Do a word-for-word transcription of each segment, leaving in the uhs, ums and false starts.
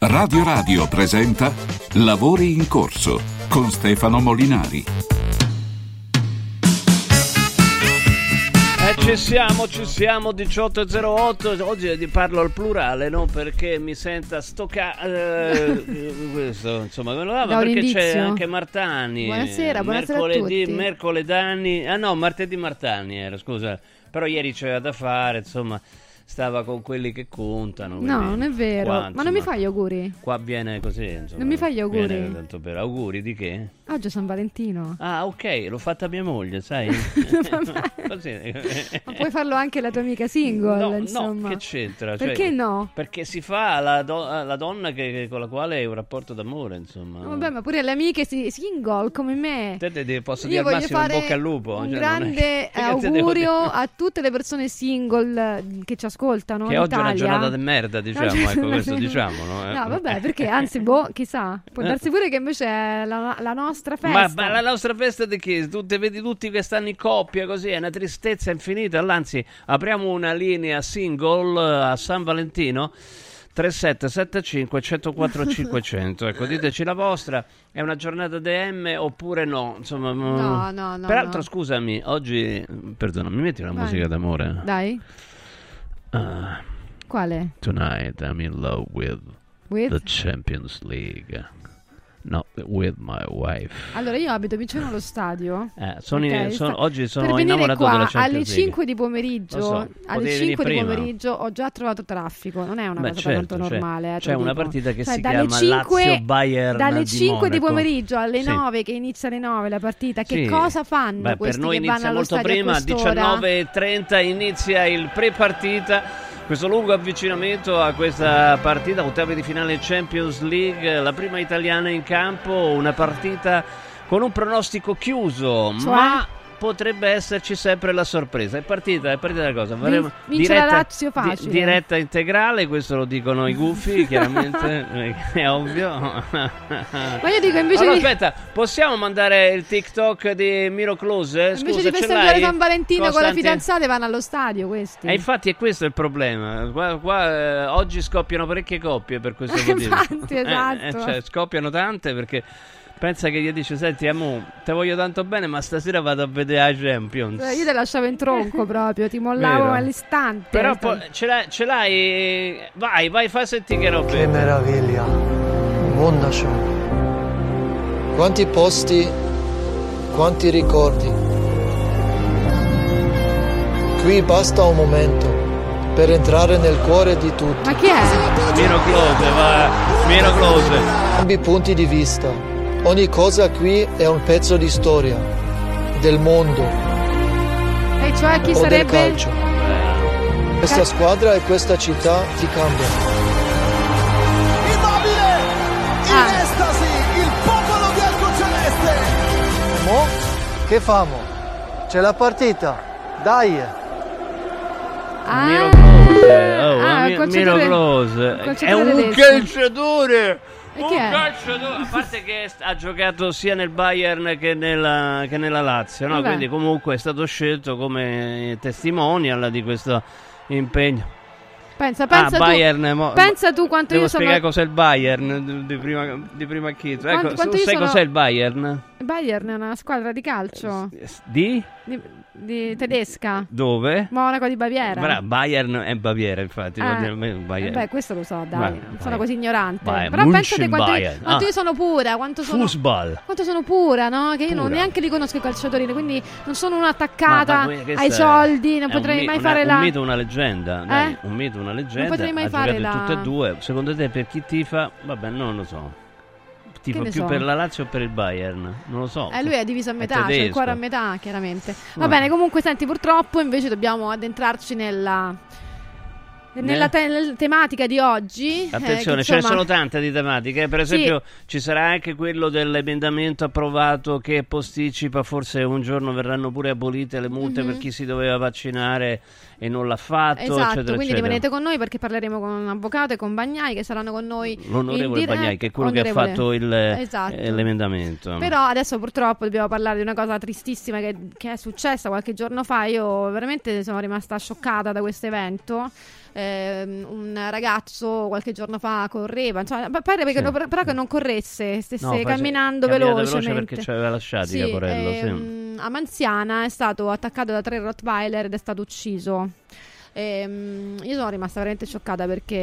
Radio Radio presenta Lavori in corso con Stefano Molinari. Eh, ci siamo, ci siamo, diciotto e zero otto. Oggi parlo al plurale, no? Perché mi senta stocca eh, questo, insomma, me lo dava perché indizio. C'è anche Martani. Buonasera, buonasera mercoledì, a tutti. Mercoledani, ah no, martedì Martani era, scusa. Però ieri c'era da fare, insomma, stava con quelli che contano. No, non è vero. Qua, Ma insomma, non mi fai gli auguri? Qua viene così, insomma. Non mi fai gli auguri? Viene tanto per auguri di che? Oggi è San Valentino. Ah, ok, l'ho fatta mia moglie, sai? Così. Ma puoi farlo anche la tua amica single, No, insomma. no, che c'entra? Perché Cioè, no? Perché si fa alla, do- alla donna che, con la quale hai un rapporto d'amore, insomma. No, vabbè, ma pure le amiche si- single come me. Te, te, te posso Io dire al voglio massimo in fare bocca al lupo. un cioè, grande non è... che te devo augurio dire? a tutte le persone single che ci ascoltano Che in oggi è una Italia. giornata di merda, diciamo, No, ecco, questo diciamolo. Eh. No, vabbè, perché anzi, boh, chissà, può darsi pure che invece è la, la nostra festa. Ma, ma la nostra festa di che? Tu te vedi tutti che stanno in coppia così, è una tristezza infinita. Anzi, apriamo una linea single a San Valentino. tre sette sette cinque uno zero quattro cinquecento. Ecco, diteci la vostra. È una giornata D M oppure no? Insomma, No, no, no. peraltro, no. scusami, oggi, perdona, mi metti una Vai. musica d'amore? Dai, Ah, quale? tonight I'm in love with With? the Champions League. No, with my wife. Allora, io abito vicino allo stadio. Eh, sono Ok, in- sono- sta- oggi sono per venire innamorato qua della Champions alle League. cinque di pomeriggio, Lo so, alle potevi cinque di venire prima. pomeriggio ho già trovato traffico. Non è una Beh, cosa certo, tanto c'è- normale. eh, te c'è lo una dico. partita che Cioè, si dalle chiama cinque Lazio-Bayern dalle di cinque di Monaco. pomeriggio alle Sì. nove, che inizia alle nove la partita. Che Sì. cosa fanno Beh, questi per noi che inizia vanno allo molto stadio prima, a quest'ora? diciannove e trenta inizia il pre-partita. Questo lungo avvicinamento a questa partita, ottavi di finale Champions League, la prima italiana in campo, una partita con un pronostico chiuso, Cioè? ma potrebbe esserci sempre la sorpresa. È partita, è partita la cosa. Faremo vince la Lazio facile. di- diretta integrale, questo lo dicono i gufi, chiaramente, è ovvio. Ma io dico invece Allora, di, aspetta, possiamo mandare il TikTok di Miro Close? invece Scusa, di ce festeggiare l'hai? San Valentino con le Costanti? fidanzate vanno allo stadio questi. E infatti è questo il problema. Qua, qua, eh, oggi scoppiano parecchie coppie per questo motivo. Infatti, esatto. Eh, eh, cioè, scoppiano tante perché pensa che gli dice: senti, amo, te voglio tanto bene, ma stasera vado a vedere la Champions. Eh, Io te lasciavo in tronco proprio, ti mollavo Vero. all'istante. Però poi ce l'hai, ce l'hai. Vai, vai, fai sentire che roba. Che meraviglia, wunderschön. Quanti posti, quanti ricordi. Qui basta un momento per entrare nel cuore di tutti. Ma chi è? Miro Close, va. Miro Close. Cambi punti di vista. Ogni cosa qui è un pezzo di storia, del mondo E cioè chi o sarebbe? del calcio. Questa squadra e questa città ti cambiano. Immobile, in Ah. estasi, il popolo biancoceleste. Mo? Che famo? C'è la partita, dai! Ah, Miro Close. Oh, Ah, Mi- il calciatore- Miro Close. il È calciatore un tedesco. calciatore. E Un chi è? calciatore. A parte che st- ha giocato sia nel Bayern che nella, che nella Lazio, no? Vabbè. Quindi comunque è stato scelto come testimonial di questo impegno. pensa, pensa ah, tu. Bayern, mo- pensa tu quanto Devo io sono. spiegare cos'è il Bayern di- di prima, di prima acchito. Quanto- Ecco, quanto tu io sai sono- cos'è il Bayern? Il Bayern è una squadra di calcio Di? di, di tedesca. Dove? Monaco di Baviera. Bra- Bayern è Baviera, infatti. Ah, vuol dire me- Bayern. Beh, questo lo so, dai. Vai, non vai. sono così ignorante. Vai, Però pensate quanto, io, München-Bayern. quanto Ah. io sono pura, quanto sono. Football. Quanto sono pura, no? Che io non Pura. neanche li conosco i calciatori, quindi non sono una attaccata Ma- ma questo ai è- soldi, non è potrei un mi- mai una- fare un la. mito, una leggenda, dai, Eh? un mito, una leggenda. Non potrei mai ha fare giocato in la- tutte e due. Secondo te per chi tifa? Vabbè, non lo so. Tifa ne più so? per la Lazio o per il Bayern? Non lo so. Eh, lui è diviso a metà, c'è il tedesco. cuore a metà, chiaramente. Va Vabbè. bene, comunque, senti, purtroppo invece dobbiamo addentrarci nella. Nella te- nella tematica di oggi. eh, Attenzione, che, ce ne insomma, sono tante di tematiche. Per esempio, ci sarà anche quello dell'emendamento approvato che posticipa, forse un giorno verranno pure abolite le multe Mhm. per chi si doveva vaccinare e non l'ha fatto, Esatto, eccetera, quindi eccetera. rimanete con noi perché parleremo con un avvocato e con Bagnai che saranno con noi. L'onorevole in dire- Bagnai, che è quello onorevole. che ha fatto il, Esatto. eh, l'emendamento. Però adesso purtroppo dobbiamo parlare di una cosa tristissima che, che è successa qualche giorno fa. Io veramente sono rimasta scioccata da questo evento. eh, un ragazzo qualche giorno fa correva, insomma, pare che Sì. no- però che non corresse, stesse No, face- camminando camminate velocemente. veloce perché ci aveva lasciati Sì, Caporello, sì. ehm, a Manziana è stato attaccato da tre Rottweiler ed è stato ucciso. Ehm, io sono rimasta veramente scioccata perché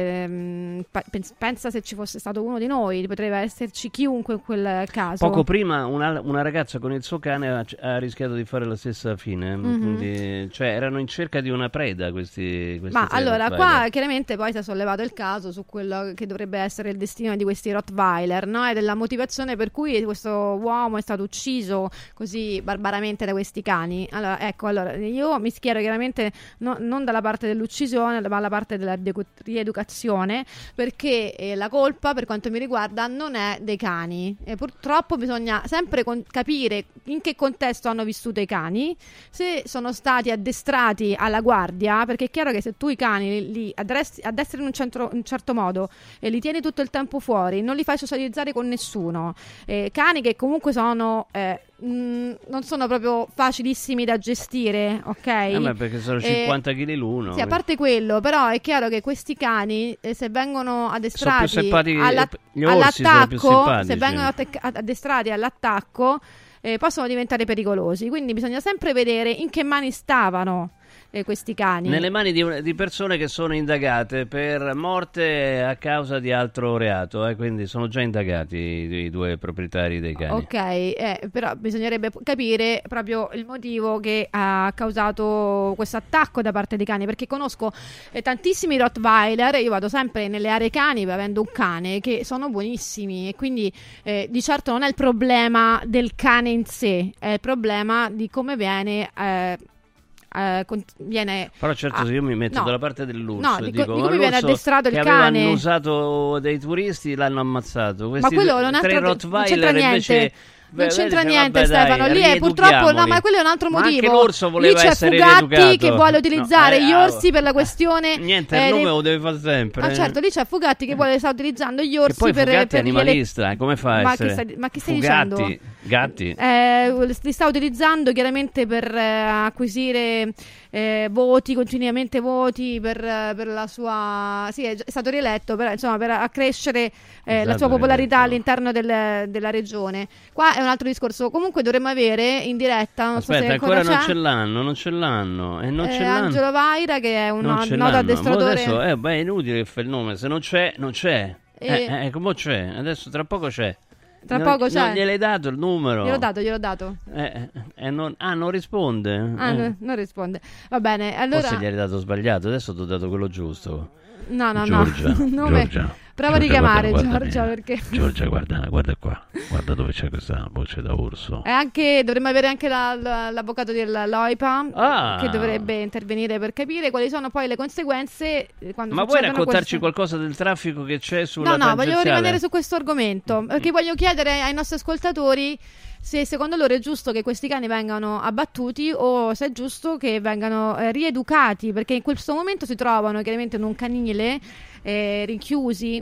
ehm, pa- pens- pensa se ci fosse stato uno di noi, potrebbe esserci chiunque in quel caso. Poco prima una, una ragazza con il suo cane ha, ha rischiato di fare la stessa fine, Mhm. quindi, cioè erano in cerca di una preda questi, questi Ma tre allora, Rottweiler. qua chiaramente poi si è sollevato il caso su quello che dovrebbe essere il destino di questi Rottweiler, no? E della motivazione per cui questo uomo è stato ucciso così barbaramente da questi cani. Allora, ecco, allora, io mi schiero chiaramente no- non dalla parte dell'uccisione, ma dalla parte della riedu- rieducazione, perché eh, la colpa, per quanto mi riguarda, non è dei cani. E purtroppo bisogna sempre con- capire in che contesto hanno vissuto i cani, se sono stati addestrati alla guardia, perché è chiaro che se tu i cani li, li addresti- addestri in un, centro- in un certo modo e li tieni tutto il tempo fuori, non li fai socializzare con nessuno, eh, cani che comunque sono eh, mh, non sono proprio facilissimi da gestire, ok? Eh, ma perché sono Eh, cinquanta chili l'uno. Sì, a parte quello, però è chiaro che questi cani, eh, se vengono addestrati Sono più simpatici- alla- gli orsi sono più all'attacco, simpatici. se vengono attac- addestrati all'attacco, eh, possono diventare pericolosi. Quindi bisogna sempre vedere in che mani stavano eh, questi cani. Nelle mani di, un- di persone che sono indagate per morte a causa di altro reato, eh, quindi sono già indagati i, i due proprietari dei cani. Ok, eh, però bisognerebbe p- capire proprio il motivo che ha causato questo attacco da parte dei cani, perché conosco eh, tantissimi Rottweiler, io vado sempre nelle aree cani avendo un cane, che sono buonissimi e quindi eh, di certo non è il problema del cane in sé, è il problema di come viene... Eh, eh, con- viene Però certo ah, se io mi metto no. dalla parte dell'urso No, e dico- dico, di ma come viene l'urso addestrato il che aveva cane. annusato dei turisti l'hanno ammazzato. Questi quello non è tre altro- non Rottweiler c'entra niente. invece... Non beh, c'entra dice, niente, vabbè, dai, Stefano. Lì è purtroppo. No, rieduchiamoli. ma quello è un altro Ma motivo. anche l'orso voleva Lì c'è essere Fugatti rieducato. che vuole utilizzare No, gli eh, orsi ah, per la questione. Niente, eh, il nome dei- lo deve fare sempre. Ah, certo, lì c'è Fugatti che vuole sta utilizzando gli orsi E poi per, Fugatti è per gli ele- animalista, come fa a Ma essere? che stai, ma che stai Fugatti, dicendo? gatti. Eh, li sta utilizzando chiaramente per eh, acquisire eh, voti, continuamente voti per, eh, per la sua... Sì, è, gi- è stato rieletto, però, insomma, per accrescere eh, la Esatto, sua popolarità rieletto. all'interno del- della regione. Qua è un altro discorso. Comunque dovremmo avere in diretta, non so Aspetta, se ancora ancora non c'è, ce l'hanno, non ce l'hanno. E non eh, ce l'hanno. Angelo Vaira, che è un Non no- ce noto l'hanno. Mo addestratore. adesso eh, beh, è inutile che fa il nome. Se non c'è, non c'è. E- Eh, eh, come c'è? Adesso tra poco c'è. Tra Non- poco c'è. Non gliel'hai dato il numero. Gliel'ho dato, gliel'ho dato. Eh, eh, eh, non- ah, non risponde. Ah, Eh. no, non risponde. Va bene, allora... Forse gli hai dato sbagliato. Adesso ti ho dato quello giusto. No, no, Giorgia, no. Nome- Giorgia. Prova a Giorgia, richiamare guarda, guarda Giorgia me. perché... Giorgia, guarda, guarda qua. Guarda dove c'è questa voce da urso. E anche, dovremmo avere anche la- la- l'avvocato dell'OIPA Ah. che dovrebbe intervenire per capire quali sono poi le conseguenze eh, quando Ma vuoi succedono raccontarci queste- qualcosa del traffico che c'è sulla No, no, voglio tangenziale? rimanere su questo argomento perché voglio chiedere ai nostri ascoltatori se secondo loro è giusto che questi cani vengano abbattuti o se è giusto che vengano eh, rieducati, perché in questo momento si trovano chiaramente in un canile eh, rinchiusi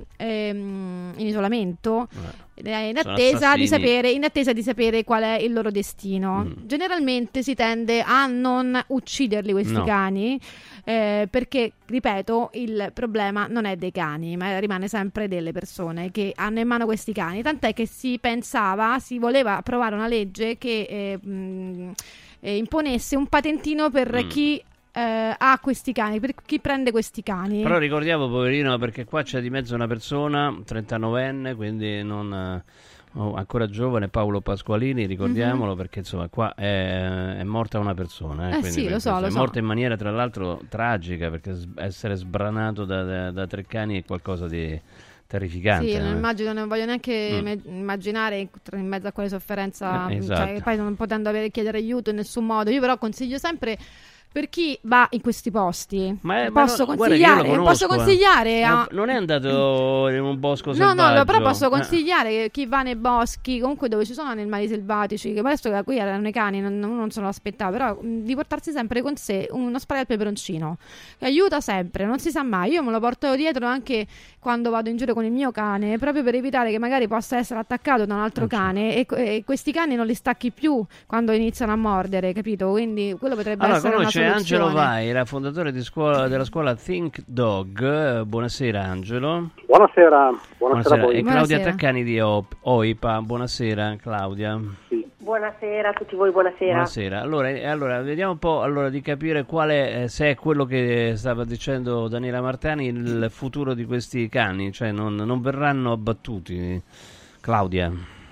ehm, in isolamento eh, in sono attesa di assassini. sapere in attesa di sapere qual è il loro destino. Mm. Generalmente si tende a non ucciderli questi No. cani eh, perché, ripeto, il problema non è dei cani, ma rimane sempre delle persone che hanno in mano questi cani. Tant'è che si pensava, si voleva approvare una legge che eh, mh, eh, imponesse un patentino per Mm. chi eh, ha questi cani, per chi prende questi cani. Però ricordiamo, poverino, perché qua c'è di mezzo una persona, trentanovenne, quindi non eh, oh, ancora giovane, Paolo Pasqualini, ricordiamolo, perché insomma qua è, è morta una persona. Eh, Eh quindi sì, lo per so, questo lo è so. morta in maniera tra l'altro tragica, perché s- essere sbranato da, da- da tre cani è qualcosa di terrificante. Sì, no? non immagino, non voglio neanche Mm. me- immaginare in, tra- in mezzo a quale sofferenza, Eh, cioè, esatto. poi non potendo avere, chiedere aiuto in nessun modo. Io però consiglio sempre per chi va in questi posti, Ma, è- ma posso no, guarda che io lo consigliare, conosco, posso eh. consigliare a... Non è andato in un bosco No, selvaggio. no, però posso Eh. consigliare che chi va nei boschi, comunque dove ci sono animali selvatici, che adesso da qui erano i cani, non, non se lo aspettava, però mh, di portarsi sempre con sé uno spray al peperoncino, che aiuta sempre, non si sa mai. Io me lo porto dietro anche quando vado in giro con il mio cane, proprio per evitare che magari possa essere attaccato da un altro Ah, certo. cane e, e questi cani non li stacchi più quando iniziano a mordere, capito? Quindi quello potrebbe Allora, essere una conosce c'è Angelo soluzione. Vaira, fondatore di scuola, della scuola Think Dog. Buonasera Angelo. Buonasera, buonasera, Buonasera. a voi. E Claudia Buonasera. Taccani di O- OIPA. Buonasera Claudia. Sì. Buonasera a tutti voi, buonasera. Buonasera. Allora, eh, allora vediamo un po' allora, di capire quale, eh, se è quello che stava dicendo Daniela Martani, il futuro di questi cani, cioè non, non verranno abbattuti. Claudia.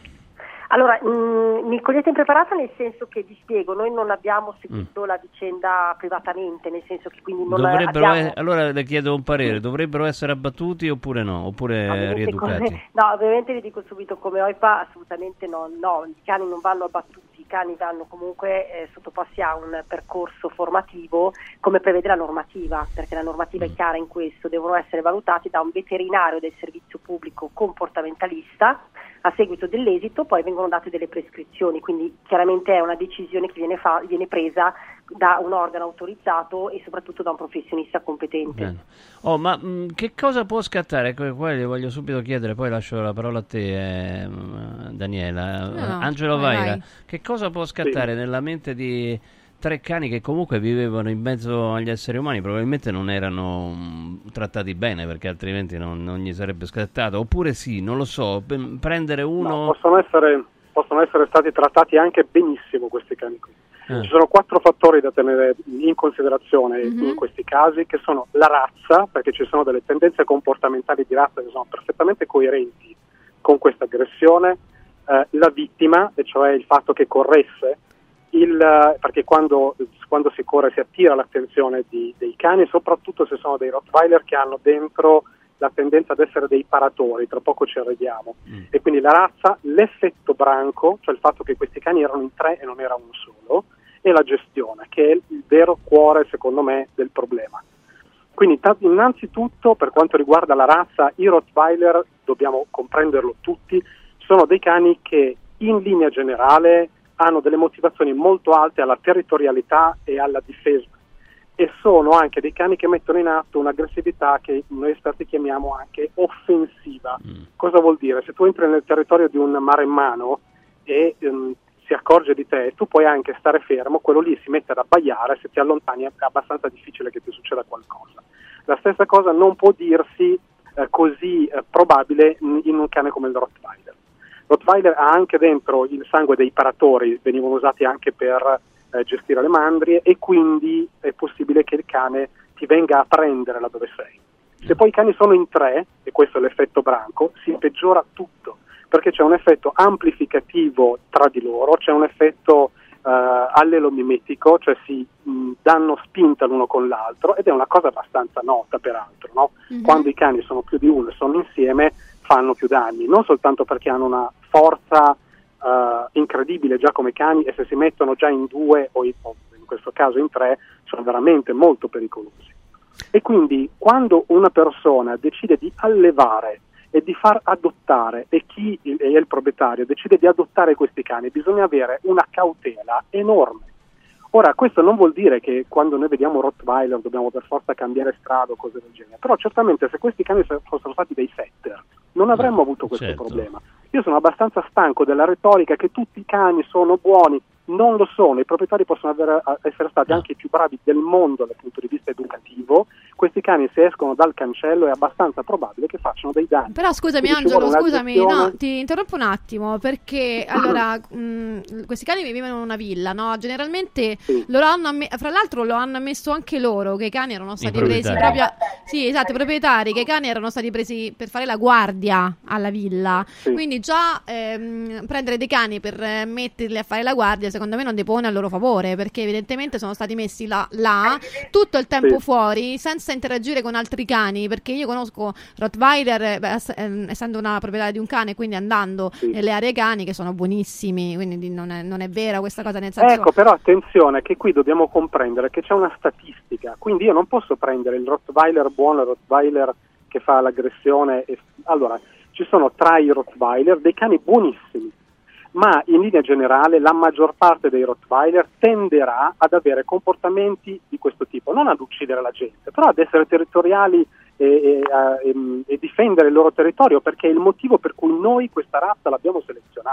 Allora, mh, mi cogliete impreparata nel senso che vi spiego, noi non abbiamo seguito Mm. la vicenda privatamente, nel senso che quindi non Dovrebbero abbiamo... e- allora le chiedo un parere, dovrebbero essere abbattuti oppure no? Oppure Ovviamente rieducati? come- no, ovviamente vi dico subito come OIPA, assolutamente no, no, i cani non vanno abbattuti, i cani vanno comunque eh, sottoposti a un percorso formativo come prevede la normativa, perché la normativa è chiara in questo, devono essere valutati da un veterinario del servizio pubblico comportamentalista, a seguito dell'esito poi vengono date delle prescrizioni, quindi chiaramente è una decisione che viene, fa- viene presa da un organo autorizzato e soprattutto da un professionista competente. Bene. Oh, ma mh, che cosa può scattare? Ecco, qua gli voglio subito chiedere, poi lascio la parola a te, eh, mh, Daniela. No, no, Angelo vai, Vaira, vai. che cosa può scattare nella mente di tre cani che comunque vivevano in mezzo agli esseri umani? Probabilmente non erano mh, trattati bene, perché altrimenti non, non gli sarebbe scattato. Oppure sì, non lo so, p- prendere uno... No, possono essere, possono essere stati trattati anche benissimo questi cani qui. Eh. Ci sono quattro fattori da tenere in considerazione Mhm. in questi casi, che sono la razza, perché ci sono delle tendenze comportamentali di razza che sono perfettamente coerenti con questa aggressione, eh, la vittima, e cioè il fatto che corresse, il, perché quando, quando si corre si attira l'attenzione di, dei cani, soprattutto se sono dei Rottweiler che hanno dentro la tendenza ad essere dei paratori, tra poco ci arriviamo. Mm. E quindi la razza, l'effetto branco, cioè il fatto che questi cani erano in tre e non era uno solo, e la gestione, che è il vero cuore, secondo me, del problema. Quindi t- innanzitutto, per quanto riguarda la razza, i Rottweiler, dobbiamo comprenderlo tutti, sono dei cani che in linea generale hanno delle motivazioni molto alte alla territorialità e alla difesa, e sono anche dei cani che mettono in atto un'aggressività che noi esperti chiamiamo anche offensiva. Mm. Cosa vuol dire? Se tu entri nel territorio di un maremmano e ehm, si accorge di te, tu puoi anche stare fermo, quello lì si mette ad abbaiare, se ti allontani è abbastanza difficile che ti succeda qualcosa. La stessa cosa non può dirsi eh, così eh, probabile in, in un cane come il Rottweiler. Rottweiler ha anche dentro il sangue dei paratori, venivano usati anche per eh, gestire le mandrie, e quindi è possibile che il cane ti venga a prendere là dove sei. Se poi i cani sono in tre, e questo è l'effetto branco, si peggiora tutto, perché c'è un effetto amplificativo tra di loro, c'è un effetto eh, allelomimetico, cioè si mh, danno spinta l'uno con l'altro, ed è una cosa abbastanza nota peraltro, no? Mhm. Quando i cani sono più di uno e sono insieme fanno più danni, non soltanto perché hanno una forza eh, incredibile già come cani, e se si mettono già in due o in, o in questo caso in tre sono veramente molto pericolosi. E quindi quando una persona decide di allevare e di far adottare, e chi è il proprietario decide di adottare questi cani, bisogna avere una cautela enorme. Ora, questo non vuol dire che quando noi vediamo Rottweiler dobbiamo per forza cambiare strada o cose del genere, però certamente se questi cani fossero stati dei setter non avremmo avuto questo certo. problema. Io sono abbastanza stanco della retorica che tutti i cani sono buoni. Non lo sono, i proprietari possono avere, essere stati anche i più bravi del mondo dal punto di vista educativo. Questi cani, se escono dal cancello, è abbastanza probabile che facciano dei danni. Però scusami Quindi ci Angelo, vuole una scusami, gestione- no, ti interrompo un attimo perché allora mh, questi cani vivevano in una villa, no? Generalmente Sì. loro hanno amme- fra l'altro lo hanno ammesso anche loro che i cani erano stati presi proprietari. proprio sì, esatto, i proprietari, che i cani erano stati presi per fare la guardia alla villa. Sì. Quindi già ehm, prendere dei cani per eh, metterli a fare la guardia, secondo me non depone a loro favore, perché evidentemente sono stati messi là, là tutto il tempo Sì. fuori senza interagire con altri cani, perché io conosco Rottweiler, beh, ess- ehm, essendo una proprietaria di un cane, quindi andando Sì. nelle aree cani che sono buonissimi, quindi di- non è, non è vera questa cosa, nel senso Ecco, però attenzione che qui dobbiamo comprendere che c'è una statistica, quindi io non posso prendere il Rottweiler buono e il Rottweiler che fa l'aggressione. E... Allora, ci sono tra i Rottweiler dei cani buonissimi, ma in linea generale la maggior parte dei Rottweiler tenderà ad avere comportamenti di questo tipo, non ad uccidere la gente, però ad essere territoriali e, e, e, e difendere il loro territorio, perché è il motivo per cui noi questa razza l'abbiamo selezionata.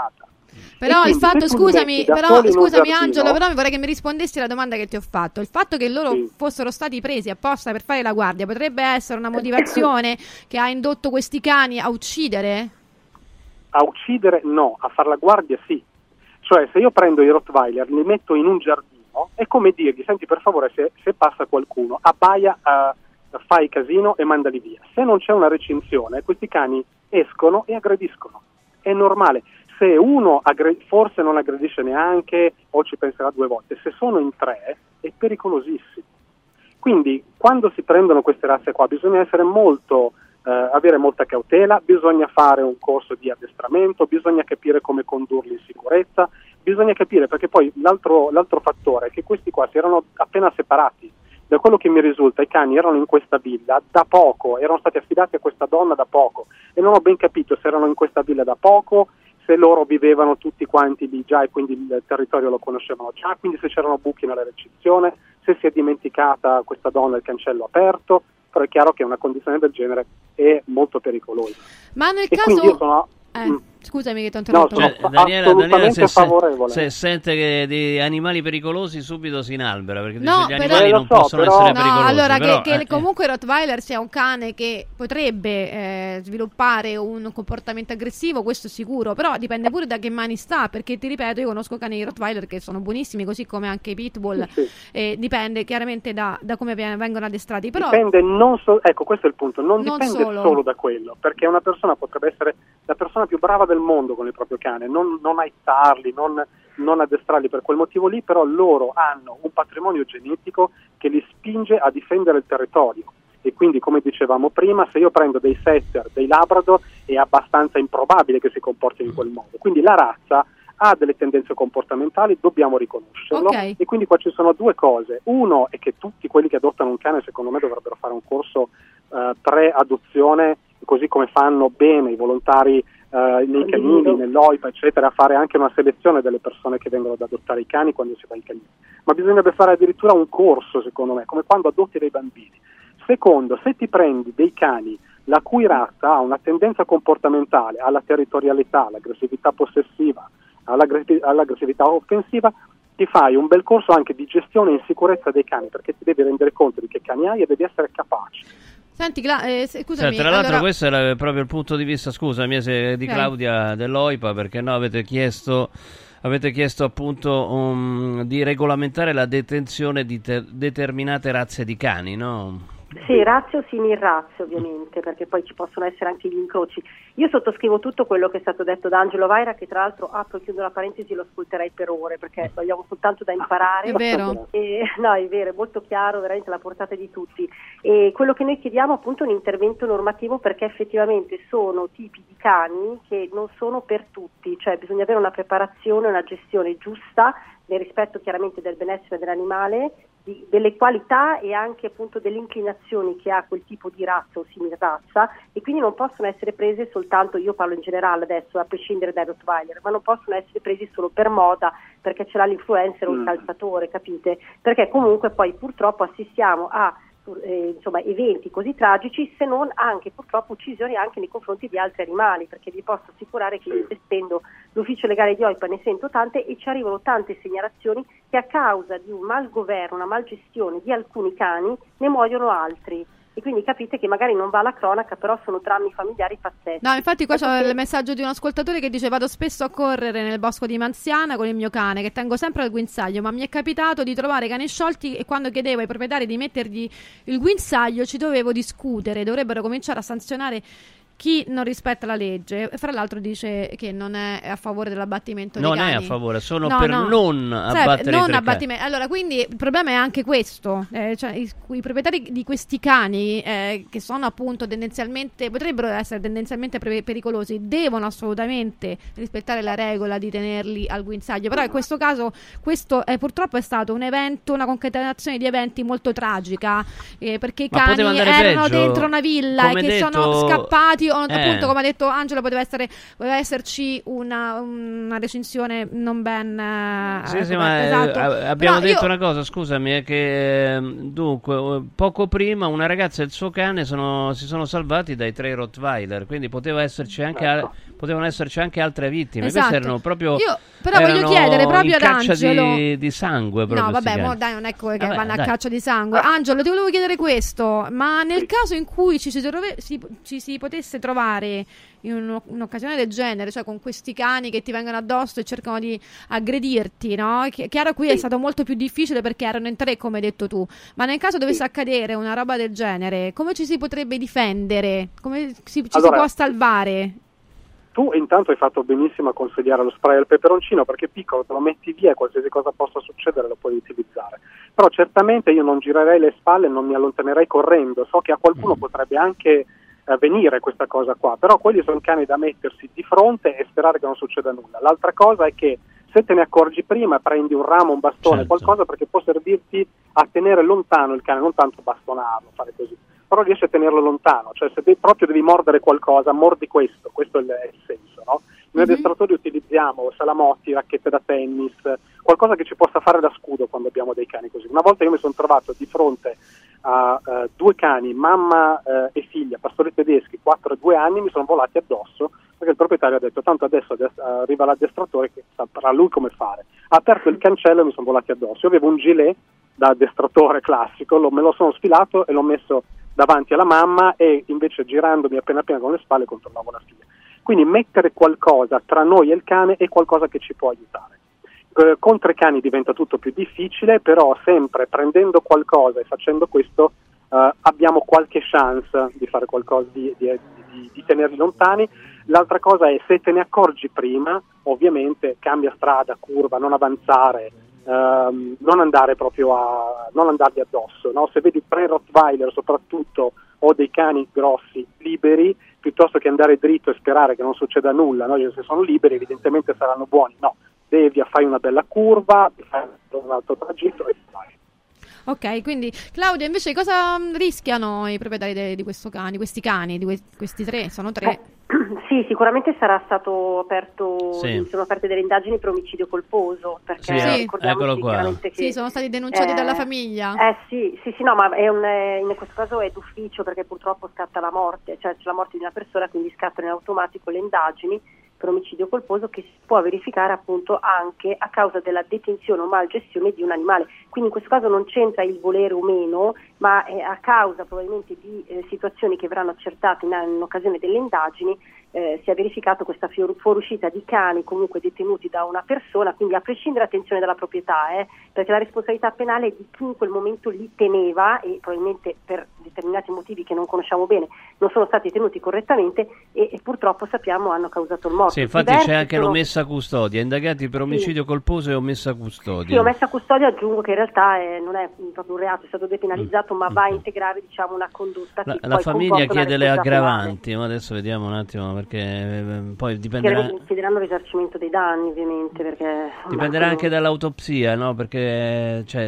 Però il fatto, scusami, però, scusami Angelo, però vorrei che mi rispondessi alla domanda che ti ho fatto. Il fatto che loro sì. fossero stati presi apposta per fare la guardia potrebbe essere una motivazione che ha indotto questi cani a uccidere? A uccidere no, a far la guardia sì. Cioè se io prendo i Rottweiler, li metto in un giardino, è come dirgli, senti per favore se, se passa qualcuno, abbaia, uh, fai casino e mandali via. Se non c'è una recinzione, questi cani escono e aggrediscono. È normale. Se uno aggre- forse non aggredisce neanche o ci penserà due volte, se sono in tre è pericolosissimo. Quindi quando si prendono queste razze qua bisogna essere molto, eh, avere molta cautela, bisogna fare un corso di addestramento, bisogna capire come condurli in sicurezza, bisogna capire perché poi l'altro, l'altro fattore è che questi qua si erano appena separati. Da quello che mi risulta i cani erano in questa villa da poco, erano stati affidati a questa donna da poco e non ho ben capito se erano in questa villa da poco, se loro vivevano tutti quanti lì già e quindi il territorio lo conoscevano già, quindi se c'erano buchi nella recinzione, se si è dimenticata questa donna il cancello aperto, però è chiaro che una condizione del genere è molto pericolosa. Ma nel e caso... quindi io sono... Eh, mm. Scusami che ti ho interrotto. No, cioè, Daniela, Daniela se, favorevole. se sente che di animali pericolosi subito si inalbera perché no, dice, gli però, animali eh, non so, possono però... essere no, pericolosi. allora però, che, che eh, comunque il Rottweiler sia un cane che potrebbe eh, sviluppare un comportamento aggressivo, questo è sicuro, però dipende pure da che mani sta, perché ti ripeto io conosco cani di Rottweiler che sono buonissimi così come anche i Pitbull, sì, sì. E dipende chiaramente da, da come vengono addestrati, però dipende non solo, ecco questo è il punto, non, non dipende solo. solo da quello, perché una persona potrebbe essere la persona più brava del mondo con il proprio cane, non, non aizzarli, non, non addestrarli per quel motivo lì, però loro hanno un patrimonio genetico che li spinge a difendere il territorio e quindi come dicevamo prima se io prendo dei setter, dei labrador è abbastanza improbabile che si comportino in quel modo, quindi la razza ha delle tendenze comportamentali, dobbiamo riconoscerlo, okay. E quindi qua ci sono due cose, uno è che tutti quelli che adottano un cane secondo me dovrebbero fare un corso uh, pre-adozione, così come fanno bene i volontari uh, nei canili, nell'O I P A eccetera, a fare anche una selezione delle persone che vengono ad adottare i cani quando si va in canile, ma bisognerebbe fare addirittura un corso secondo me, come quando adotti dei bambini. Secondo, se ti prendi dei cani la cui razza ha una tendenza comportamentale, alla territorialità, all'aggressività possessiva, all'aggressività offensiva, ti fai un bel corso anche di gestione in sicurezza dei cani, perché ti devi rendere conto di che cani hai e devi essere capace. Senti, Cla- eh, scusami, cioè, tra l'altro allora... questo era proprio il punto di vista, scusami, se di okay. Claudia dell'O I P A, perché no, avete chiesto avete chiesto appunto um, di regolamentare la detenzione di te- determinate razze di cani, no? Sì, razio simil razio ovviamente, perché poi ci possono essere anche gli incroci. Io sottoscrivo tutto quello che è stato detto da Angelo Vaira, che tra l'altro apro e chiudo la parentesi, lo ascolterei per ore perché vogliamo soltanto da imparare. È vero? E, no, è vero, è molto chiaro, veramente la portata di tutti. E quello che noi chiediamo appunto è un intervento normativo, perché effettivamente sono tipi di cani che non sono per tutti, cioè bisogna avere una preparazione, una gestione giusta nel rispetto chiaramente del benessere dell'animale, di, delle qualità e anche appunto delle inclinazioni che ha quel tipo di razza o simile razza, e quindi non possono essere prese soltanto, io parlo in generale adesso a prescindere dai Rottweiler, ma non possono essere presi solo per moda perché ce l'ha l'influencer o il calciatore, capite? Perché comunque poi purtroppo assistiamo a Eh, insomma eventi così tragici, se non anche purtroppo uccisioni anche nei confronti di altri animali, perché vi posso assicurare che io gestendo l'ufficio legale di O I P A ne sento tante e ci arrivano tante segnalazioni che a causa di un malgoverno, una malgestione di alcuni cani ne muoiono altri. E quindi capite che magari non va alla cronaca, però sono drammi familiari pazzeschi. No, infatti qua ecco c'è che... il messaggio di un ascoltatore che dice: vado spesso a correre nel bosco di Manziana con il mio cane che tengo sempre al guinzaglio, ma mi è capitato di trovare cani sciolti e quando chiedevo ai proprietari di mettergli il guinzaglio ci dovevo discutere, dovrebbero cominciare a sanzionare chi non rispetta la legge. Fra l'altro dice che non è a favore dell'abbattimento non dei cani. Non è a favore, sono no, per no. non abbattere cioè, non i abbattimento. Allora, quindi il problema è anche questo, eh, cioè i, i proprietari di questi cani eh, che sono appunto tendenzialmente, potrebbero essere tendenzialmente pre- pericolosi, devono assolutamente rispettare la regola di tenerli al guinzaglio, però in questo caso questo eh, purtroppo è stato un evento, una concatenazione di eventi molto tragica, eh, perché i Ma cani erano peggio. dentro una villa Come e che detto... sono scappati o Eh. appunto, come ha detto Angelo, poteva essere poteva esserci una, una recensione non ben eh, Sì, sì, coperta, ma eh, esatto. a- abbiamo Però detto io- una cosa, scusami, è che eh, dunque eh, poco prima una ragazza e il suo cane sono- si sono salvati dai tre Rottweiler, quindi poteva esserci anche al- potevano esserci anche altre vittime. Esatto. Queste erano proprio Io però voglio erano chiedere proprio in ad caccia Angelo di, di sangue proprio No, sti vabbè, cani. mo dai, non è che Vabbè, vanno a dai. caccia di sangue. Angelo, ti volevo chiedere questo, ma nel caso in cui ci si, trove- si, ci si potesse trovare in un- un'occasione del genere, cioè con questi cani che ti vengono addosso e cercano di aggredirti, no? Chi- Chiaro, qui è stato molto più difficile perché erano in tre, come hai detto tu, ma nel caso dovesse accadere una roba del genere, come ci si potrebbe difendere? Come si, ci Allora, si può salvare? Tu intanto hai fatto benissimo a consigliare lo spray al peperoncino, perché è piccolo, te lo metti via e qualsiasi cosa possa succedere lo puoi utilizzare. Però certamente io non girerei le spalle e non mi allontanerei correndo. So che a qualcuno potrebbe anche eh, venire questa cosa qua, però quelli sono cani da mettersi di fronte e sperare che non succeda nulla. L'altra cosa è che se te ne accorgi prima, prendi un ramo, un bastone, Certo. qualcosa, perché può servirti a tenere lontano il cane, non tanto bastonarlo, fare così, però riesci a tenerlo lontano. Cioè se de- proprio devi mordere qualcosa, mordi questo, questo è il, è il senso, no? Noi Mhm. addestratori utilizziamo salamotti, racchette da tennis, qualcosa che ci possa fare da scudo quando abbiamo dei cani così. Una volta io mi sono trovato di fronte a eh, due cani, mamma eh, e figlia, pastori tedeschi, quattro e due anni, mi sono volati addosso perché il proprietario ha detto tanto adesso adesso arriva l'addestratore che saprà lui come fare. Ha aperto il cancello e mi sono volati addosso. Io avevo un gilet da addestratore classico, lo, me lo sono sfilato e l'ho messo davanti alla mamma e invece girandomi appena appena con le spalle controllavo la figlia. Quindi mettere qualcosa tra noi e il cane è qualcosa che ci può aiutare. Eh, con tre cani diventa tutto più difficile, però sempre prendendo qualcosa e facendo questo eh, abbiamo qualche chance di fare qualcosa, di, di, di, di tenerli lontani. L'altra cosa è, se te ne accorgi prima, ovviamente cambia strada, curva, non avanzare, ehm, non andare proprio a non andargli addosso, no? Se vedi tre Rottweiler soprattutto o dei cani grossi liberi, piuttosto che andare dritto e sperare che non succeda nulla, no? Se sono liberi evidentemente saranno buoni, no, devi fai una bella curva, fai un altro tragitto e vai. Ok, quindi Claudia, invece cosa mm, rischiano i proprietari de- di questo cani, questi cani, di que- questi tre? Sono tre. Eh, sì, sicuramente sarà stato aperto, Sì. sono aperte delle indagini per omicidio colposo, perché Sì, ricordiamoci eccolo qua. chiaramente che Sì, sono stati denunciati eh, dalla famiglia. Eh sì, sì, sì, no, ma è un, eh, in questo caso è d'ufficio perché purtroppo scatta la morte, cioè c'è la morte di una persona, quindi scattano in automatico le indagini per omicidio colposo che si può verificare appunto anche a causa della detenzione o malgestione di un animale. Quindi in questo caso non c'entra il volere o meno, ma è a causa probabilmente di eh, situazioni che verranno accertate in, in occasione delle indagini. Eh, si è verificato questa fior- fuoriuscita di cani comunque detenuti da una persona, quindi a prescindere attenzione dalla proprietà, eh, perché la responsabilità penale è di chi in quel momento li teneva e probabilmente per determinati motivi che non conosciamo bene non sono stati tenuti correttamente e, e purtroppo sappiamo hanno causato il morto. Sì, infatti Diversi c'è anche sono- l'omessa custodia, indagati per omicidio colposo e omessa custodia. Sì, omessa custodia aggiungo che in realtà è- non è proprio un reato, è stato depenalizzato, ma va a integrare diciamo una condotta La, che la poi famiglia comporta una chiede le responsabilità aggravanti, ma adesso vediamo un attimo perché eh, poi dipenderà, penale. Chiederanno il risarcimento dei danni ovviamente perché dipenderà no, anche dall'autopsia, no? Perché cioè,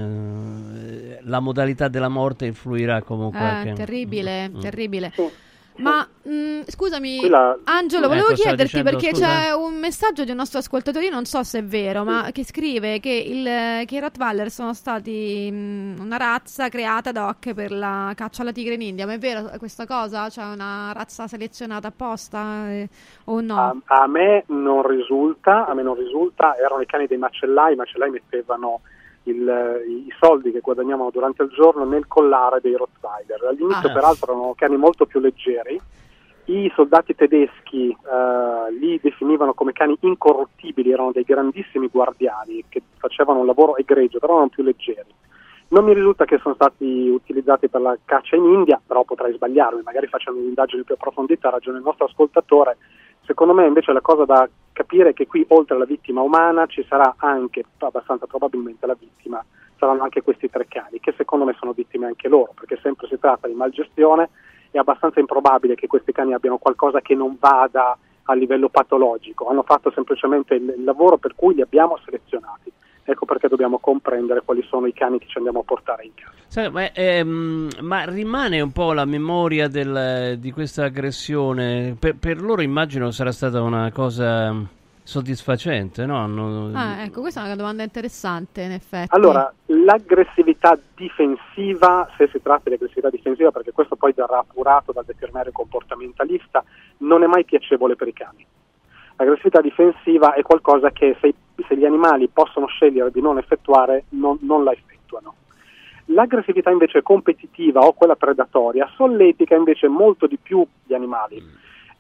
eh, la modalità della morte influirà comunque Eh, anche. terribile, Mm. terribile. sì. Ma mh, scusami, Qui la- Angelo, Eh, volevo cosa stava chiederti dicendo, perché scusa? c'è un messaggio di un nostro ascoltatore, io non so se è vero, ma che scrive che, il, che i Rottweiler sono stati mh, una razza creata ad hoc per la caccia alla tigre in India. Ma è vero questa cosa? C'è una razza selezionata apposta eh, o no? A, a me non risulta, a me non risulta, erano i cani dei macellai, i macellai mettevano il, i soldi che guadagnavano durante il giorno nel collare dei Rottweiler. All'inizio Ah. peraltro erano cani molto più leggeri, i soldati tedeschi eh, li definivano come cani incorruttibili, erano dei grandissimi guardiani che facevano un lavoro egregio, però erano più leggeri. Non mi risulta che sono stati utilizzati per la caccia in India, però potrei sbagliarmi, magari facendo un'indagine più approfondita, ha ragione il nostro ascoltatore. Secondo me invece la cosa da capire è che qui oltre alla vittima umana ci sarà anche, abbastanza probabilmente la vittima, saranno anche questi tre cani, che secondo me sono vittime anche loro, perché sempre si tratta di malgestione, è abbastanza improbabile che questi cani abbiano qualcosa che non vada a livello patologico, hanno fatto semplicemente il, il lavoro per cui li abbiamo selezionati. ecco perché dobbiamo comprendere quali sono i cani che ci andiamo a portare in casa. Sai, ma, ehm, ma rimane un po' la memoria del, di questa aggressione? Per, per loro immagino sarà stata una cosa soddisfacente, no? Non... Ah, ecco, questa è una domanda interessante, in effetti. Allora, l'aggressività difensiva, se si tratta di aggressività difensiva, perché questo poi verrà appurato dal veterinario comportamentalista, non è mai piacevole per i cani. L'aggressività difensiva è qualcosa che se, se gli animali possono scegliere di non effettuare, non, non la effettuano. L'aggressività invece competitiva o quella predatoria solletica invece molto di più gli animali.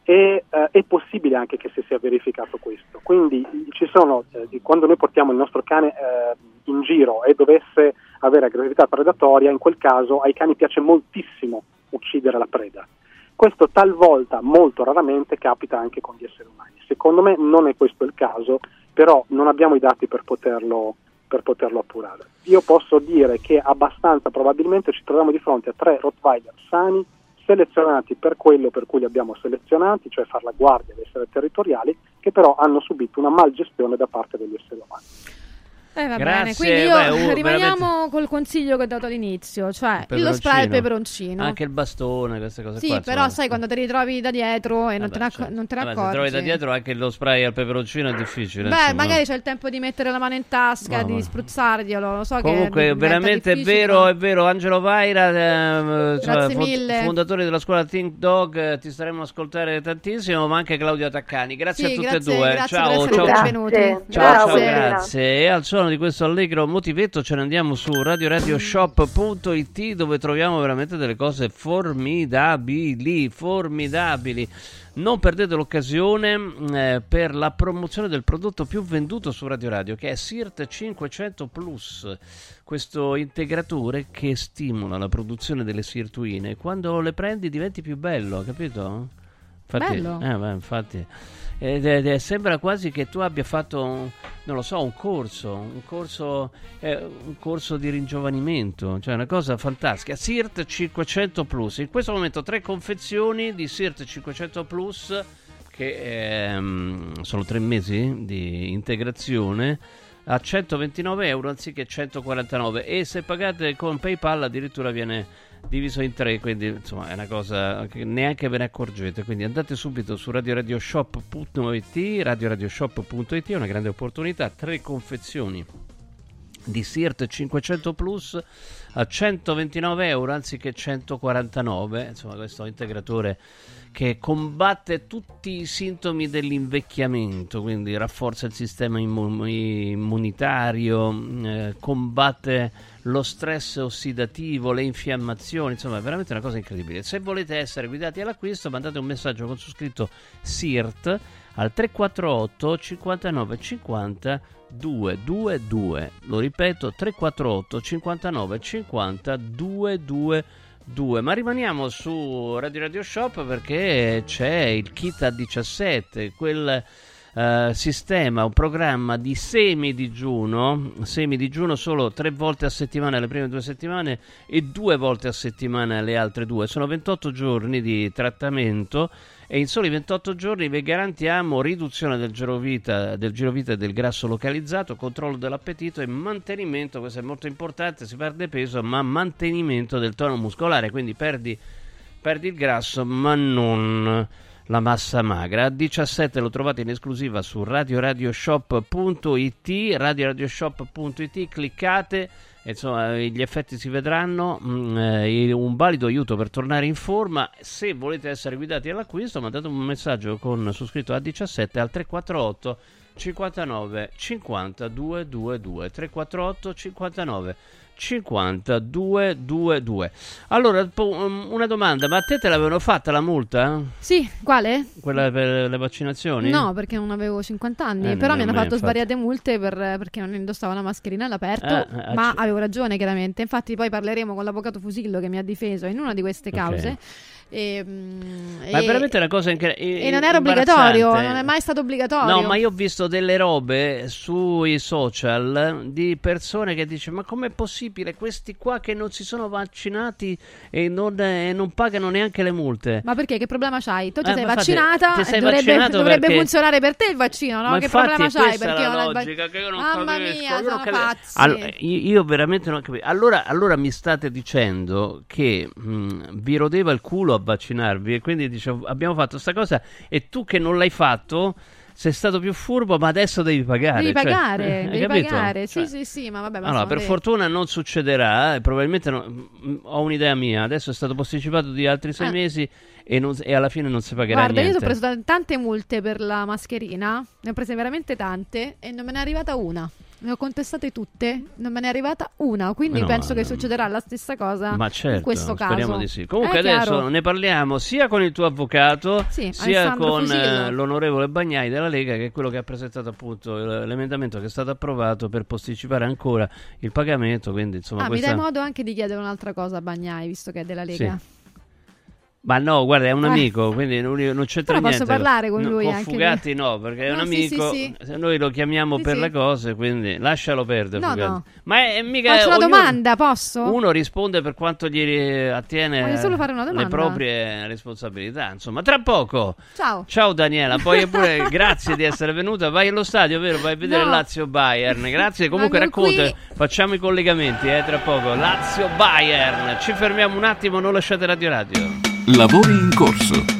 E eh, è possibile anche che si sia verificato questo, quindi ci sono eh, quando noi portiamo il nostro cane eh, in giro e dovesse avere aggressività predatoria, in quel caso ai cani piace moltissimo uccidere la preda. Questo talvolta, molto raramente, capita anche con gli esseri umani. Secondo me non è questo il caso, però non abbiamo i dati per poterlo, per poterlo appurare. Io posso dire che abbastanza probabilmente ci troviamo di fronte a tre Rottweiler sani, selezionati per quello per cui li abbiamo selezionati, cioè far la guardia ed essere territoriali, che però hanno subito una malgestione da parte degli esseri umani. Eh, va Grazie, bene, quindi io beh, uh, rimaniamo veramente... col consiglio che ho dato all'inizio, cioè lo spray e il peperoncino. Anche il bastone, queste cose sì, qua. Sì, però insomma. sai quando te li trovi da dietro e non, Vabbè, te, ne acc- certo. non te ne Vabbè, accorgi. se trovi da dietro anche lo spray al peperoncino è difficile. Beh, insomma, magari no? c'è il tempo di mettere la mano in tasca, No, di ma... spruzzarglielo, lo so. Comunque che veramente è vero, no? è vero. Angelo Vaira, eh, cioè, Grazie fond- mille. fondatore della scuola Think Dog, eh, ti staremo a ascoltare tantissimo, ma anche Claudio Taccani. Grazie Sì, a tutti grazie, e due. grazie Ciao, per essere ciao. intervenuti. Grazie. Ciao, ciao, Grazie. grazie. E al suono di questo allegro motivetto ce ne andiamo su radio radio shop punto it, dove troviamo veramente delle cose formidabili, formidabili. Non perdete l'occasione eh, per la promozione del prodotto più venduto su Radio Radio, che è SIRT cinquecento plus, questo integratore che stimola la produzione delle sirtuine. Quando le prendi diventi più bello, capito? Infatti, Bello. Eh, beh, infatti ed è, ed è, sembra quasi che tu abbia fatto un, non lo so, un corso un corso eh, un corso di ringiovanimento, cioè una cosa fantastica. SIRT cinquecento plus, in questo momento tre confezioni di SIRT cinquecento plus che ehm, sono tre mesi di integrazione a centoventinove euro anziché centoquarantanove, e se pagate con PayPal addirittura viene diviso in tre, quindi insomma è una cosa che neanche ve ne accorgete. Quindi andate subito su radio radio shop punto it, radio radio shop punto it, è una grande opportunità. Tre confezioni di SIRT cinquecento plus a centoventinove euro anziché centoquarantanove, insomma questo integratore che combatte tutti i sintomi dell'invecchiamento, quindi rafforza il sistema immu- immunitario, eh, combatte lo stress ossidativo, le infiammazioni, insomma è veramente una cosa incredibile. Se volete essere guidati all'acquisto, mandate un messaggio con su scritto SIRT al tre quattro otto cinquantanove cinquanta duecentoventidue, lo ripeto, tre quattro otto cinquantanove cinquanta duecentoventidue. Ma rimaniamo su Radio Radio Shop perché c'è il kit A diciassette, quel uh, sistema, un programma di semi-digiuno, semi-digiuno solo tre volte a settimana le prime due settimane e due volte a settimana le altre due. Sono ventotto giorni di trattamento e in soli ventotto giorni vi garantiamo riduzione del girovita, del girovita e del grasso localizzato, controllo dell'appetito e mantenimento, questo è molto importante, si perde peso ma mantenimento del tono muscolare, quindi perdi, perdi il grasso ma non la massa magra. A diciassette lo trovate in esclusiva su radio radio shop punto it, radio radio shop punto it, cliccate. Insomma, gli effetti si vedranno, mm, eh, un valido aiuto per tornare in forma. Se volete essere guidati all'acquisto, mandate un messaggio con su scritto A diciassette al tre quattro otto cinquantanove cinquanta duecentoventidue, tre quattro otto cinquantanove cinquanta duecentoventidue. Allora, una domanda, ma a te te l'avevano fatta la multa? Sì, quale? Quella per le vaccinazioni? No, perché non avevo cinquanta anni, eh, però mi hanno fatto infatti. svariate multe per, perché non indossavo la mascherina all'aperto, eh, ma c- avevo ragione chiaramente. Infatti poi parleremo con l'avvocato Fusillo che mi ha difeso in una di queste cause. Okay. E, mm, ma e, è veramente una cosa incre- e non era obbligatorio, imbarazzante. non è mai stato obbligatorio. No, ma io ho visto delle robe sui social di persone che dicono: ma com'è possibile possibile? Questi qua che non si sono vaccinati e non, eh, non pagano neanche le multe. Ma perché? Che problema c'hai? Tu ti Eh, sei ma infatti, vaccinata ti sei e dovrebbe, vaccinato dovrebbe perché- funzionare per te il vaccino, no? Ma Che infatti problema è c'hai? questa Perché la non hai va- logica che io non Mamma capisco, mia, io non sono capisco. pazzi. Allora, io, io veramente non capisco. Allora, allora mi state dicendo che mh, vi rodeva il culo a vaccinarvi e quindi dicevo, abbiamo fatto sta cosa e tu che non l'hai fatto sei stato più furbo, ma adesso devi pagare. Devi cioè, pagare, eh, hai devi capito? pagare. Sì, Cioè, sì, sì, ma vabbè. Ma allora, sono per dei- fortuna non succederà, eh, probabilmente no- mh, ho un'idea mia, adesso è stato posticipato di altri sei Ah. mesi e, non- e alla fine non si pagherà Guarda, io niente. ho preso t- tante multe per la mascherina, ne ho prese veramente tante e non me ne è arrivata una. Le ho contestate tutte, non me ne è arrivata una, quindi No, penso che no. succederà la stessa cosa Ma certo, in questo caso. speriamo di sì. Comunque È adesso chiaro. ne parliamo sia con il tuo avvocato Sì, sia Alessandro con Fusillo. eh, l'onorevole Bagnai della Lega, che è quello che ha presentato appunto l- l'emendamento che è stato approvato per posticipare ancora il pagamento, quindi insomma Ah, questa... mi dai modo anche di chiedere un'altra cosa a Bagnai, visto che è della Lega. Sì. Ma no, guarda, è un Eh. amico, quindi non, non c'entra Però posso niente. parlare con No, lui con anche Fugatti no, perché è un No, sì, amico, sì, sì. se noi lo chiamiamo Sì, per sì. le cose, quindi lascialo perdere. No, Fugatti. no. Ma è, è mica Faccio una ognuno- domanda, posso? Uno risponde per quanto gli eh, attiene Voglio solo fare una le domanda. proprie responsabilità. Insomma, tra poco. Ciao. Ciao Daniela, poi pure grazie di essere venuta. Vai allo stadio, vero? Vai a vedere No. Lazio Bayern. Grazie. Comunque Ma non racconta, qui. facciamo i collegamenti, eh, tra poco. Lazio Bayern. Ci fermiamo un attimo, non lasciate Radio Radio. Lavori in corso.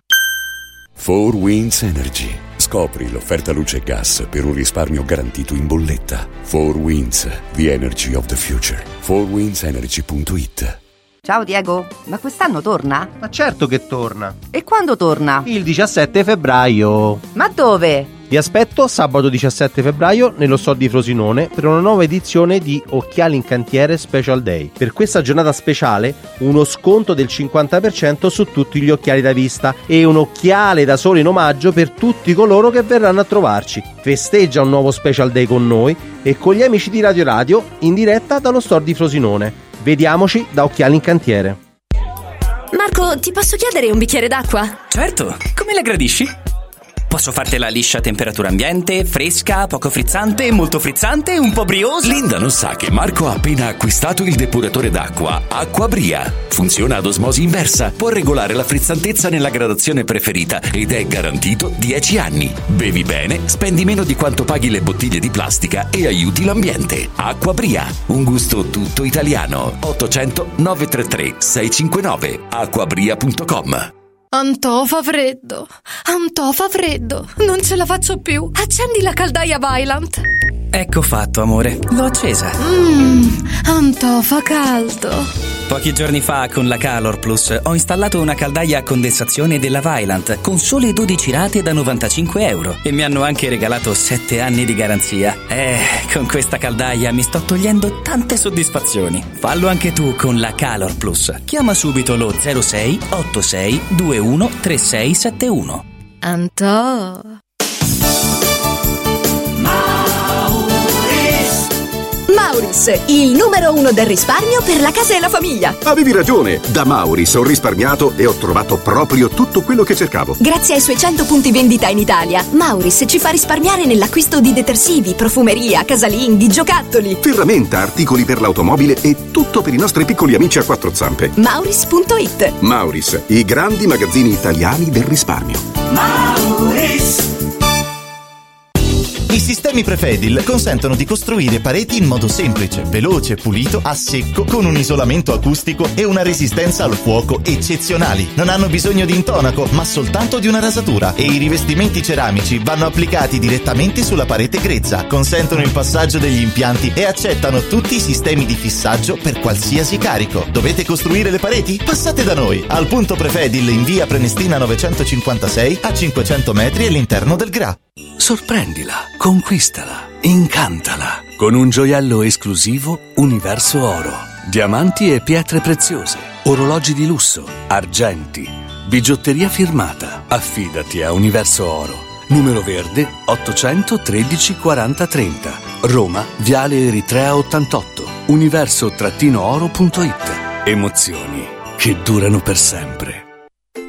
four Winds Energy. Scopri l'offerta luce e gas per un risparmio garantito in bolletta. four Winds, the energy of the future. four winds energy punto it. Ciao Diego, ma quest'anno torna? Ma certo che torna. E quando torna? Il diciassette febbraio. Ma dove? Vi aspetto sabato diciassette febbraio nello store di Frosinone per una nuova edizione di Occhiali in Cantiere Special Day. Per questa giornata speciale uno sconto del cinquanta per cento su tutti gli occhiali da vista e un occhiale da sole in omaggio per tutti coloro che verranno a trovarci. Festeggia un nuovo Special Day con noi e con gli amici di Radio Radio in diretta dallo store di Frosinone. Vediamoci da Occhiali in Cantiere. Marco, ti posso chiedere un bicchiere d'acqua? Certo, come la gradisci? Posso fartela liscia a temperatura ambiente, fresca, poco frizzante, molto frizzante, un po' briosa? Linda non sa che Marco ha appena acquistato il depuratore d'acqua Acquabria. Funziona ad osmosi inversa, può regolare la frizzantezza nella gradazione preferita ed è garantito dieci anni. Bevi bene, spendi meno di quanto paghi le bottiglie di plastica e aiuti l'ambiente. Acquabria, un gusto tutto italiano. ottocento nove tre tre sei cinque nove acquabria punto com. Antò fa freddo, Antò fa freddo, non ce la faccio più. Accendi la caldaia Vaillant. Ecco fatto, amore, l'ho accesa. Mmm, Antò fa caldo. Pochi giorni fa con la Calor Plus ho installato una caldaia a condensazione della Vaillant con sole dodici rate da novantacinque euro e mi hanno anche regalato sette anni di garanzia. Eh, con questa caldaia mi sto togliendo tante soddisfazioni. Fallo anche tu con la Calor Plus. Chiama subito lo zero sei otto sei due uno tre sei sette uno. Antò. Mauris, il numero uno del risparmio per la casa e la famiglia. Avevi ragione, da Mauris ho risparmiato e ho trovato proprio tutto quello che cercavo. Grazie ai suoi cento punti vendita in Italia, Mauris ci fa risparmiare nell'acquisto di detersivi, profumeria, casalinghi, giocattoli, Ferramenta, articoli per l'automobile e tutto per i nostri piccoli amici a quattro zampe. Mauris punto it. Mauris, i grandi magazzini italiani del risparmio. Mauris. I sistemi Prefedil consentono di costruire pareti in modo semplice, veloce, pulito, a secco, con un isolamento acustico e una resistenza al fuoco eccezionali. Non hanno bisogno di intonaco, ma soltanto di una rasatura, e i rivestimenti ceramici vanno applicati direttamente sulla parete grezza, consentono il passaggio degli impianti e accettano tutti i sistemi di fissaggio per qualsiasi carico. Dovete costruire le pareti? Passate da noi, al punto Prefedil in via Prenestina novecentocinquantasei a cinquecento metri all'interno del Gra. Sorprendila, conquistala, incantala con un gioiello esclusivo Universo Oro. Diamanti e pietre preziose, orologi di lusso, argenti, bigiotteria firmata. Affidati a Universo Oro. Numero verde ottocentotredici quaranta trenta. Roma, Viale Eritrea ottantotto. universo oro punto it. Emozioni che durano per sempre.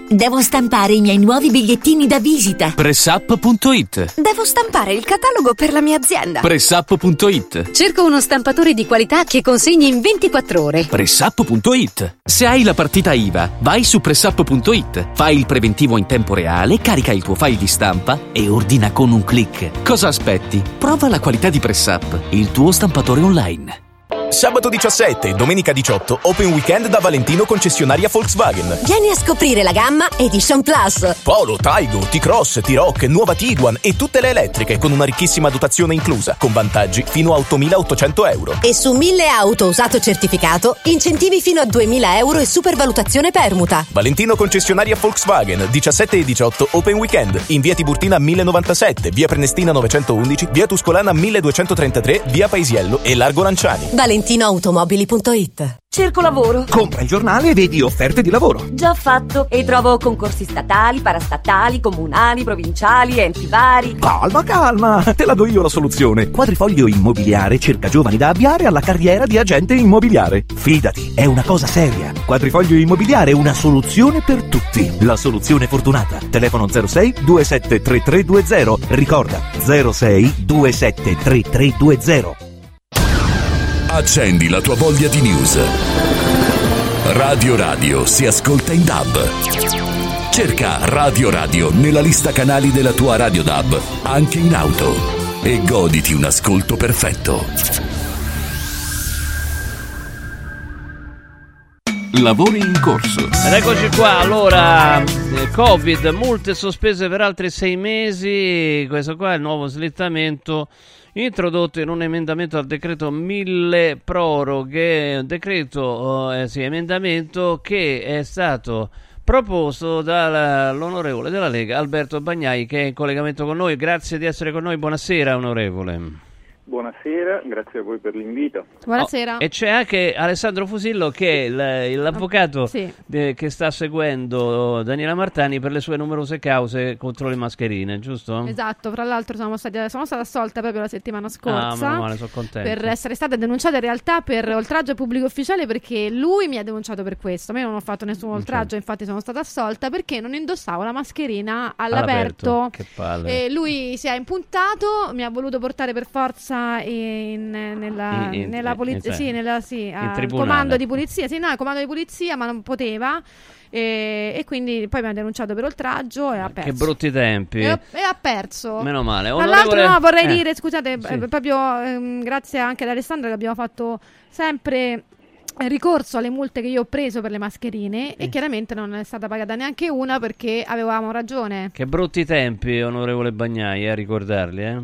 Devo stampare i miei nuovi bigliettini da visita. Pressup punto it. Devo stampare il catalogo per la mia azienda. Pressup punto it. Cerco uno stampatore di qualità che consegni in ventiquattro ore. Pressup punto it. Se hai la partita I V A, vai su Pressup punto it. Fai il preventivo in tempo reale, carica il tuo file di stampa e ordina con un click. Cosa aspetti? Prova la qualità di Pressup, il tuo stampatore online. Sabato diciassette e domenica diciotto, Open Weekend da Valentino concessionaria Volkswagen. Vieni a scoprire la gamma Edition Plus. Polo, Taigo, T-Cross, T-Roc, nuova Tiguan e tutte le elettriche con una ricchissima dotazione inclusa, con vantaggi fino a ottomilaottocento euro. E su mille auto usato certificato, incentivi fino a duemila euro e supervalutazione permuta. Valentino concessionaria Volkswagen, diciassette e diciotto Open Weekend, in via Tiburtina mille novantasette, via Prenestina novecentoundici, via Tuscolana milleduecentotrentatré, via Paisiello e Largo Lanciani. valentinoautomobili punto it. Cerco lavoro. Compra il giornale e vedi offerte di lavoro. Già fatto. E trovo concorsi statali, parastatali, comunali, provinciali, enti vari. Calma, calma. Te la do io la soluzione. Quadrifoglio Immobiliare cerca giovani da avviare alla carriera di agente immobiliare. Fidati, è una cosa seria. Quadrifoglio Immobiliare è una soluzione per tutti. La soluzione fortunata. Telefono zero sei due sette tre tre due zero. Ricorda, zero sei due sette tre tre due zero. Accendi la tua voglia di news. Radio Radio si ascolta in D A B. Cerca Radio Radio nella lista canali della tua Radio D A B, anche in auto, e goditi un ascolto perfetto. Lavori in corso. Ed eccoci qua, allora, eh, Covid, multe sospese per altri sei mesi, questo qua è il nuovo slittamento introdotto in un emendamento al decreto mille proroghe, decreto, eh, sì, emendamento che è stato proposto dall'onorevole della Lega Alberto Bagnai, che è in collegamento con noi. Grazie di essere con noi, buonasera onorevole. Buonasera, grazie a voi per l'invito. Buonasera. Oh, e c'è anche Alessandro Fusillo, che è il, l'avvocato sì. de, che sta seguendo Daniela Martani per le sue numerose cause contro le mascherine, giusto? Esatto, fra l'altro sono, stati, sono stata assolta proprio la settimana scorsa. Ah, meno male, sono contento. Per essere stata denunciata in realtà per oltraggio a pubblico ufficiale, perché lui mi ha denunciato per questo. Ma io non ho fatto nessun oltraggio, infatti sono stata assolta perché non indossavo la mascherina all'aperto. all'aperto. Che palle. E lui si è impuntato, mi ha voluto portare per forza In, nella, in, in, nella polizia, in, sì, nella, sì, al tribunale. comando di polizia, sì, no, il comando di polizia, ma non poteva, e, e quindi poi mi ha denunciato per oltraggio e ha perso. Che brutti tempi. E, e ha perso. Meno male. Tra l'altro, no, vorrei eh. dire, scusate, sì. eh, proprio ehm, grazie anche ad Alessandro, che abbiamo fatto sempre ricorso alle multe che io ho preso per le mascherine, eh. e chiaramente non è stata pagata neanche una perché avevamo ragione. Che brutti tempi, onorevole Bagnai, a ricordarli, eh?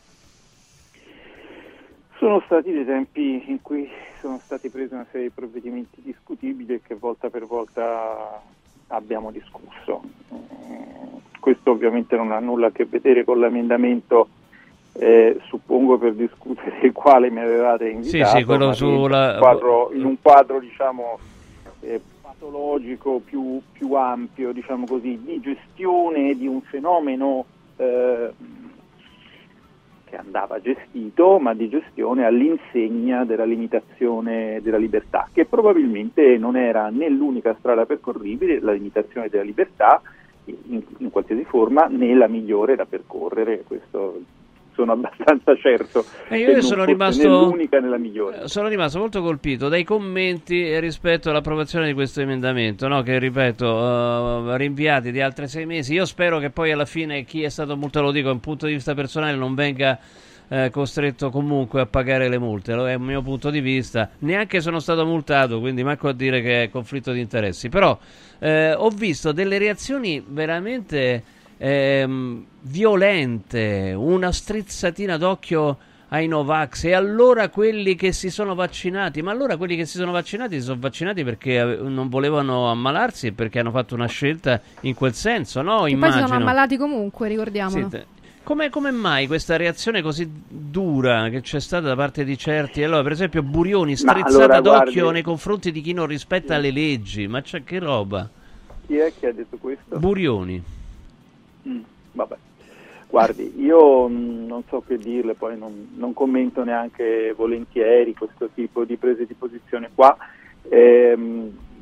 Sono stati dei tempi in cui sono stati presi una serie di provvedimenti discutibili e che volta per volta abbiamo discusso. Questo ovviamente non ha nulla a che vedere con l'emendamento, eh, suppongo, per discutere il quale mi avevate invitato, sì, sì, quello sulla... in, un quadro, in un quadro diciamo eh, patologico più, più ampio, diciamo così, di gestione di un fenomeno eh, che andava gestito, ma di gestione all'insegna della limitazione della libertà, che probabilmente non era né l'unica strada percorribile, la limitazione della libertà in, in qualsiasi forma, né la migliore da percorrere. Questo sono abbastanza certo. E io che sono non rimasto né l'unica né la migliore. Sono rimasto molto colpito dai commenti rispetto all'approvazione di questo emendamento, no? Che ripeto, uh, rinviati di altri sei mesi. Io spero che poi alla fine chi è stato multato, lo dico da un punto di vista personale, non venga eh, costretto comunque a pagare le multe. È un mio punto di vista. Neanche sono stato multato, quindi manco a dire che è conflitto di interessi. Però eh, ho visto delle reazioni veramente Ehm, violente, una strizzatina d'occhio ai Novax. E allora quelli che si sono vaccinati, ma allora quelli che si sono vaccinati si sono vaccinati perché non volevano ammalarsi e perché hanno fatto una scelta in quel senso, no? Che Immagino. poi si sono ammalati comunque, ricordiamolo. Sì, come, come mai questa reazione così dura che c'è stata da parte di certi? Allora, per esempio, Burioni strizzata allora, d'occhio guardi, nei confronti di chi non rispetta sì. le leggi, ma c'è che roba? Chi è che ha detto questo? Burioni. Mm, vabbè, guardi, io mh, non so che dirle, poi non, non commento neanche volentieri questo tipo di prese di posizione qua. Ehm,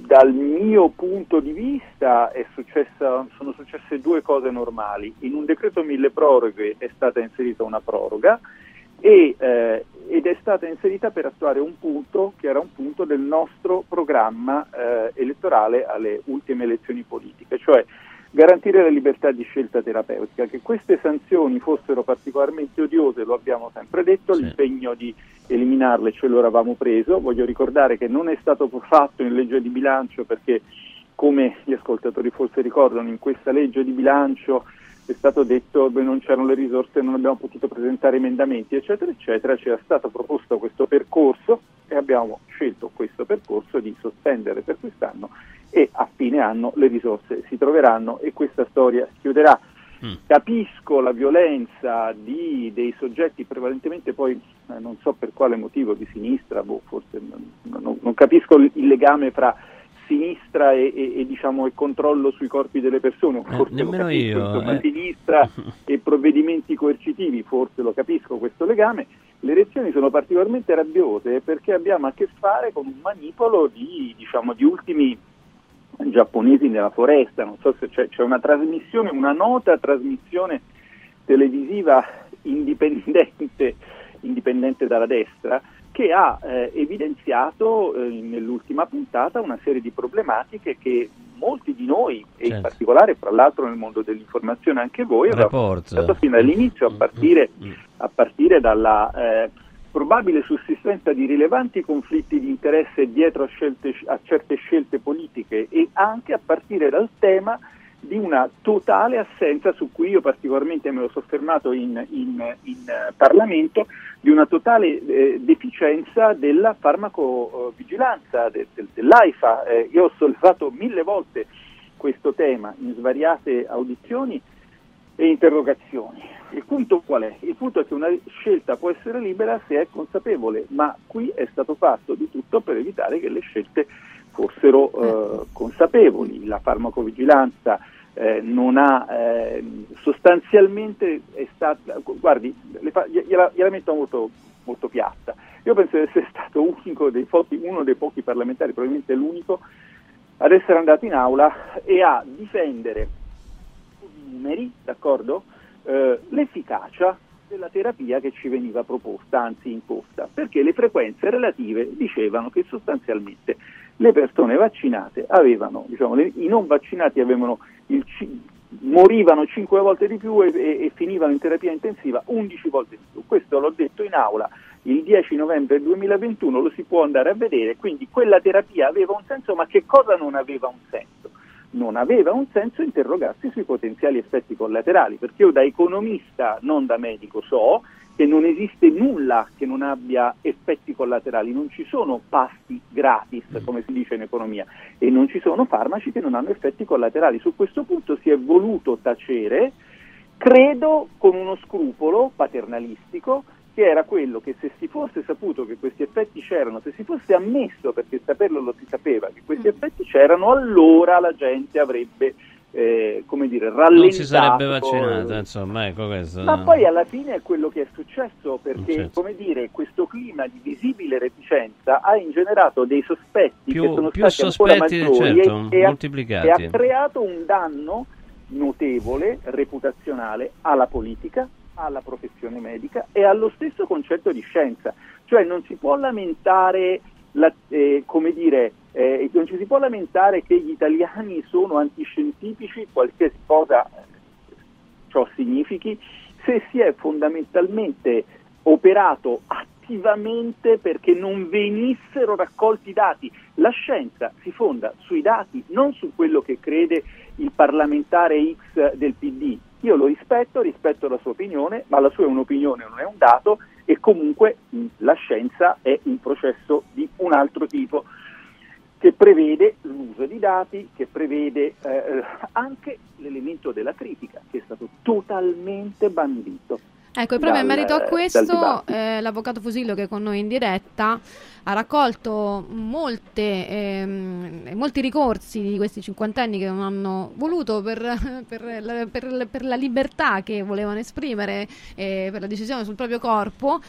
dal mio punto di vista è successa, sono successe due cose normali. In un decreto mille proroghe è stata inserita una proroga e, eh, ed è stata inserita per attuare un punto che era un punto del nostro programma eh, elettorale alle ultime elezioni politiche, cioè garantire la libertà di scelta terapeutica. Che queste sanzioni fossero particolarmente odiose lo abbiamo sempre detto, sì. L'impegno di eliminarle ce lo eravamo preso. Voglio ricordare che non è stato fatto in legge di bilancio perché, come gli ascoltatori forse ricordano, in questa legge di bilancio è stato detto che non c'erano le risorse, non abbiamo potuto presentare emendamenti, eccetera, eccetera. C'era stato proposto questo percorso e abbiamo scelto questo percorso di sospendere per quest'anno e a fine anno le risorse si troveranno e questa storia si chiuderà. Mm. Capisco la violenza di, dei soggetti prevalentemente poi, eh, non so per quale motivo, di sinistra, boh, forse non, non, non capisco il, il legame fra sinistra e, e, e diciamo il controllo sui corpi delle persone, forse eh, lo capisco, io, insomma, eh. sinistra e provvedimenti coercitivi, forse lo capisco questo legame. Le reazioni sono particolarmente rabbiose perché abbiamo a che fare con un manipolo di, diciamo, di ultimi giapponesi nella foresta. Non so se c'è, c'è una trasmissione, una nota trasmissione televisiva indipendente, indipendente dalla destra, che ha eh, evidenziato eh, nell'ultima puntata una serie di problematiche che molti di noi, e certo. in particolare fra l'altro nel mondo dell'informazione anche voi, avevamo pensato fin dall'inizio, a partire, a partire dalla eh, probabile sussistenza di rilevanti conflitti di interesse dietro a, scelte, a certe scelte politiche e anche a partire dal tema di una totale assenza, su cui io particolarmente me l'ho soffermato in, in, in Parlamento, di una totale eh, deficienza della farmacovigilanza, de, de, dell'AIFA. Eh, io ho sollevato mille volte questo tema in svariate audizioni e interrogazioni. Il punto qual è? Il punto è che una scelta può essere libera se è consapevole, ma qui è stato fatto di tutto per evitare che le scelte fossero eh, consapevoli. La farmacovigilanza eh, non ha eh, sostanzialmente è stata, guardi, le fa, gliela, gliela metto molto, molto piatta. Io penso di essere stato unico dei pochi, uno dei pochi parlamentari, probabilmente l'unico, ad essere andato in aula e a difendere i numeri, d'accordo? Eh, l'efficacia della terapia che ci veniva proposta, anzi imposta, perché le frequenze relative dicevano che sostanzialmente le persone vaccinate avevano, diciamo, le, i non vaccinati avevano il, morivano cinque volte di più e, e, e finivano in terapia intensiva undici volte di più. Questo l'ho detto in aula il dieci novembre duemilaventuno, lo si può andare a vedere, quindi quella terapia aveva un senso, ma che cosa non aveva un senso? Non aveva un senso interrogarsi sui potenziali effetti collaterali, perché io da economista, non da medico, so che non esiste nulla che non abbia effetti collaterali, non ci sono pasti gratis, come si dice in economia, e non ci sono farmaci che non hanno effetti collaterali. Su questo punto si è voluto tacere, credo con uno scrupolo paternalistico, che era quello che se si fosse saputo che questi effetti c'erano, se si fosse ammesso, perché saperlo lo si sapeva, che questi effetti c'erano, allora la gente avrebbe, eh, come dire, rallentato. Non si sarebbe vaccinata, insomma, ecco questo. Ma no. poi alla fine è quello che è successo, perché, certo. come dire, questo clima di visibile reticenza ha ingenerato dei sospetti più, che sono più stati ancora sospetti, maggiori certo, e, e, moltiplicati. Ha, e ha creato un danno notevole, reputazionale, alla politica, alla professione medica e allo stesso concetto di scienza. Cioè non si può lamentare la, eh, come dire eh, non ci si può lamentare che gli italiani sono antiscientifici, qualsiasi cosa ciò significhi, se si è fondamentalmente operato attivamente perché non venissero raccolti dati. La scienza si fonda sui dati, non su quello che crede il parlamentare X del P D. Io lo rispetto, rispetto la sua opinione, ma la sua è un'opinione, non è un dato, e comunque mh, la scienza è un processo di un altro tipo, che prevede l'uso di dati, che prevede eh, anche l'elemento della critica, che è stato totalmente bandito. Ecco, proprio in merito a questo, eh, l'avvocato Fusillo, che è con noi in diretta, Malta ha raccolto molte, ehm, molti ricorsi di questi cinquantenni che non hanno voluto per, per, la, per, per la libertà che volevano esprimere, eh, per la decisione sul proprio corpo.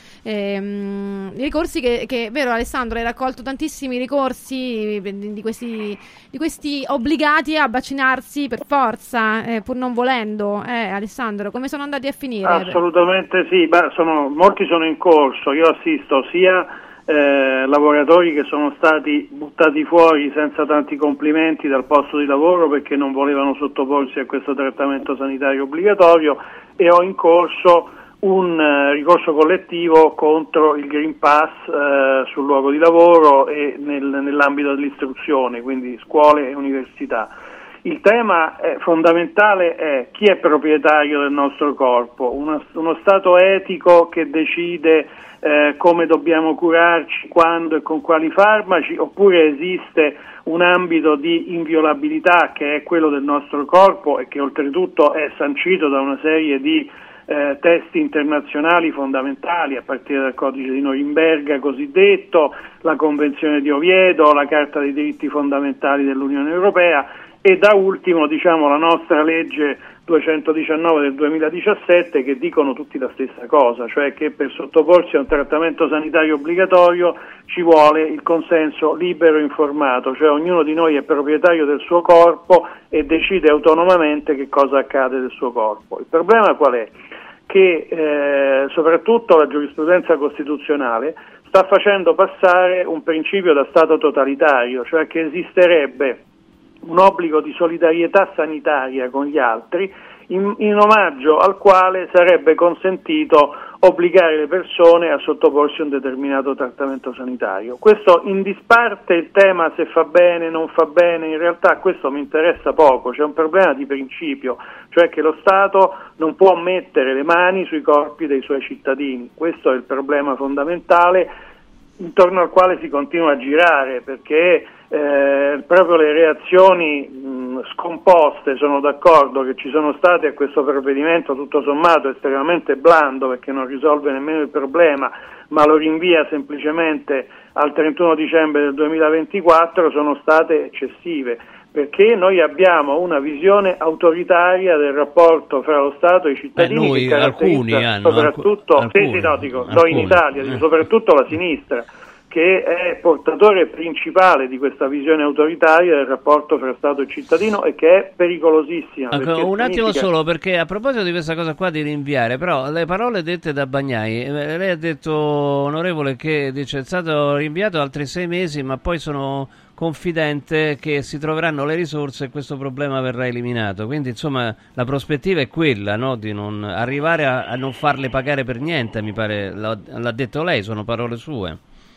Ehm, i ricorsi che, che, vero Alessandro, hai raccolto tantissimi ricorsi di questi, di questi obbligati a vaccinarsi per forza, eh, pur non volendo. Eh, Alessandro, come sono andati a finire? Assolutamente sì, beh, sono, molti sono in corso, io assisto sia Eh, lavoratori che sono stati buttati fuori senza tanti complimenti dal posto di lavoro perché non volevano sottoporsi a questo trattamento sanitario obbligatorio, e ho in corso un eh, ricorso collettivo contro il Green Pass eh, sul luogo di lavoro e nel, nell'ambito dell'istruzione, quindi scuole e università. Il tema eh, fondamentale è chi è proprietario del nostro corpo, uno, uno Stato etico che decide eh, come dobbiamo curarci, quando e con quali farmaci, oppure esiste un ambito di inviolabilità che è quello del nostro corpo e che oltretutto è sancito da una serie di eh, testi internazionali fondamentali, a partire dal codice di Norimberga cosiddetto, la Convenzione di Oviedo, la Carta dei diritti fondamentali dell'Unione Europea, e da ultimo diciamo la nostra legge duecentodiciannove del duemiladiciassette, che dicono tutti la stessa cosa, cioè che per sottoporsi a un trattamento sanitario obbligatorio ci vuole il consenso libero e informato, cioè ognuno di noi è proprietario del suo corpo e decide autonomamente che cosa accade del suo corpo. Il problema qual è? Che eh, soprattutto la giurisprudenza costituzionale sta facendo passare un principio da Stato totalitario, cioè che esisterebbe un obbligo di solidarietà sanitaria con gli altri, in, in omaggio al quale sarebbe consentito obbligare le persone a sottoporsi a un determinato trattamento sanitario. Questo in disparte il tema se fa bene, non fa bene, in realtà questo mi interessa poco, c'è un problema di principio, cioè che lo Stato non può mettere le mani sui corpi dei suoi cittadini, questo è il problema fondamentale intorno al quale si continua a girare, perché eh, proprio le reazioni mh, scomposte, sono d'accordo, che ci sono state a questo provvedimento tutto sommato estremamente blando, perché non risolve nemmeno il problema ma lo rinvia semplicemente al trentuno dicembre del duemilaventiquattro, sono state eccessive, perché noi abbiamo una visione autoritaria del rapporto fra lo Stato e i cittadini. Beh, noi, che alcuni hanno, soprattutto, alcuni, sì, sì, no, dico, alcuni, noi in Italia, dico, eh. soprattutto la sinistra, che è portatore principale di questa visione autoritaria del rapporto fra Stato e cittadino e che è pericolosissima. Ecco, un attimo significa... solo, perché a proposito di questa cosa qua di rinviare, però le parole dette da Bagnai, eh, lei ha detto, onorevole, che dice è stato rinviato altri sei mesi, ma poi sono confidente che si troveranno le risorse e questo problema verrà eliminato, quindi insomma la prospettiva è quella, no? Di non arrivare a, a non farle pagare per niente, mi pare, l'ha, l'ha detto lei, sono parole sue.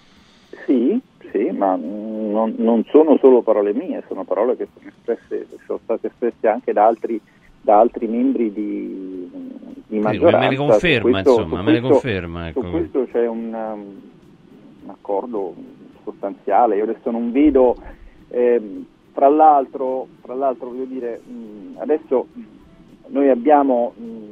Sì, sì, ma non, non sono solo parole mie, sono parole che sono espresse, sono state espresse anche da altri, da altri membri di, di maggioranza. Me le conferma, questo, insomma, me questo, le conferma. Ecco. Su questo c'è un, un accordo sostanziale, io adesso non vedo, eh, fra l'altro, fra l'altro voglio dire, mh, adesso noi abbiamo... Mh,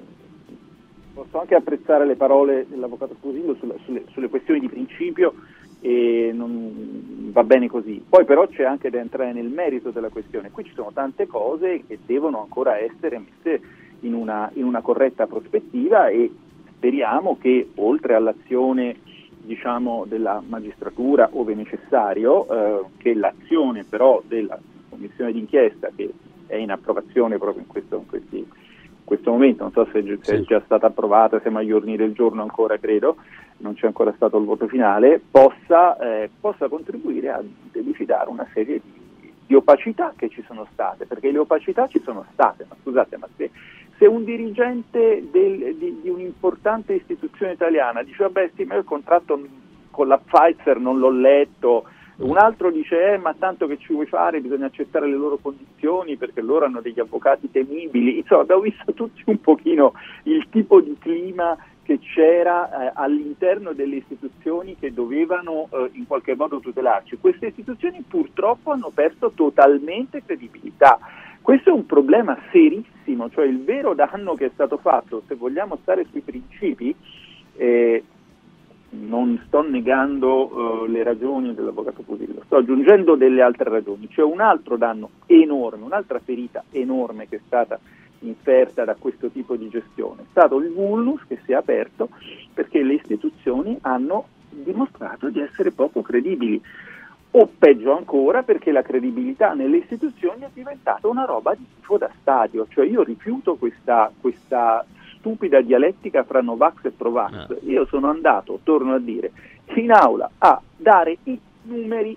posso anche apprezzare le parole dell'avvocato Sposino sulle, sulle, sulle questioni di principio, e non va bene così. Poi però c'è anche da entrare nel merito della questione. Qui ci sono tante cose che devono ancora essere messe in una, in una corretta prospettiva, e speriamo che oltre all'azione, diciamo, della magistratura ove necessario, eh, che l'azione però della commissione d'inchiesta, che è in approvazione proprio in questo, in questi in questo momento, non so se è, se è già stata approvata, siamo agli ordini del giorno ancora, credo, non c'è ancora stato il voto finale, possa, eh, possa contribuire a delucidare una serie di, di opacità che ci sono state, perché le opacità ci sono state, ma scusate, ma se, se un dirigente del, di, di un'importante istituzione italiana dice vabbè sì, ma io il contratto con la Pfizer non l'ho letto, un altro dice eh, ma tanto che ci vuoi fare, bisogna accettare le loro condizioni perché loro hanno degli avvocati temibili, insomma abbiamo visto tutti un pochino il tipo di clima che c'era eh, all'interno delle istituzioni che dovevano eh, in qualche modo tutelarci. Queste istituzioni purtroppo hanno perso totalmente credibilità. Questo è un problema serissimo, cioè il vero danno che è stato fatto, se vogliamo stare sui principi, eh, non sto negando uh, le ragioni dell'avvocato Fusillo, sto aggiungendo delle altre ragioni. C'è un altro danno enorme, un'altra ferita enorme che è stata inferta da questo tipo di gestione. È stato il vulnus che si è aperto perché le istituzioni hanno dimostrato di essere poco credibili, o peggio ancora perché la credibilità nelle istituzioni è diventata una roba di tifo da stadio. Cioè io rifiuto questa, questa stupida dialettica fra Novax e Provax. Eh. Io sono andato, torno a dire, in aula a dare i numeri.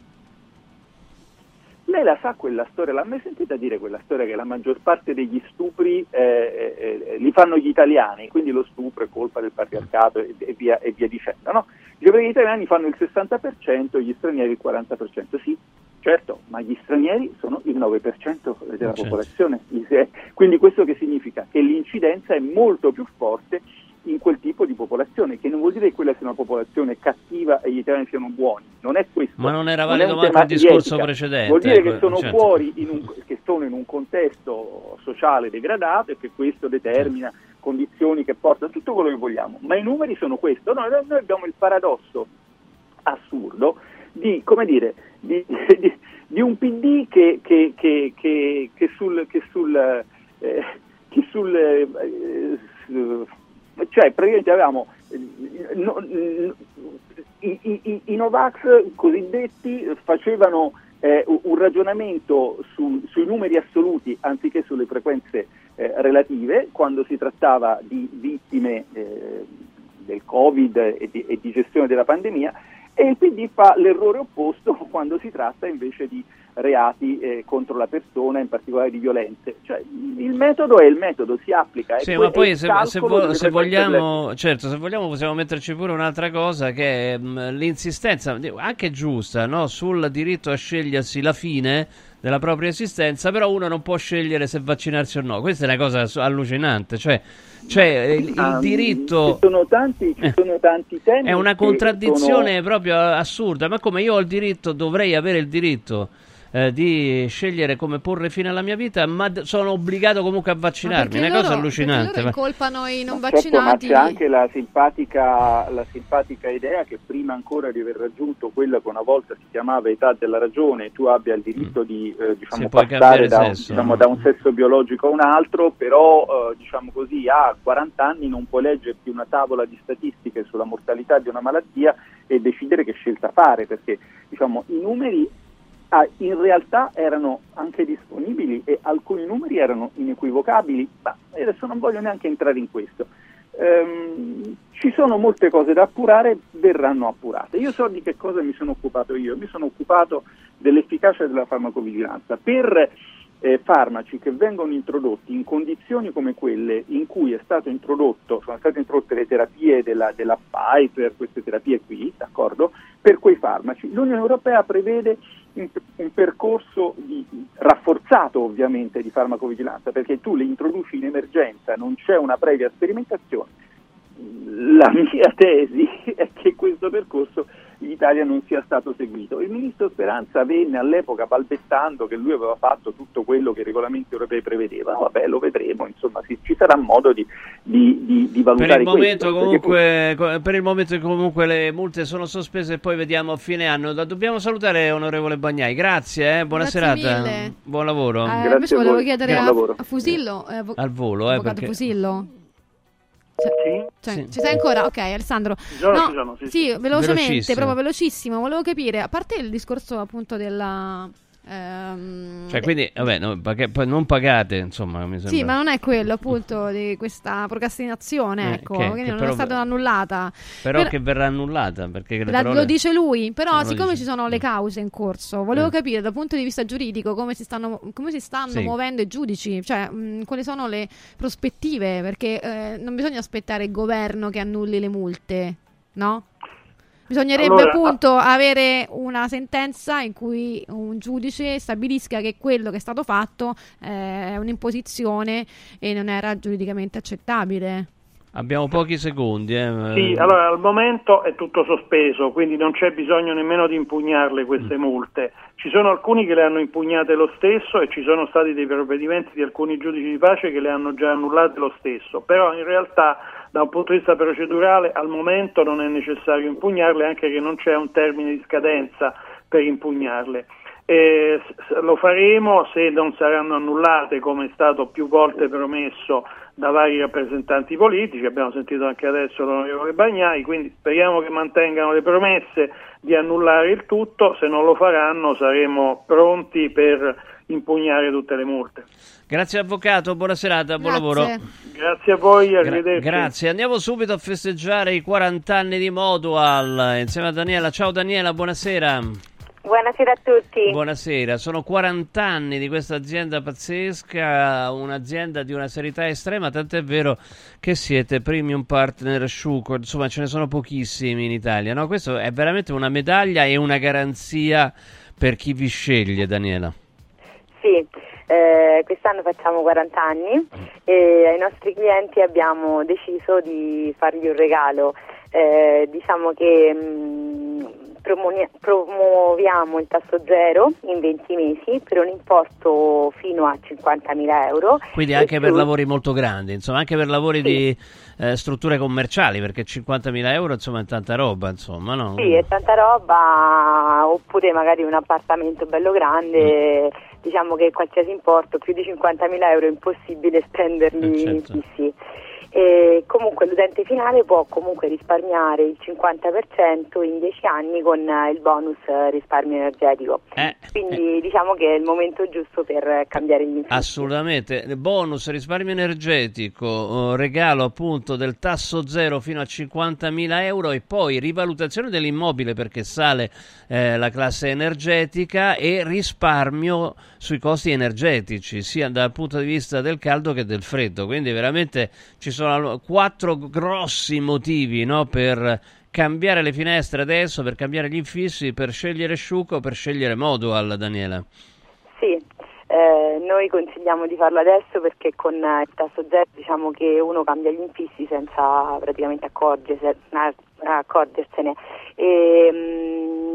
Lei la sa quella storia, l'ha mai sentita dire quella storia che la maggior parte degli stupri eh, eh, li fanno gli italiani, quindi lo stupro è colpa del patriarcato e, e, via, e via dicendo, no? Dice perché gli italiani fanno il sessanta per cento e gli stranieri il quaranta per cento, sì, certo, ma gli stranieri sono il nove per cento della certo. popolazione, quindi questo che significa? Che l'incidenza è molto più forte in quel tipo di popolazione, che non vuol dire che quella sia una popolazione cattiva e gli italiani siano buoni, non è questo. Ma non era valido manco il discorso precedente. Vuol dire ecco, che sono certo. fuori, in un, che sono in un contesto sociale degradato e che questo determina certo. condizioni che portano a tutto quello che vogliamo, ma i numeri sono questo. Noi, noi abbiamo il paradosso assurdo di, come dire, di, di, di un P D che, che, che, che, che sul... Che sul, eh, che sul eh, cioè praticamente avevamo no, no, i, i, i Novax cosiddetti facevano eh, un ragionamento su, sui numeri assoluti anziché sulle frequenze eh, relative quando si trattava di vittime eh, del Covid e di, e di gestione della pandemia, e il P D fa l'errore opposto quando si tratta invece di reati eh, contro la persona, in particolare di violenze. Cioè il metodo è il metodo, si applica. Sì, e ma poi se, se, vo- se vogliamo delle... certo, se vogliamo possiamo metterci pure un'altra cosa, che è mh, l'insistenza anche giusta, no? sul diritto a scegliersi la fine della propria esistenza, però uno non può scegliere se vaccinarsi o no. Questa è una cosa allucinante, cioè cioè il, il ah, diritto ci sono tanti, ci sono tanti temi, è una contraddizione sono... proprio assurda. Ma come io ho il diritto, dovrei avere il diritto Eh, di scegliere come porre fine alla mia vita, ma d- sono obbligato comunque a vaccinarmi, è una loro, cosa allucinante. Loro incolpano i non ma certo, vaccinati. ma c'è anche la simpatica, la simpatica idea che prima ancora di aver raggiunto quella che una volta si chiamava età della ragione, tu abbia il diritto mm. di eh, diciamo, passare da un, sesso, diciamo, no? da un sesso biologico a un altro, però eh, diciamo così a quaranta anni non puoi leggerti una tavola di statistiche sulla mortalità di una malattia e decidere che scelta fare, perché diciamo i numeri Ah, in realtà erano anche disponibili e alcuni numeri erano inequivocabili, ma adesso non voglio neanche entrare in questo. Ehm, ci sono molte cose da appurare, verranno appurate. Io so di che cosa mi sono occupato io, mi sono occupato dell'efficacia della farmacovigilanza. Per eh, farmaci che vengono introdotti in condizioni come quelle in cui è stato introdotto, sono state introdotte le terapie della, della Pfizer, queste terapie qui, d'accordo? Per quei farmaci l'Unione Europea prevede un, un percorso di, rafforzato ovviamente di farmacovigilanza, perché tu le introduci in emergenza, non c'è una previa sperimentazione. La mia tesi è che questo percorso in Italia non sia stato seguito. Il ministro Speranza venne all'epoca balbettando che lui aveva fatto tutto quello che i regolamenti europei prevedevano. Vabbè, lo vedremo, insomma, sì, ci sarà modo di, di, di, di valutare per il momento questo, comunque perché... per il momento comunque le multe sono sospese e poi vediamo a fine anno. Dobbiamo salutare onorevole Bagnai, grazie, eh? buona Grazie serata, mille. buon lavoro. Eh, invece volevo chiedere a, a Fusillo eh, avvo- al volo, eh, avvocato perché... Fusillo. Cioè, cioè, sì. Ci sei ancora? Ok, Alessandro. Giorno, no, ci sono, sì, sì, sì. velocemente, Velocissimo. proprio velocissimo. Volevo capire, a parte il discorso appunto della... Ehm, cioè, quindi, vabbè, no, perché poi non pagate, insomma, mi sembra. sì, ma non è quello appunto di questa procrastinazione, Eh, ecco, che- quindi che non però- è stata annullata. Però Per- che verrà annullata, perché le La- parole... Lo dice lui, però Eh, lo siccome dice. ci sono le cause in corso, volevo Eh. capire dal punto di vista giuridico come si stanno, come si stanno Sì. muovendo i giudici, cioè mh, quali sono le prospettive, perché eh, non bisogna aspettare il governo che annulli le multe, no? Bisognerebbe Allora, appunto avere una sentenza in cui un giudice stabilisca che quello che è stato fatto eh, è un'imposizione e non era giuridicamente accettabile. Abbiamo pochi secondi. Eh. Sì, allora al momento è tutto sospeso, quindi non c'è bisogno nemmeno di impugnarle queste multe. Ci sono alcuni che le hanno impugnate lo stesso e ci sono stati dei provvedimenti di alcuni giudici di pace che le hanno già annullate lo stesso, però in realtà da un punto di vista procedurale al momento non è necessario impugnarle, anche che non c'è un termine di scadenza per impugnarle. Eh, lo faremo se non saranno annullate, come è stato più volte promesso da vari rappresentanti politici, abbiamo sentito anche adesso l'onorevole Bagnai, quindi speriamo che mantengano le promesse di annullare il tutto. Se non lo faranno saremo pronti per impugnare tutte le multe. Grazie avvocato, buona serata, buon lavoro. Grazie a voi, arrivederci. Gra- grazie, andiamo subito a festeggiare i quaranta anni di Modual insieme a Daniela. Ciao Daniela, buonasera. Buonasera a tutti. Buonasera, sono quaranta anni di questa azienda pazzesca, un'azienda di una serietà estrema, tant'è vero che siete premium partner Sciuco, insomma ce ne sono pochissimi in Italia, no? Questo è veramente una medaglia e una garanzia per chi vi sceglie, Daniela. Sì, eh, quest'anno facciamo quaranta anni e ai nostri clienti abbiamo deciso di fargli un regalo, eh, diciamo che... Mh, promuoviamo il tasso zero in venti mesi per un importo fino a cinquantamila euro. Quindi anche più... per lavori molto grandi, insomma anche per lavori sì. di eh, strutture commerciali, perché cinquantamila euro insomma è tanta roba, insomma, no? Sì, è tanta roba, oppure magari un appartamento bello grande, mm. diciamo che qualsiasi importo, più di cinquantamila euro è impossibile spenderli eh, certo. in P C. E comunque l'utente finale può comunque risparmiare il cinquanta per cento in dieci anni con il bonus risparmio energetico, eh, quindi eh. diciamo che è il momento giusto per cambiare gli infissi. Assolutamente, bonus risparmio energetico, regalo appunto del tasso zero fino a cinquantamila euro e poi rivalutazione dell'immobile perché sale eh, la classe energetica e risparmio sui costi energetici sia dal punto di vista del caldo che del freddo, quindi veramente ci sono sono quattro grossi motivi, no, per cambiare le finestre adesso, per cambiare gli infissi, per scegliere Sciuco, per scegliere Modual, Daniela. Sì, eh, noi consigliamo di farlo adesso perché con il tasso zero diciamo che uno cambia gli infissi senza praticamente accorgersene, accorgersene. E mh,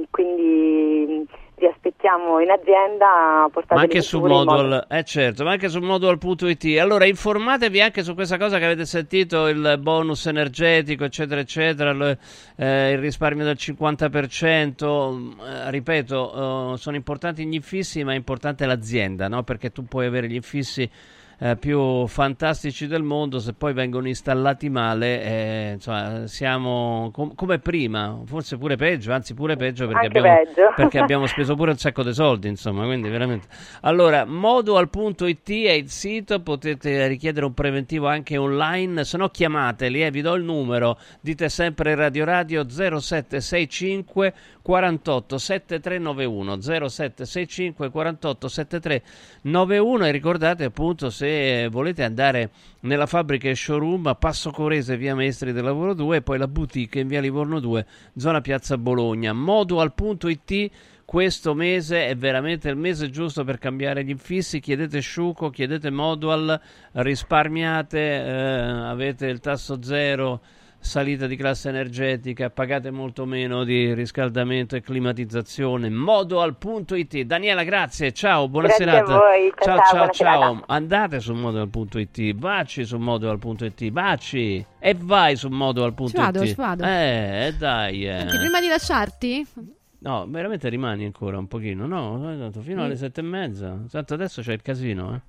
quindi vi aspettiamo in azienda, ma anche su Modual, eh certo, ma anche su modual punto it. Allora informatevi anche su questa cosa che avete sentito, il bonus energetico eccetera eccetera, il, eh, il risparmio del cinquanta per cento, eh, ripeto, eh, sono importanti gli infissi ma è importante l'azienda, no? Perché tu puoi avere gli infissi Eh, più fantastici del mondo, se poi vengono installati male eh, insomma siamo com- come prima, forse pure peggio, anzi pure peggio perché Anche abbiamo, peggio. perché abbiamo speso pure un sacco di soldi, insomma, quindi veramente. Allora modual punto it è il sito, potete richiedere un preventivo anche online, se no chiamateli, eh, vi do il numero, dite sempre Radio Radio zero sette sei cinque quarantotto settantatré novantuno zero sette sei cinque quarantotto settantatré novantuno e ricordate appunto se volete andare nella fabbrica e showroom a Passo Corese via Maestri del Lavoro due e poi la boutique in via Livorno due zona Piazza Bologna. Modual punto it, questo mese è veramente il mese giusto per cambiare gli infissi, chiedete Sciuco, chiedete Modual, risparmiate, eh, avete il tasso zero, salita di classe energetica, pagate molto meno di riscaldamento e climatizzazione. Modual punto it. Daniela, grazie, ciao, buona grazie serata. A voi. Ciao, ciao, ciao. ciao. Andate su modual punto it, baci su modual punto it, baci e vai su modual punto it. Ci vado, ci vado. Eh, dai. Eh. Senti, prima di lasciarti? No, veramente rimani ancora un pochino, no? Fino alle sette e mezza. Tanto adesso c'è il casino, eh.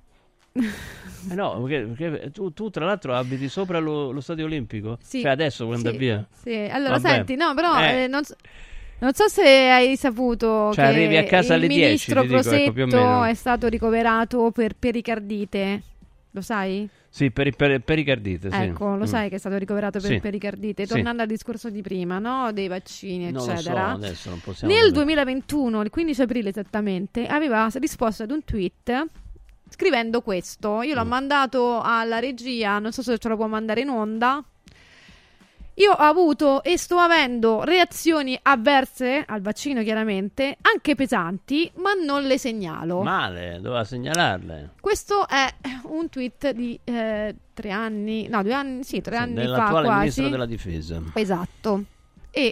Eh no, perché, perché tu, tu tra l'altro abiti sopra lo, lo stadio olimpico? Sì. Cioè adesso quando sì, via? Sì, allora Vabbè. senti, no, però eh. eh, non, so, non so se hai saputo cioè, che arrivi a casa il alle dieci, ministro ti dico, Crosetto ecco, più o meno. è stato ricoverato per pericardite, lo sai? Sì, per, per, pericardite, sì. Ecco, lo mm. sai che è stato ricoverato per sì. pericardite. Sì. Tornando al discorso di prima, no? Dei vaccini, non eccetera. Lo so, adesso non possiamo Nel vedere. duemilaventuno, il quindici aprile esattamente, aveva risposto ad un tweet scrivendo questo. Io l'ho mm. mandato alla regia, non so se ce lo può mandare in onda. Io ho avuto e sto avendo reazioni avverse al vaccino, chiaramente, anche pesanti, ma non le segnalo. Male, doveva segnalarle. Questo è un tweet di eh, tre anni, no, due anni, sì, tre Sì, anni fa dell'attuale quasi. ministro della difesa. Esatto. E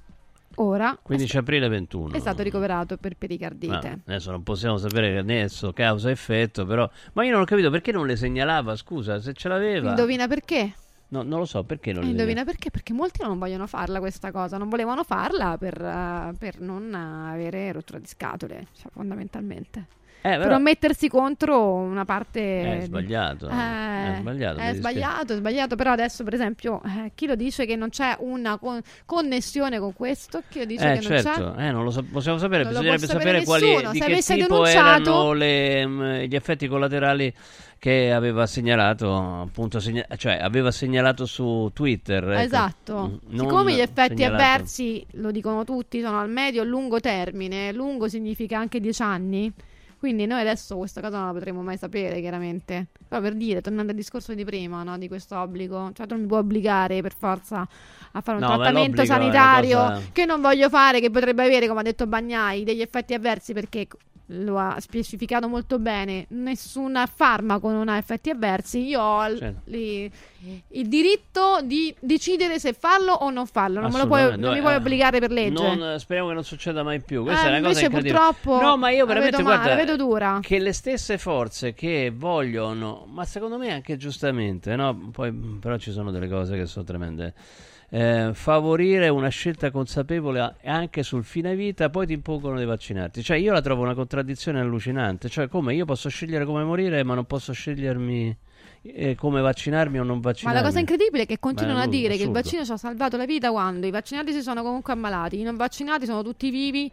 ora quindici aprile ventuno. è stato ricoverato per pericardite. Ma adesso non possiamo sapere adesso causa-effetto, però. Ma io non ho capito perché non le segnalava, scusa, se ce l'aveva. Indovina perché? No, non lo so perché non E le indovina perché? Perché molti non vogliono farla questa cosa, non volevano farla per, uh, per non avere rottura di scatole, cioè, fondamentalmente. Eh, però... Per non mettersi contro una parte... È sbagliato. Eh, è sbagliato. È sbagliato, è sbagliato, però adesso per esempio eh, chi lo dice che non c'è una con- connessione con questo, chi lo dice Eh che certo, non c'è... eh, non lo so- possiamo sapere, Non lo bisognerebbe può sapere sapere quali, nessuno. di Se che avesse tipo denunciato- erano le, mh, gli effetti collaterali che aveva segnalato, appunto, segna- cioè aveva segnalato su Twitter. Ecco. Esatto, Non siccome gli effetti segnalato. avversi, lo dicono tutti, sono al medio e lungo termine, lungo significa anche dieci anni, quindi noi adesso questa cosa non la potremo mai sapere, chiaramente. Però per dire, tornando al discorso di prima, no, di questo obbligo, cioè tu non mi puoi obbligare per forza a fare un No, ma trattamento l'obbligo è una sanitario cosa- che non voglio fare, che potrebbe avere, come ha detto Bagnai, degli effetti avversi, perché lo ha specificato molto bene, nessun farmaco non ha effetti avversi. Io ho il, Certo. li- il diritto di decidere se farlo o non farlo, non, me lo puoi, Assolutamente. non mi Eh, puoi obbligare per legge. Non, speriamo che non succeda mai più. Questa Eh, è una cosa invece incredibile. purtroppo No, ma io la veramente vedo ma- guarda, la vedo dura. che le stesse forze che vogliono, ma secondo me anche giustamente, no? Poi però ci sono delle cose che sono tremende. Eh, favorire una scelta consapevole a- anche sul fine vita, poi ti impongono di vaccinarti. Cioè io la trovo una contraddizione allucinante. Cioè come io posso scegliere come morire, ma non posso scegliermi eh, come vaccinarmi o non Ma vaccinarmi. la cosa incredibile è che continuano Ma è a dire che il assurdo. vaccino ci ha salvato la vita quando i vaccinati si sono comunque ammalati, i non vaccinati sono tutti vivi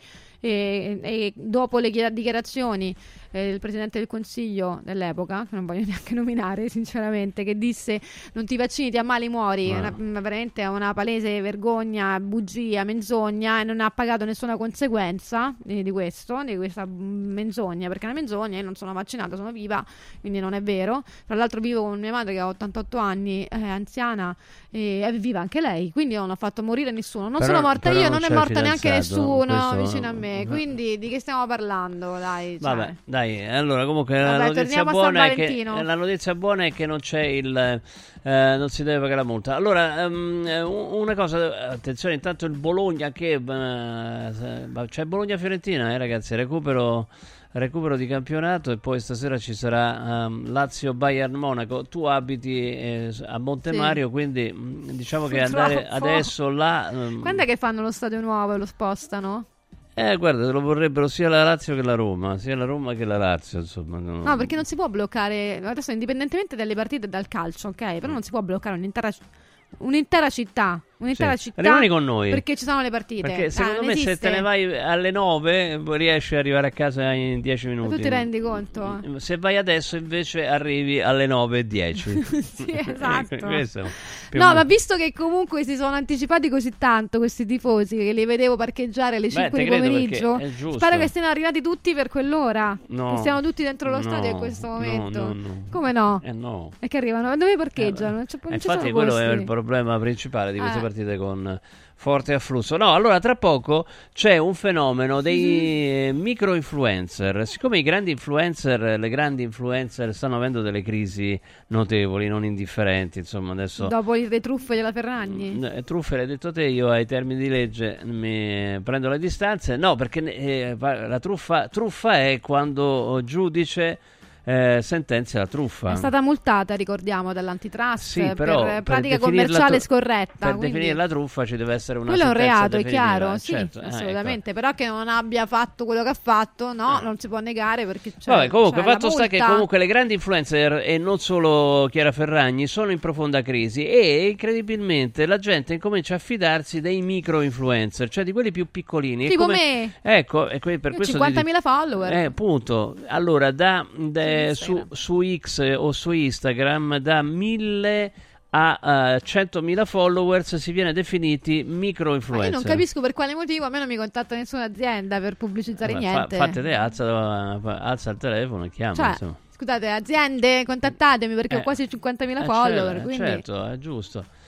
e, e dopo le chia- dichiarazioni eh, del Presidente del Consiglio dell'epoca, che non voglio neanche nominare sinceramente, che disse non ti vaccini ti ammali muori, Ah. è una, una- veramente è una palese vergogna, bugia, menzogna, e non ha pagato nessuna conseguenza di, di questo, di questa menzogna, perché è una menzogna, io non sono vaccinata, sono viva, quindi non è vero. Tra l'altro vivo con mia madre che ha ottantotto anni, è anziana e è viva anche lei, quindi non ho fatto morire nessuno, non Però- sono morta però io, non non è c'è morta neanche fidanzato, nessuno questo- vicino a me, quindi di che stiamo parlando? Dai, cioè. Vabbè, dai, allora comunque la Vabbè, notizia torniamo a buona San è che Valentino. la notizia buona è che non c'è il eh, non si deve pagare la multa. Allora, ehm, eh, una cosa, attenzione, intanto il Bologna che eh, se- c'è Bologna-Fiorentina, eh, ragazzi, recupero recupero di campionato e poi stasera ci sarà ehm, Lazio-Bayern Monaco. Tu abiti eh, a Montemario, Sì. quindi mh, diciamo che Purtroppo. andare adesso là ehm, Quando è che fanno lo stadio nuovo e lo spostano? eh, guarda, lo vorrebbero sia la Lazio che la Roma, sia la Roma che la Lazio, insomma. no- No, perché non si può bloccare, adesso indipendentemente dalle partite e dal calcio, ok? Però non si può bloccare un'intera, un'intera città, un'intera Sì. città Rimani con noi. perché ci sono le partite. Perché Ah, secondo non me esiste. se te ne vai alle nove riesci ad arrivare a casa in dieci Ma minuti. tu ti rendi conto? Se vai adesso invece arrivi alle nove e dieci. Sì, esatto. Questo, più No, o meno. ma visto che comunque si sono anticipati così tanto questi tifosi che li vedevo parcheggiare alle Beh, cinque te di credo pomeriggio, perché è giusto. spero che siano arrivati tutti per quell'ora. No. Che siamo tutti dentro lo No, stadio in questo no, momento. no, no. Come no? Eh no. E che arrivano? Dove parcheggiano? Non c'è- non Eh, ci infatti sono quello è posti. il problema principale di queste Eh. partite con forte afflusso. No, allora tra poco c'è un fenomeno dei Mhm. micro influencer. Siccome i grandi influencer, le grandi influencer stanno avendo delle crisi notevoli, non indifferenti, insomma, adesso Dopo le truffe della Ferragni. Eh, truffe l'hai detto te, io ai termini di legge mi prendo le distanze. No, perché eh, la truffa, truffa è quando giudice eh, sentenzia la truffa. È stata multata, ricordiamo, dall'antitrust Sì, per però per pratica definirla commerciale tru- scorretta. Per quindi- definire la truffa ci deve essere una Quello è un sentenza reato, è definitiva, chiaro, sì, certo. Eh, assolutamente. Però che non abbia fatto quello che ha fatto, no, non si può negare perché c'è, Vabbè, comunque, c'è la fatto sta che multa. comunque le grandi influencer e non solo Chiara Ferragni sono in profonda crisi e incredibilmente la gente incomincia a fidarsi dei micro influencer, cioè di quelli più piccolini. E Tipo come- me. Ecco, e que- per Io ho questo cinquantamila follower. Eh, appunto. Allora, da, da- su, su X o su Instagram da mille a uh, centomila followers si viene definiti micro Ma influencer. io non capisco per quale motivo a me non mi contatta nessuna azienda per pubblicizzare Vabbè, niente. Fa, fate te, alza, alza il telefono e chiama. Cioè, insomma. scusate, aziende, contattatemi perché Eh, ho quasi cinquantamila Eh, follower. cer- quindi... Certo, è giusto.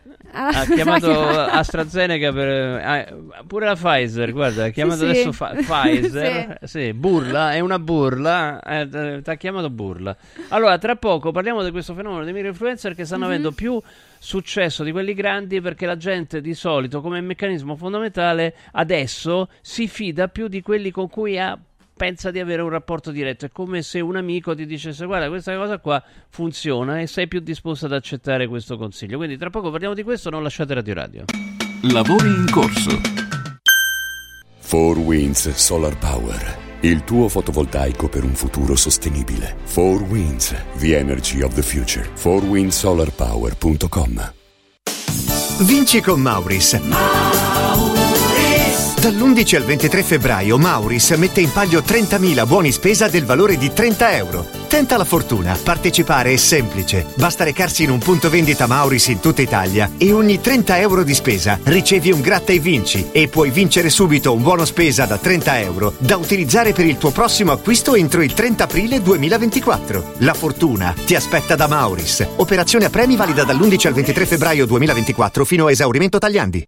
ha chiamato AstraZeneca per eh, pure la Pfizer, guarda, ha chiamato Sì, adesso sì. fa- Pfizer, sì, burla, è una burla, eh, ti ha chiamato burla. Allora, tra poco parliamo di questo fenomeno dei microinfluencer che stanno Mhm. avendo più successo di quelli grandi, perché la gente di solito, come meccanismo fondamentale, adesso si fida più di quelli con cui ha pensa di avere un rapporto diretto. È come se un amico ti dicesse: guarda, questa cosa qua funziona, e sei più disposto ad accettare questo consiglio. Quindi tra poco parliamo di questo, non lasciate Radio Radio. Lavori in corso. four Winds Solar Power, il tuo fotovoltaico per un futuro sostenibile. four Winds, the energy of the future. four wind solar power punto com. Vinci con Mauris. Dall'undici al ventitré febbraio Mauris mette in palio trentamila buoni spesa del valore di trenta euro. Tenta la fortuna, partecipare è semplice. Basta recarsi in un punto vendita Mauris in tutta Italia e ogni trenta euro di spesa ricevi un gratta e vinci e puoi vincere subito un buono spesa da trenta euro da utilizzare per il tuo prossimo acquisto entro il trenta aprile duemilaventiquattro. La fortuna ti aspetta da Mauris. Operazione a premi valida dall'undici al ventitré febbraio duemilaventiquattro fino a esaurimento Tagliandi.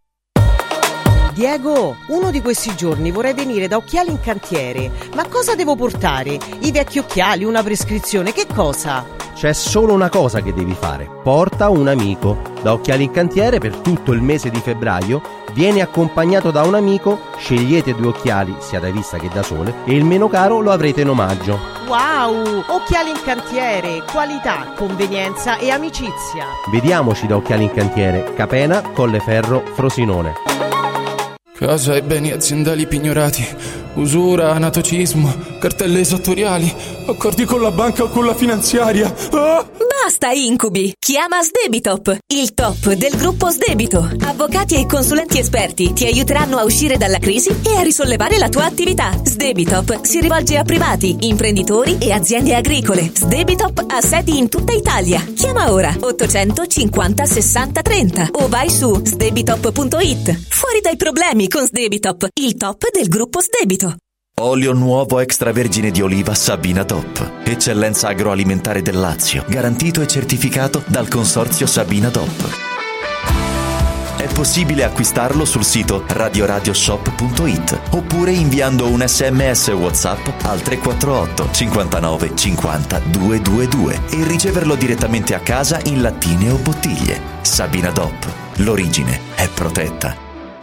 Diego, uno di questi giorni vorrei venire da Occhiali in Cantiere. Ma cosa devo portare? I vecchi occhiali, una prescrizione, che cosa? C'è solo una cosa che devi fare: porta un amico. Da Occhiali in Cantiere per tutto il mese di febbraio vieni accompagnato da un amico, scegliete due occhiali sia da vista che da sole e il meno caro lo avrete in omaggio. Wow! Occhiali in Cantiere, qualità, convenienza e amicizia. Vediamoci da Occhiali in Cantiere, Capena, Colleferro, Frosinone. Casa e beni aziendali pignorati, usura, anatocismo, cartelle esattoriali, accordi con la banca o con la finanziaria. Ah! Basta incubi! Chiama Sdebitop, il top del gruppo Sdebito. Avvocati e consulenti esperti ti aiuteranno a uscire dalla crisi e a risollevare la tua attività. Sdebitop si rivolge a privati, imprenditori e aziende agricole. Sdebitop ha sedi in tutta Italia. Chiama ora ottocentocinquanta sessanta trenta o vai su sdebitop punto it. Fuori dai problemi con Sdebitop, il top del gruppo Sdebito. Olio nuovo extravergine di oliva Sabina Dop. Eccellenza agroalimentare del Lazio. Garantito e certificato dal consorzio Sabina Dop. È possibile acquistarlo sul sito radio radio shop punto it oppure inviando un sms WhatsApp al tre quattro otto cinquantanove cinquanta duecentoventidue e riceverlo direttamente a casa in lattine o bottiglie. Sabina Dop. L'origine è protetta.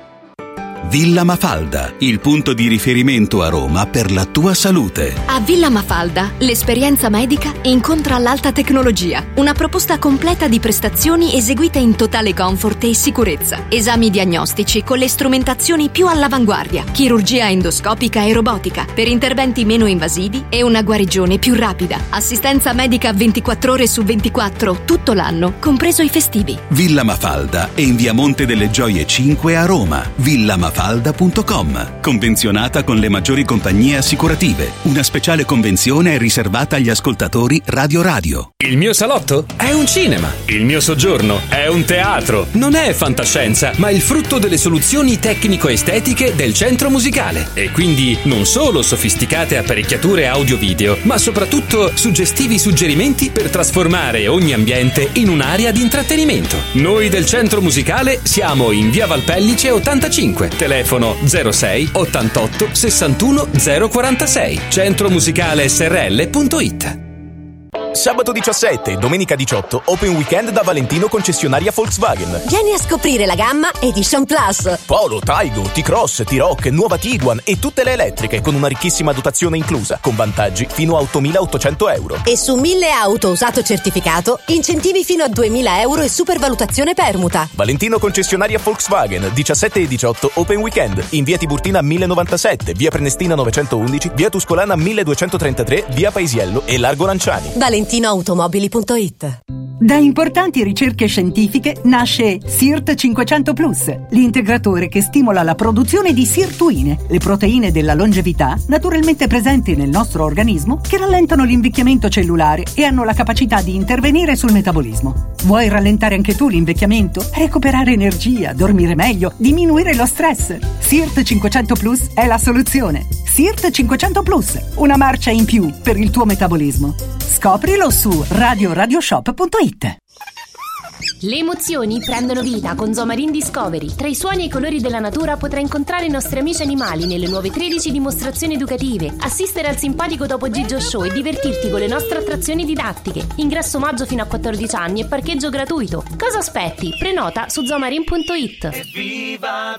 Villa Mafalda, il punto di riferimento a Roma per la tua salute. A Villa Mafalda l'esperienza medica incontra l'alta tecnologia. Una proposta completa di prestazioni eseguite in totale comfort e sicurezza. Esami diagnostici con le strumentazioni più all'avanguardia. Chirurgia endoscopica e robotica per interventi meno invasivi e una guarigione più rapida. Assistenza medica ventiquattro ore su ventiquattro tutto l'anno, compreso i festivi. Villa Mafalda è in via Monte delle Gioie cinque a Roma. Villa Mafalda punto com. Convenzionata con le maggiori compagnie assicurative. Una speciale convenzione è riservata agli ascoltatori Radio Radio. Il mio salotto è un cinema. Il mio soggiorno è un teatro. Non è fantascienza, ma il frutto delle soluzioni tecnico-estetiche del Centro Musicale. E quindi non solo sofisticate apparecchiature audio-video, ma soprattutto suggestivi suggerimenti per trasformare ogni ambiente in un'area di intrattenimento. Noi del Centro Musicale siamo in via Valpellice ottantacinque. Telefono zero sei ottantotto sessantuno zero quarantasei. centromusicale S R L punto it. Sabato diciassette e domenica diciotto Open Weekend da Valentino concessionaria Volkswagen. Vieni a scoprire la gamma Edition Plus. Polo, Taigo, T-Cross, T-Roc, nuova Tiguan e tutte le elettriche con una ricchissima dotazione inclusa, con vantaggi fino a ottomilaottocento euro. E su mille auto usato certificato, incentivi fino a duemila euro e supervalutazione permuta. Valentino concessionaria Volkswagen, diciassette e diciotto Open Weekend, in via Tiburtina millenovantasette, via Prenestina novecentoundici, via Tuscolana milleduecentotrentatré, via Paisiello e Largo Lanciani. valentinoautomobili punto it. Da importanti ricerche scientifiche nasce SIRT cinquecento plus, l'integratore che stimola la produzione di sirtuine, le proteine della longevità naturalmente presenti nel nostro organismo che rallentano l'invecchiamento cellulare e hanno la capacità di intervenire sul metabolismo. Vuoi rallentare anche tu l'invecchiamento? Recuperare energia, dormire meglio, diminuire lo stress? SIRT cinquecento plus è la soluzione. SIRT cinquecento plus, una marcia in più per il tuo metabolismo. Scoprilo su radio radio shop punto it. Le emozioni prendono vita con Zomarin Discovery. Tra i suoni e i colori della natura potrai incontrare i nostri amici animali nelle nuove tredici dimostrazioni educative, assistere al simpatico Topo Gigio Show e divertirti con le nostre attrazioni didattiche. Ingresso omaggio fino a quattordici anni e parcheggio gratuito. Cosa aspetti? Prenota su zomarin punto it. Viva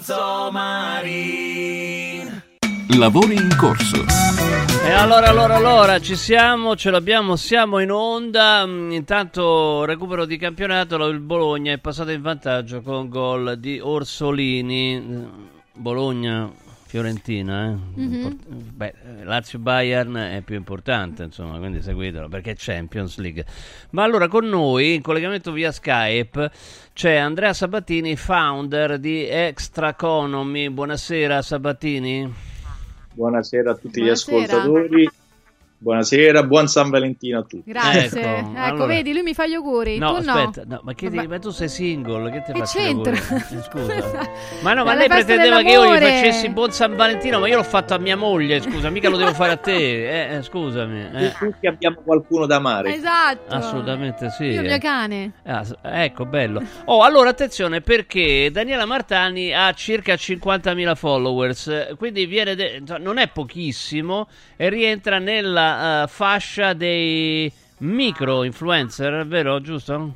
Zomarin! Lavori in corso. E allora, allora, allora, ci siamo, ce l'abbiamo, siamo in onda. Intanto recupero di campionato, il Bologna è passato in vantaggio con gol di Orsolini. Bologna Fiorentina, eh? Mm-hmm. Beh, Lazio-Bayern è più importante, insomma, quindi seguitelo perché è Champions League. Ma allora con noi, in collegamento via Skype, c'è Andrea Sabatini, founder di Extra Economy. Buonasera Sabatini. Buonasera a tutti Buonasera. gli ascoltatori. Buonasera, buon San Valentino a tutti. Grazie. Ecco, Ecco, allora- vedi, lui mi fa gli auguri. No, tu aspetta, no. no, ma, che Vabbè. ti- ma tu sei single, che te Che faccio c'entra? gli auguri? Eh, Scusa. Ma no, ma È lei la festa pretendeva che io gli dell'amore. facessi buon San Valentino, ma io l'ho fatto a mia moglie, scusa, mica lo devo fare a te. Eh, eh, scusami. Eh. Tutti abbiamo qualcuno da amare. Esatto. Assolutamente sì. Io il eh. mio cane. Ah, s- ecco, bello. Oh, allora attenzione perché Daniela Martani ha circa cinquantamila followers, eh, quindi viene de- insomma, non è pochissimo e rientra nella eh, fascia dei micro influencer, vero? Giusto?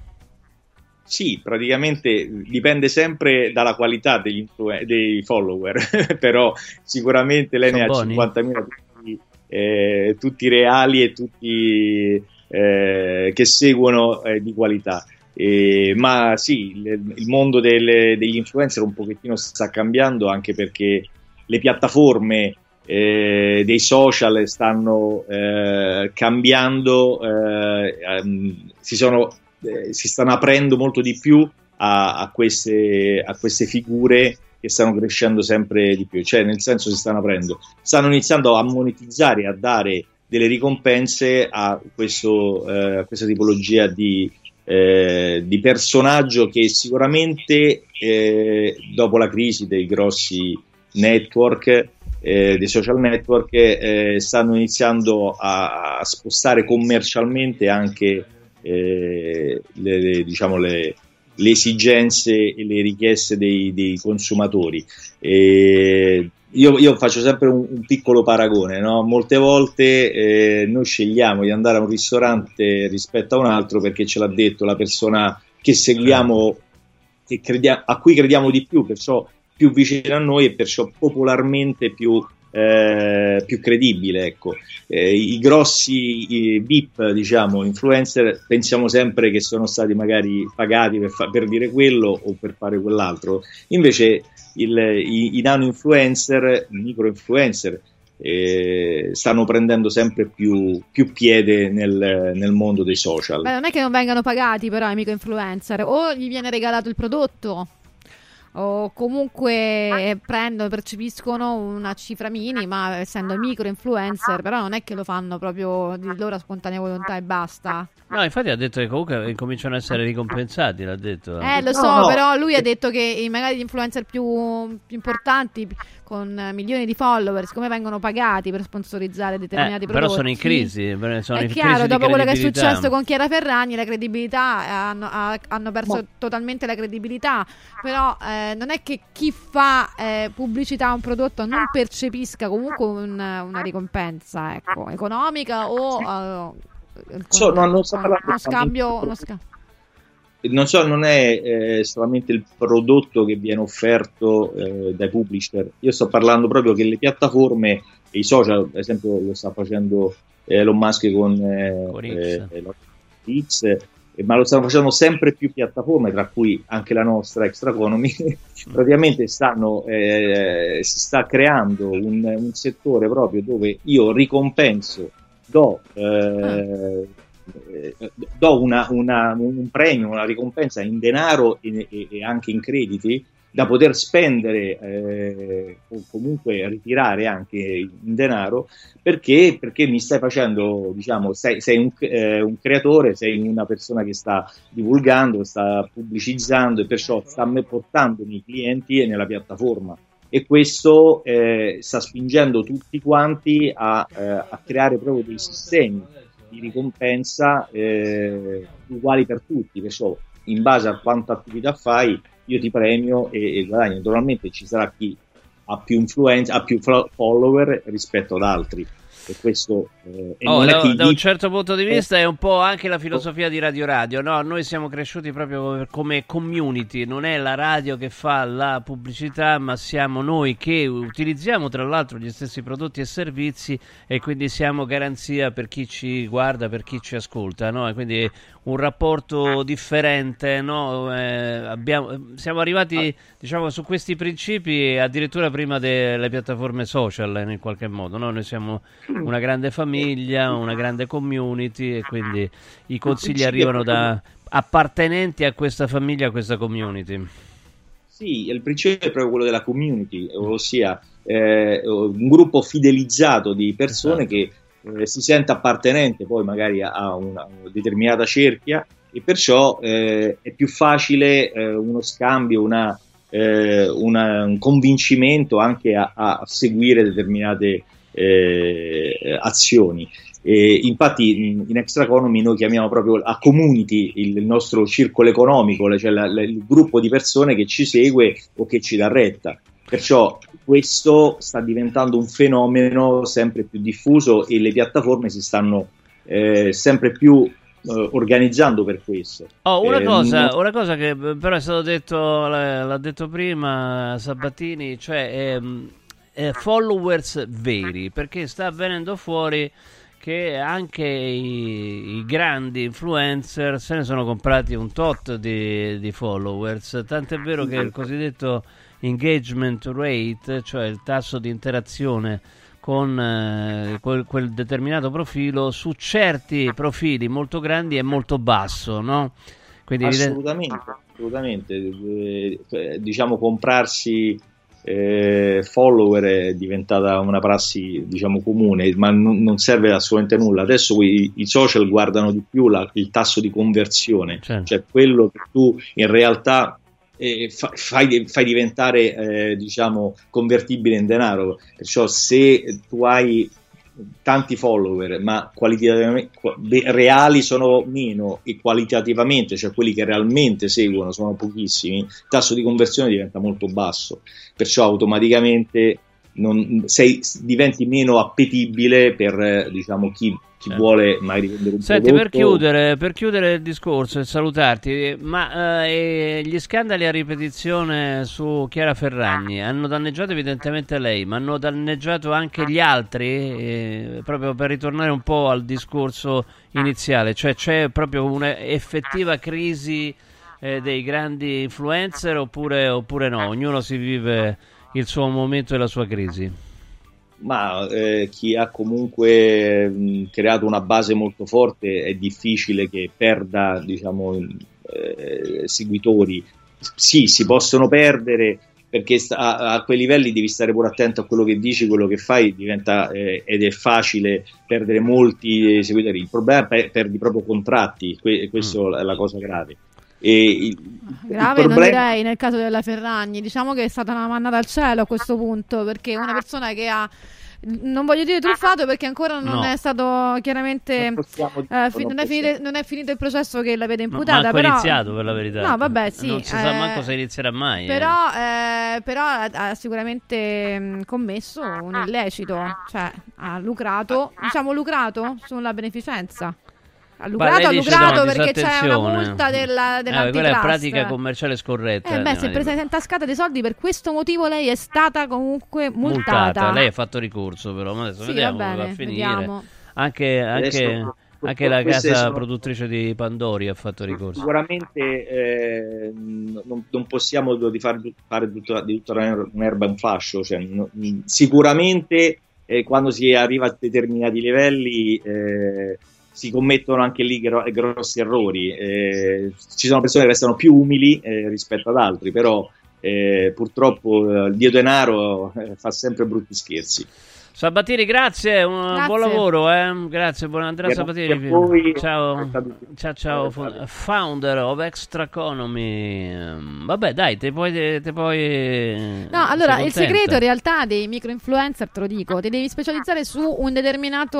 Sì, praticamente dipende sempre dalla qualità degli influ- dei follower, però sicuramente lei Sono ne ha buoni? cinquantamila tutti, eh, tutti reali e tutti eh, che seguono eh, di qualità. Eh, ma sì, il, il mondo delle- degli influencer un pochettino sta cambiando anche perché le piattaforme eh, dei social stanno eh, cambiando, eh, ehm, si, sono, eh, si stanno aprendo molto di più a, a, queste, a queste figure che stanno crescendo sempre di più, cioè nel senso si stanno aprendo, stanno iniziando a monetizzare, a dare delle ricompense a, questo, eh, a questa tipologia di, eh, di personaggio che sicuramente eh, dopo la crisi dei grossi network, eh, dei social network, eh, stanno iniziando a, a spostare commercialmente anche eh, le, le, diciamo le, le esigenze e le richieste dei, dei consumatori. E io, io faccio sempre un, un piccolo paragone, no? Molte volte eh, noi scegliamo di andare a un ristorante rispetto a un altro perché ce l'ha detto la persona che seguiamo, che crediamo, a cui crediamo di più, perciò più vicino a noi e perciò popolarmente più, eh, più credibile, ecco. Eh, i grossi i V I P, diciamo, influencer, pensiamo sempre che sono stati magari pagati per, fa- per dire quello o per fare quell'altro, invece il, i, i nano influencer, i micro influencer eh, stanno prendendo sempre più, più piede nel, nel mondo dei social. Beh, non è che non vengano pagati però i micro influencer, o gli viene regalato il prodotto o comunque prendono, percepiscono una cifra minima essendo micro influencer, però non è che lo fanno proprio di loro spontanea volontà e basta. No, infatti ha detto che comunque incominciano a essere ricompensati, l'ha detto. Eh, lo so, No, no. però lui ha detto che i- magari gli influencer più, più importanti con eh, milioni di follower, siccome vengono pagati per sponsorizzare determinati Eh, però prodotti, sono in crisi, per- sono è in chiaro, crisi di dopo quello che è credibilità. successo con Chiara Ferragni, la credibilità eh, hanno, ha- hanno perso Ma- totalmente la credibilità. Però eh, non è che chi fa eh, pubblicità a un prodotto non percepisca comunque un- una ricompensa, ecco, economica o eh, So, no, non sto con- parlando uno scambio, solamente- uno sca- non so, non è eh, solamente il prodotto che viene offerto eh, dai publisher, io sto parlando proprio che le piattaforme e i social, ad esempio lo sta facendo eh, Elon Musk con, eh, Con X. eh, lo- X, eh, ma lo stanno facendo sempre più piattaforme, tra cui anche la nostra Extra Economy. Praticamente stanno, eh, si sta creando un, un settore proprio dove io ricompenso, do eh, eh, do una, una, un premio, una ricompensa in denaro e, e- e anche in crediti da poter spendere eh, o comunque ritirare anche in denaro, perché, perché mi stai facendo, diciamo, sei, sei un, eh, un creatore, sei una persona che sta divulgando, sta pubblicizzando e perciò sta me- portando i clienti nella piattaforma. E questo eh, sta spingendo tutti quanti a, eh, a creare proprio dei sistemi di ricompensa eh, uguali per tutti, perciò in base a quanta attività fai io ti premio e, e guadagni. Naturalmente ci sarà chi ha più influenza, ha più follower rispetto ad altri. E questo eh, e oh, non da, è che da un dice... certo punto di vista è un po' anche la filosofia di Radio Radio, no? Noi siamo cresciuti proprio come community, non è la radio che fa la pubblicità, ma siamo noi che utilizziamo tra l'altro gli stessi prodotti e servizi, e quindi siamo garanzia per chi ci guarda, per chi ci ascolta, no? E quindi un rapporto differente, no? Eh, abbiamo, siamo arrivati, diciamo, su questi principi addirittura prima delle piattaforme social, in qualche modo, no? Noi siamo una grande famiglia, una grande community, e quindi i consigli arrivano da appartenenti a questa famiglia, a questa community. Sì, il principio è proprio quello della community, ossia eh, un gruppo fidelizzato di persone, esatto, che eh, si sente appartenente poi magari a una, una determinata cerchia, e perciò eh, è più facile eh, uno scambio, una, eh, una, un convincimento anche a, a seguire determinate Eh, azioni. E infatti in, in Extra Economy noi chiamiamo proprio a community il, il nostro circolo economico, cioè la, la, il gruppo di persone che ci segue o che ci dà retta. Perciò questo sta diventando un fenomeno sempre più diffuso, e le piattaforme si stanno eh, sempre più eh, organizzando per questo. Oh, una, eh, cosa, non... una cosa che però è stato detto, l'ha detto prima Sabatini, cioè ehm, Eh, followers veri, perché sta avvenendo fuori che anche i, i grandi influencer se ne sono comprati un tot di, di followers, tant'è vero che il cosiddetto engagement rate, cioè il tasso di interazione con eh, quel, quel determinato profilo, su certi profili molto grandi è molto basso, no? Quindi assolutamente, assolutamente. Eh, diciamo comprarsi Eh, follower è diventata una prassi, diciamo, comune, ma n- non serve assolutamente nulla. Adesso i, i social guardano di più la, il tasso di conversione, certo, cioè quello che tu in realtà eh, fa, fai, fai diventare eh, diciamo convertibile in denaro. Perciò se tu hai tanti follower ma qualitativamente reali sono meno, e qualitativamente, cioè quelli che realmente seguono, sono pochissimi, il tasso di conversione diventa molto basso, perciò automaticamente non, sei, diventi meno appetibile per, diciamo, chi, chi certo. vuole magari vendere un Senti, prodotto. per chiudere, per chiudere il discorso e salutarti, ma eh, gli scandali a ripetizione su Chiara Ferragni hanno danneggiato evidentemente lei, ma hanno danneggiato anche gli altri, eh, proprio per ritornare un po' al discorso iniziale, cioè c'è proprio un'effettiva crisi eh, dei grandi influencer, oppure, oppure no? Ognuno si vive il suo momento e la sua crisi? Ma eh, chi ha comunque mh, creato una base molto forte è difficile che perda, diciamo, eh, seguitori. Sì, si possono perdere, perché sta, a, a quei livelli devi stare pure attento a quello che dici, quello che fai, diventa eh, ed è facile perdere molti seguitori. Il problema è che perdi proprio contratti, que- questo mm. è la cosa grave. E il, grave il problema... non direi nel caso della Ferragni, diciamo che è stata una manna al cielo a questo punto, perché una persona che ha, non voglio dire truffato perché ancora non no. è stato chiaramente non, possiamo, eh, fi- non, non, è finito, non è finito il processo che la vede imputata, no, però è iniziato, per la verità. No, vabbè, sì, non si eh, sa manco se inizierà mai, però, eh. Eh, però ha, ha sicuramente mh, commesso un illecito, cioè ha lucrato, diciamo lucrato sulla beneficenza. Ha lucrato, ha lucrato perché c'è una multa della, dell'antitrust. Eh, quella è pratica commerciale scorretta. Eh beh, si è presa in tascata dei soldi, per questo motivo lei è stata comunque multata. multata. Lei ha fatto ricorso, però ma adesso sì, vediamo va bene, come va a finire. Vediamo. Anche, anche, adesso, anche la casa sono... produttrice di Pandori ha fatto ricorso. Sicuramente eh, non, non possiamo di fare, fare tutta, di tutta un'erba un fascio, cioè, no, sicuramente eh, quando si arriva a determinati livelli eh, si commettono anche lì gro- grossi errori. Eh, ci sono persone che restano più umili eh, rispetto ad altri, però eh, purtroppo eh, il dio denaro eh, fa sempre brutti scherzi. Sabatini, grazie, un grazie. buon lavoro, eh? Grazie, buon Andrea grazie Sabatini. voi. Ciao, ciao, ciao, founder of Extra Economy. Vabbè, dai, te puoi... Te puoi no, allora, il segreto in realtà dei micro-influencer, te lo dico, ti devi specializzare su un determinato... Eh.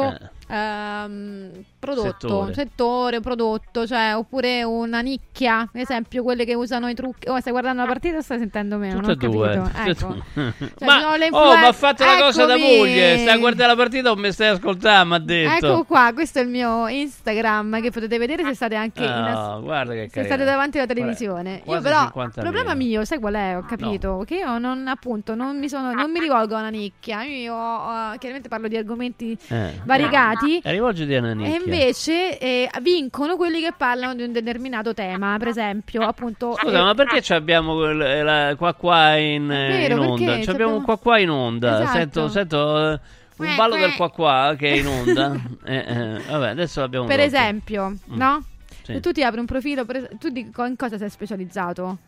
Ehm, prodotto, Settore. settore, prodotto, cioè, oppure una nicchia, ad esempio quelle che usano i trucchi. Oh, stai guardando la partita o stai sentendo me? Tutte e Non ho due. capito. Tutte e Ecco. due. Cioè, ma, sono le oh, influen- ma ha fatto una cosa da Eccomi. moglie. Stai a guardare la partita o mi stai a ascoltare? Mi ha detto. Ecco qua, questo è il mio Instagram che potete vedere se state anche in Oh, as- guarda che se carino. state davanti alla televisione. Io Quasi però il cinquantamila. problema mio, sai qual è? Ho capito che io non appunto non mi sono non mi rivolgo a una nicchia. Io uh, chiaramente parlo di argomenti Eh. variegati. E rivolgiti a una nicchia. E invece eh, vincono quelli che parlano di un determinato tema, per esempio, appunto. Scusa, eh, ma perché ci abbiamo quel- la- qua qua in, vero, in onda? perché Ci abbiamo un qua qua in onda. Esatto. Sento, sento eh, un Eh, ballo eh. del qua qua che è in onda. eh, eh, vabbè, adesso l'abbiamo per tolto. esempio, Mm. no? Sì. Se tu ti apri un profilo, per es- tu di- in cosa sei specializzato?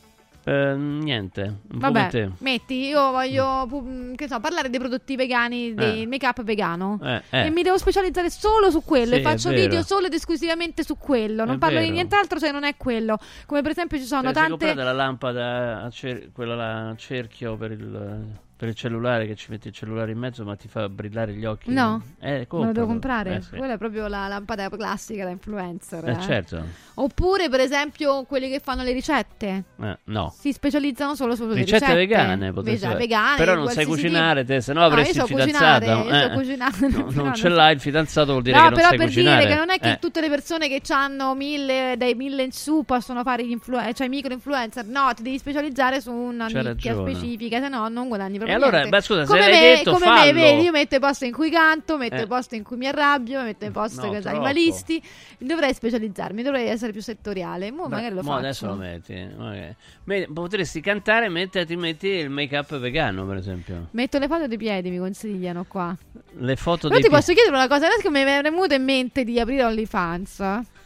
Eh, niente, un po' Vabbè, come te. metti, io voglio pu- che so, parlare dei prodotti vegani, dei Eh. make up vegano. Eh, eh. E mi devo specializzare solo su quello Sì, e faccio è vero. video solo ed esclusivamente su quello. Non È parlo di vero. nient'altro se non è quello. Come per esempio ci sono Cioè, se tante. comprate la lampada a cer- quella là a cerchio per il, per il cellulare, che ci metti il cellulare in mezzo ma ti fa brillare gli occhi. No, eh, me lo compralo. devo comprare. Eh, sì. Quella è proprio la lampada classica da influencer. Eh, eh. certo. Oppure, per esempio, quelli che fanno le ricette. Eh, no. Si specializzano solo sulle Ricette ricette vegane, potresti Vega- fare. vegane, Però non sai qualsiasi cucinare tipo. te, se no No, avresti io il so fidanzato. cucinare, io so eh. cucinare. No, Però non ce l'hai il fidanzato, vuol dire No, che non però sai per cucinare. dire che non è che Eh. tutte le persone che hanno mille, dai mille in su possono fare gli influ- cioè micro influencer. No, ti devi specializzare su una C'hai nicchia ragione. specifica, se no non guadagni proprio E allora, niente. beh, scusa, se come l'hai me, detto, come fallo. me, vedi, io metto i post in cui canto, metto Eh. i post in cui mi arrabbio, metto i post No, che troppo. animalisti. Dovrei specializzarmi, dovrei essere più settoriale. Mo Beh, magari lo mo faccio. adesso lo metti. ok. Me- potresti cantare mentre ti metti il make up vegano, per esempio. Metto le foto dei piedi, mi consigliano qua. Le foto Però dei ti pi- posso chiedere una cosa, adesso che mi è venuto in mente di aprire OnlyFans.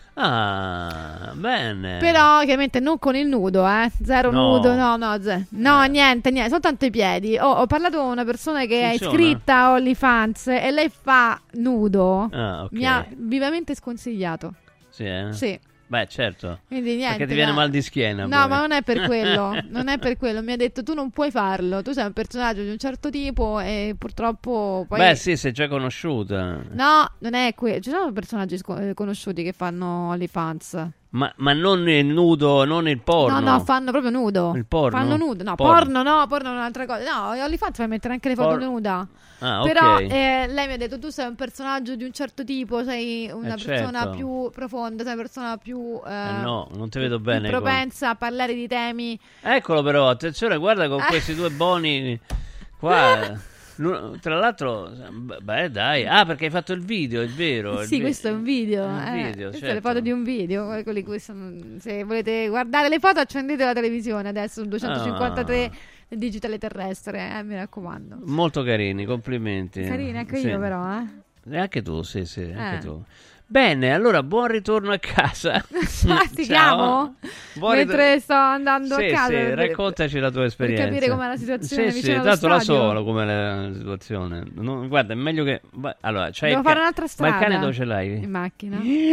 Ah, bene. Però chiaramente non con il nudo, eh. Zero No. nudo, no, no, ze- no, niente, niente, soltanto i piedi. Ho, ho parlato con una persona che Funziona? è iscritta a OnlyFans e lei fa nudo. Ah, ok. Mi ha vivamente sconsigliato. Sì, eh? Sì. Beh, certo. Quindi niente. Perché ti viene no. mal di schiena. No, poi. ma non è per quello. Non è per quello. Mi ha detto tu non puoi farlo. Tu sei un personaggio di un certo tipo e purtroppo poi. Beh, sì, sei già conosciuta. No, non è quello. Ci sono personaggi sco- eh, conosciuti che fanno OnlyFans. Ma, ma non il nudo, non il porno. No, no, fanno proprio nudo. Il porno? Fanno nudo. No, Porno. porno, no, porno è un'altra cosa. No, OnlyFans fai mettere anche le foto Por- nuda. Ah, Però ok. eh, lei mi ha detto tu sei un personaggio di un certo tipo, sei una Eh, persona certo. più profonda, sei una persona più eh, Eh, no, non ti vedo più bene. con- propensa a parlare di temi. Eccolo però, attenzione, guarda con questi due boni qua. L'uno- Tra l'altro, beh dai, ah perché hai fatto il video, è vero. il Sì, vi- questo è un video. un eh. video, Queste certo. le foto di un video. eh, quelli che sono- se volete guardare le foto, accendete la televisione adesso, duecentocinquantatré Ah. il digitale terrestre, eh, mi raccomando. Molto carini, complimenti. Carini anche Sì. io, però, eh. E anche tu, sì, sì, anche Eh. tu. Bene, allora buon ritorno a casa. Ah, ti Ciao. chiamo? Buon Mentre ritorno- sto andando Sì, a casa sì, per- raccontaci la tua esperienza. capire com'è la situazione Sì, vicino sì, allo tanto la stadio. so com'è la situazione. Non- guarda, è meglio che... beh, allora, c'hai Devo il fare ca- un'altra Ma strada. il cane dove ce l'hai? In macchina.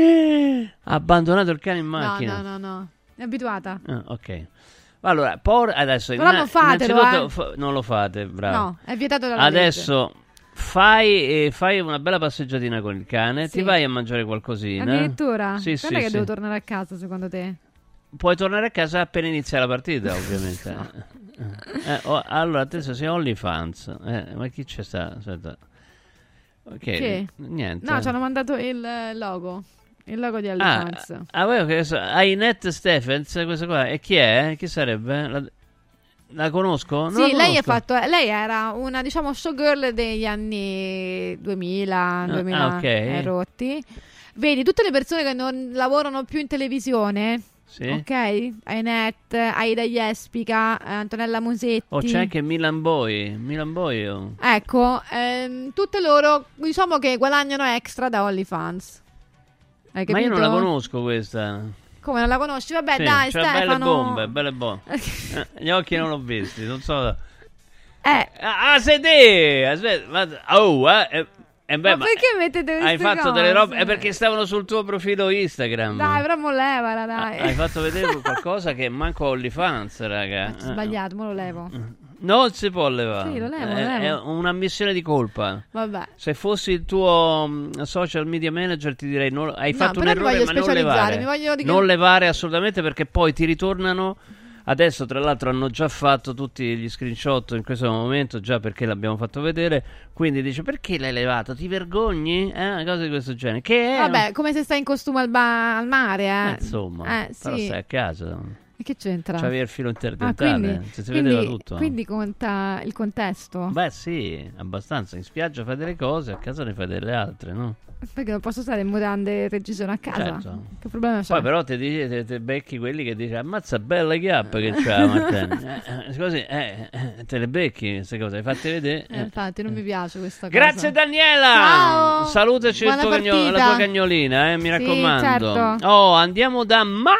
Ha abbandonato il cane in No, macchina. no, no, no. È abituata. Ah, ok. Allora, por- adesso Però non fatelo, innanzitutto eh. fa- non lo fate, bravo. No, è vietato dalla Adesso fai, eh, fai una bella passeggiatina con il cane, Sì. ti vai a mangiare qualcosina. legge. Addirittura? Sì, Quando sì, è che sì. devo tornare a casa, secondo te? Puoi tornare a casa appena inizia la partita, ovviamente. Eh, oh, allora, attenzione, sei OnlyFans. Eh, ma chi c'è sta? Aspetta. Ok, Che? niente. No, ci hanno mandato il eh, logo. Il logo di Ah, OnlyFans. ah, voi che so, Ainette Stephens, questa qua, e chi è? Chi sarebbe? La, la conosco? Non la Sì, lei, è conosco. fatto, eh, lei era una, diciamo, showgirl degli anni duemila, duemila ah, ok. e rotti. Vedi, tutte le persone che non lavorano più in televisione, Sì. ok? Ainette, Aida Jespica, eh, Antonella Musetti. Oh, c'è anche Milan Boy. Milan Boy, oh. Ecco, ehm, tutte loro, diciamo che guadagnano extra da OnlyFans. Hai Ma io non capito? la conosco questa. Come non la conosci? Vabbè, Sì, dai, cioè, Stefano. belle bombe, belle bombe. Eh, gli occhi non l'ho visti, non so. Eh. Ah, ah, sei te! Aspetta, ma... Oh, eh, eh, eh, beh, Ma perché mettete queste hai fatto cose? delle robe? È perché stavano sul tuo profilo Instagram. Dai, però mo levala, dai. Hai fatto vedere qualcosa che manco OnlyFans, raga. Ho sbagliato, mo lo levo. Non si può levare. Sì, lo levo, è, lo levo. è un'ammissione di colpa. Vabbè. Se fossi il tuo um, social media manager ti direi non, hai No, fatto un però mi errore, voglio ma non specializzare, levare. mi voglio di- Non levare assolutamente, perché poi ti ritornano. Adesso tra l'altro hanno già fatto tutti gli screenshot in questo momento, già perché l'abbiamo fatto vedere. Quindi dice: perché l'hai levato? Ti vergogni? Eh, cose di questo genere. Che è? Vabbè, come se stai in costume al, ba- al mare, eh. Eh, insomma, Eh, sì. però stai a casa. E che c'entra? C'avevi il filo Ah, interdentale, quindi, si, si quindi- vedeva tutto. quindi conta il contesto? Beh sì, abbastanza. In spiaggia fai delle cose, a casa ne fai delle altre, no? Perché non posso stare in mutande e reggiseno a casa? Certo. Che problema c'è? Poi però ti, dici, te, te becchi quelli che dice: ammazza bella chiappa che c'ha Martini. eh, eh, così, eh, eh, te le becchi queste cose, le fatte vedere. Eh, infatti non mi piace questa cosa. Grazie Daniela. Ciao. Salutaci il Buona tuo cagno- partita. la tua cagnolina, eh, mi Sì, raccomando. certo. Oh, andiamo da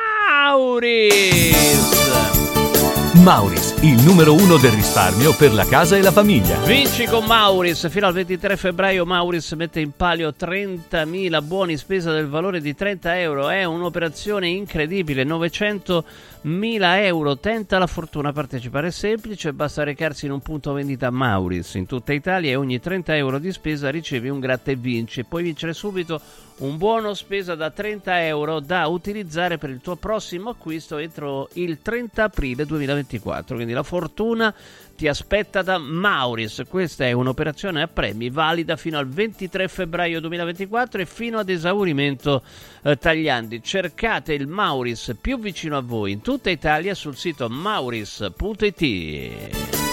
Mauris. Mauris, il numero uno del risparmio per la casa e la famiglia. Vinci con Mauris. Fino al ventitré febbraio Mauris mette in palio trentamila buoni spesa del valore di trenta euro. È un'operazione incredibile. novecentomila euro. Tenta la fortuna. Partecipare è semplice, basta recarsi in un punto vendita Mauris in tutta Italia e ogni trenta euro di spesa ricevi un gratta e vinci. Puoi vincere subito un buono spesa da trenta euro da utilizzare per il tuo prossimo acquisto entro il trenta aprile duemilaventiquattro. Quindi la fortuna ti aspetta da Mauris. Questa è un'operazione a premi valida fino al ventitré febbraio duemilaventiquattro e fino ad esaurimento eh, tagliandi. Cercate il Mauris più vicino a voi in tutta Italia sul sito mauris punto it.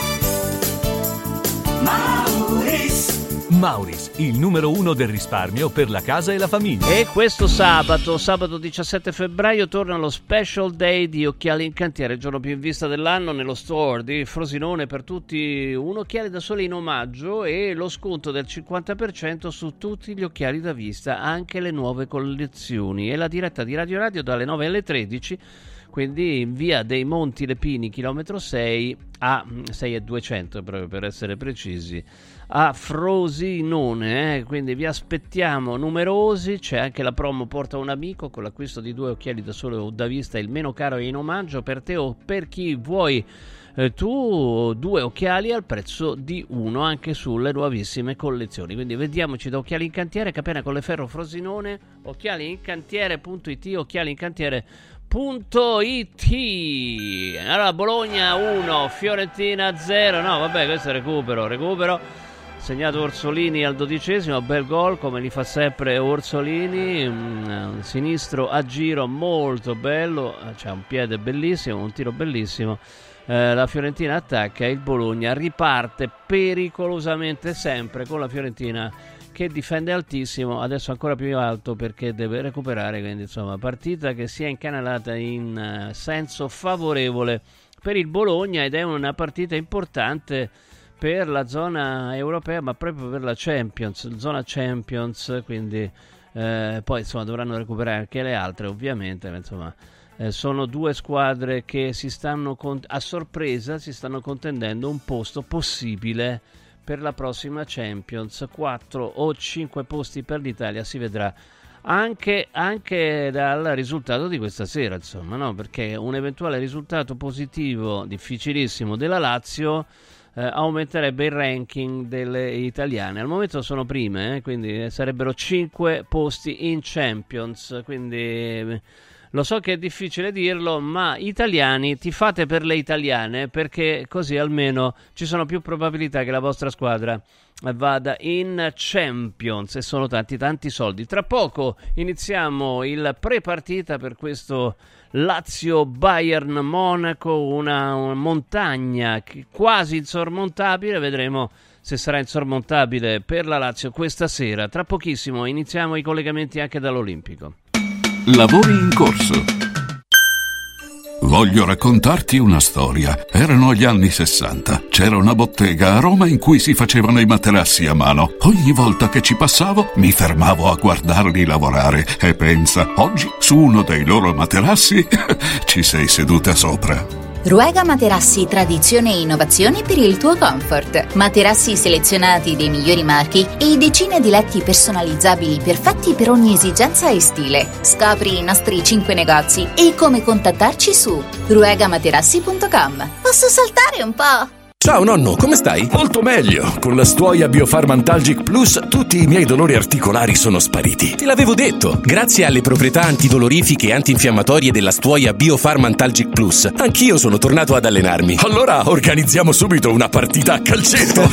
Mauris. Mauris, il numero uno del risparmio per la casa e la famiglia. E questo sabato, sabato diciassette febbraio, torna lo Special Day di Occhiali in Cantiere, il giorno più in vista dell'anno nello store di Frosinone per tutti, un occhiale da sole in omaggio e lo sconto del cinquanta per cento su tutti gli occhiali da vista, anche le nuove collezioni. E la diretta di Radio Radio dalle nove alle tredici, quindi in via dei Monti Lepini, chilometro sei, a sei e duecento proprio per essere precisi, a Frosinone, eh? Quindi vi aspettiamo numerosi. C'è anche la promo Porta un amico, con l'acquisto di due occhiali da sole o da vista il meno caro è in omaggio per te o per chi vuoi eh, tu, due occhiali al prezzo di uno anche sulle nuovissime collezioni. Quindi vediamoci da Occhiali in Cantiere, Capena Colleferro Frosinone, occhialiincantiere punto it, occhialiincantiere punto it. Allora, Bologna uno, Fiorentina zero. No, vabbè, questo è recupero, recupero. Segnato Orsolini al dodicesimo, bel gol come li fa sempre Orsolini, un sinistro a giro molto bello, c'ha un piede bellissimo, un tiro bellissimo. Eh, la Fiorentina attacca, il Bologna riparte pericolosamente sempre con la Fiorentina che difende altissimo, adesso ancora più alto perché deve recuperare. Quindi insomma, partita che si è incanalata in uh, senso favorevole per il Bologna ed è una partita importante per la zona europea, ma proprio per la Champions, zona Champions, quindi eh, poi insomma dovranno recuperare anche le altre ovviamente, ma insomma eh, sono due squadre che si stanno cont- a sorpresa si stanno contendendo un posto possibile per la prossima Champions. Quattro o cinque posti per l'Italia si vedrà anche, anche dal risultato di questa sera, insomma, no? Perché un eventuale risultato positivo difficilissimo della Lazio Eh, aumenterebbe il ranking delle italiane. Al momento sono prime, eh, quindi sarebbero cinque posti in Champions, quindi eh, lo so che è difficile dirlo, ma italiani, tifate per le italiane, perché così almeno ci sono più probabilità che la vostra squadra vada in Champions, e sono tanti tanti soldi. Tra poco iniziamo il pre-partita per questo Lazio-Bayern Monaco, una, una montagna quasi insormontabile. Vedremo se sarà insormontabile per la Lazio questa sera. Tra pochissimo iniziamo i collegamenti anche dall'Olimpico. Lavori in corso. Voglio raccontarti una storia. Erano gli anni sessanta. C'era una bottega a Roma in cui si facevano i materassi a mano. Ogni volta che ci passavo mi fermavo a guardarli lavorare e pensa, oggi su uno dei loro materassi ci sei seduta sopra. Ruega Materassi, tradizione e innovazione per il tuo comfort. Materassi selezionati dei migliori marchi e decine di letti personalizzabili perfetti per ogni esigenza e stile. Scopri i nostri cinque negozi e come contattarci su ruega materassi punto com. Posso saltare un po'? Ciao nonno, come stai? Molto meglio. Con la Stuoia Biofarmantalgic Plus tutti i miei dolori articolari sono spariti. Te l'avevo detto. Grazie alle proprietà antidolorifiche e antinfiammatorie della Stuoia Biofarmantalgic Plus, anch'io sono tornato ad allenarmi. Allora organizziamo subito una partita a calcetto.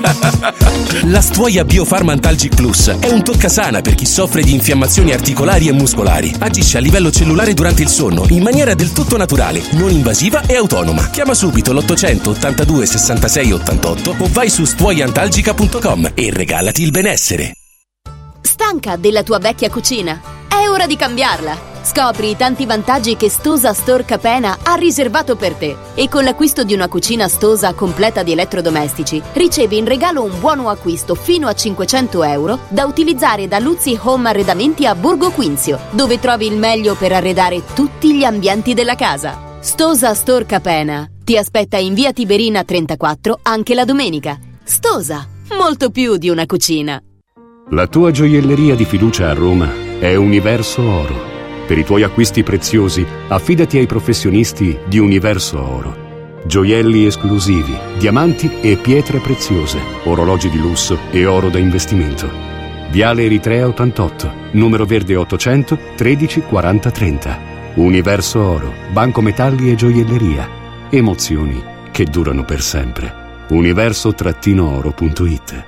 La Stuoia Biofarmantalgic Plus è un toccasana per chi soffre di infiammazioni articolari e muscolari. Agisce a livello cellulare durante il sonno in maniera del tutto naturale, non invasiva e autonoma. Chiama subito l'ottocento ottantadue sessantasei ottantotto o vai su stuoiantalgica punto com e regalati il benessere. Stanca della tua vecchia cucina? È ora di cambiarla! Scopri i tanti vantaggi che Stosa Store Capena ha riservato per te. E con l'acquisto di una cucina Stosa completa di elettrodomestici, ricevi in regalo un buono acquisto fino a cinquecento euro da utilizzare da Luzzi Home Arredamenti a Borgo Quinzio, dove trovi il meglio per arredare tutti gli ambienti della casa. Stosa Store Capena ti aspetta in via Tiberina trentaquattro anche la domenica. Stosa, molto più di una cucina. La tua gioielleria di fiducia a Roma è Universo Oro. Per i tuoi acquisti preziosi, affidati ai professionisti di Universo Oro. Gioielli esclusivi, diamanti e pietre preziose, orologi di lusso e oro da investimento. Viale Eritrea ottantotto, numero verde ottocento tredici quaranta trenta. Universo Oro, banco metalli e gioielleria. Emozioni che durano per sempre. universo oro punto it.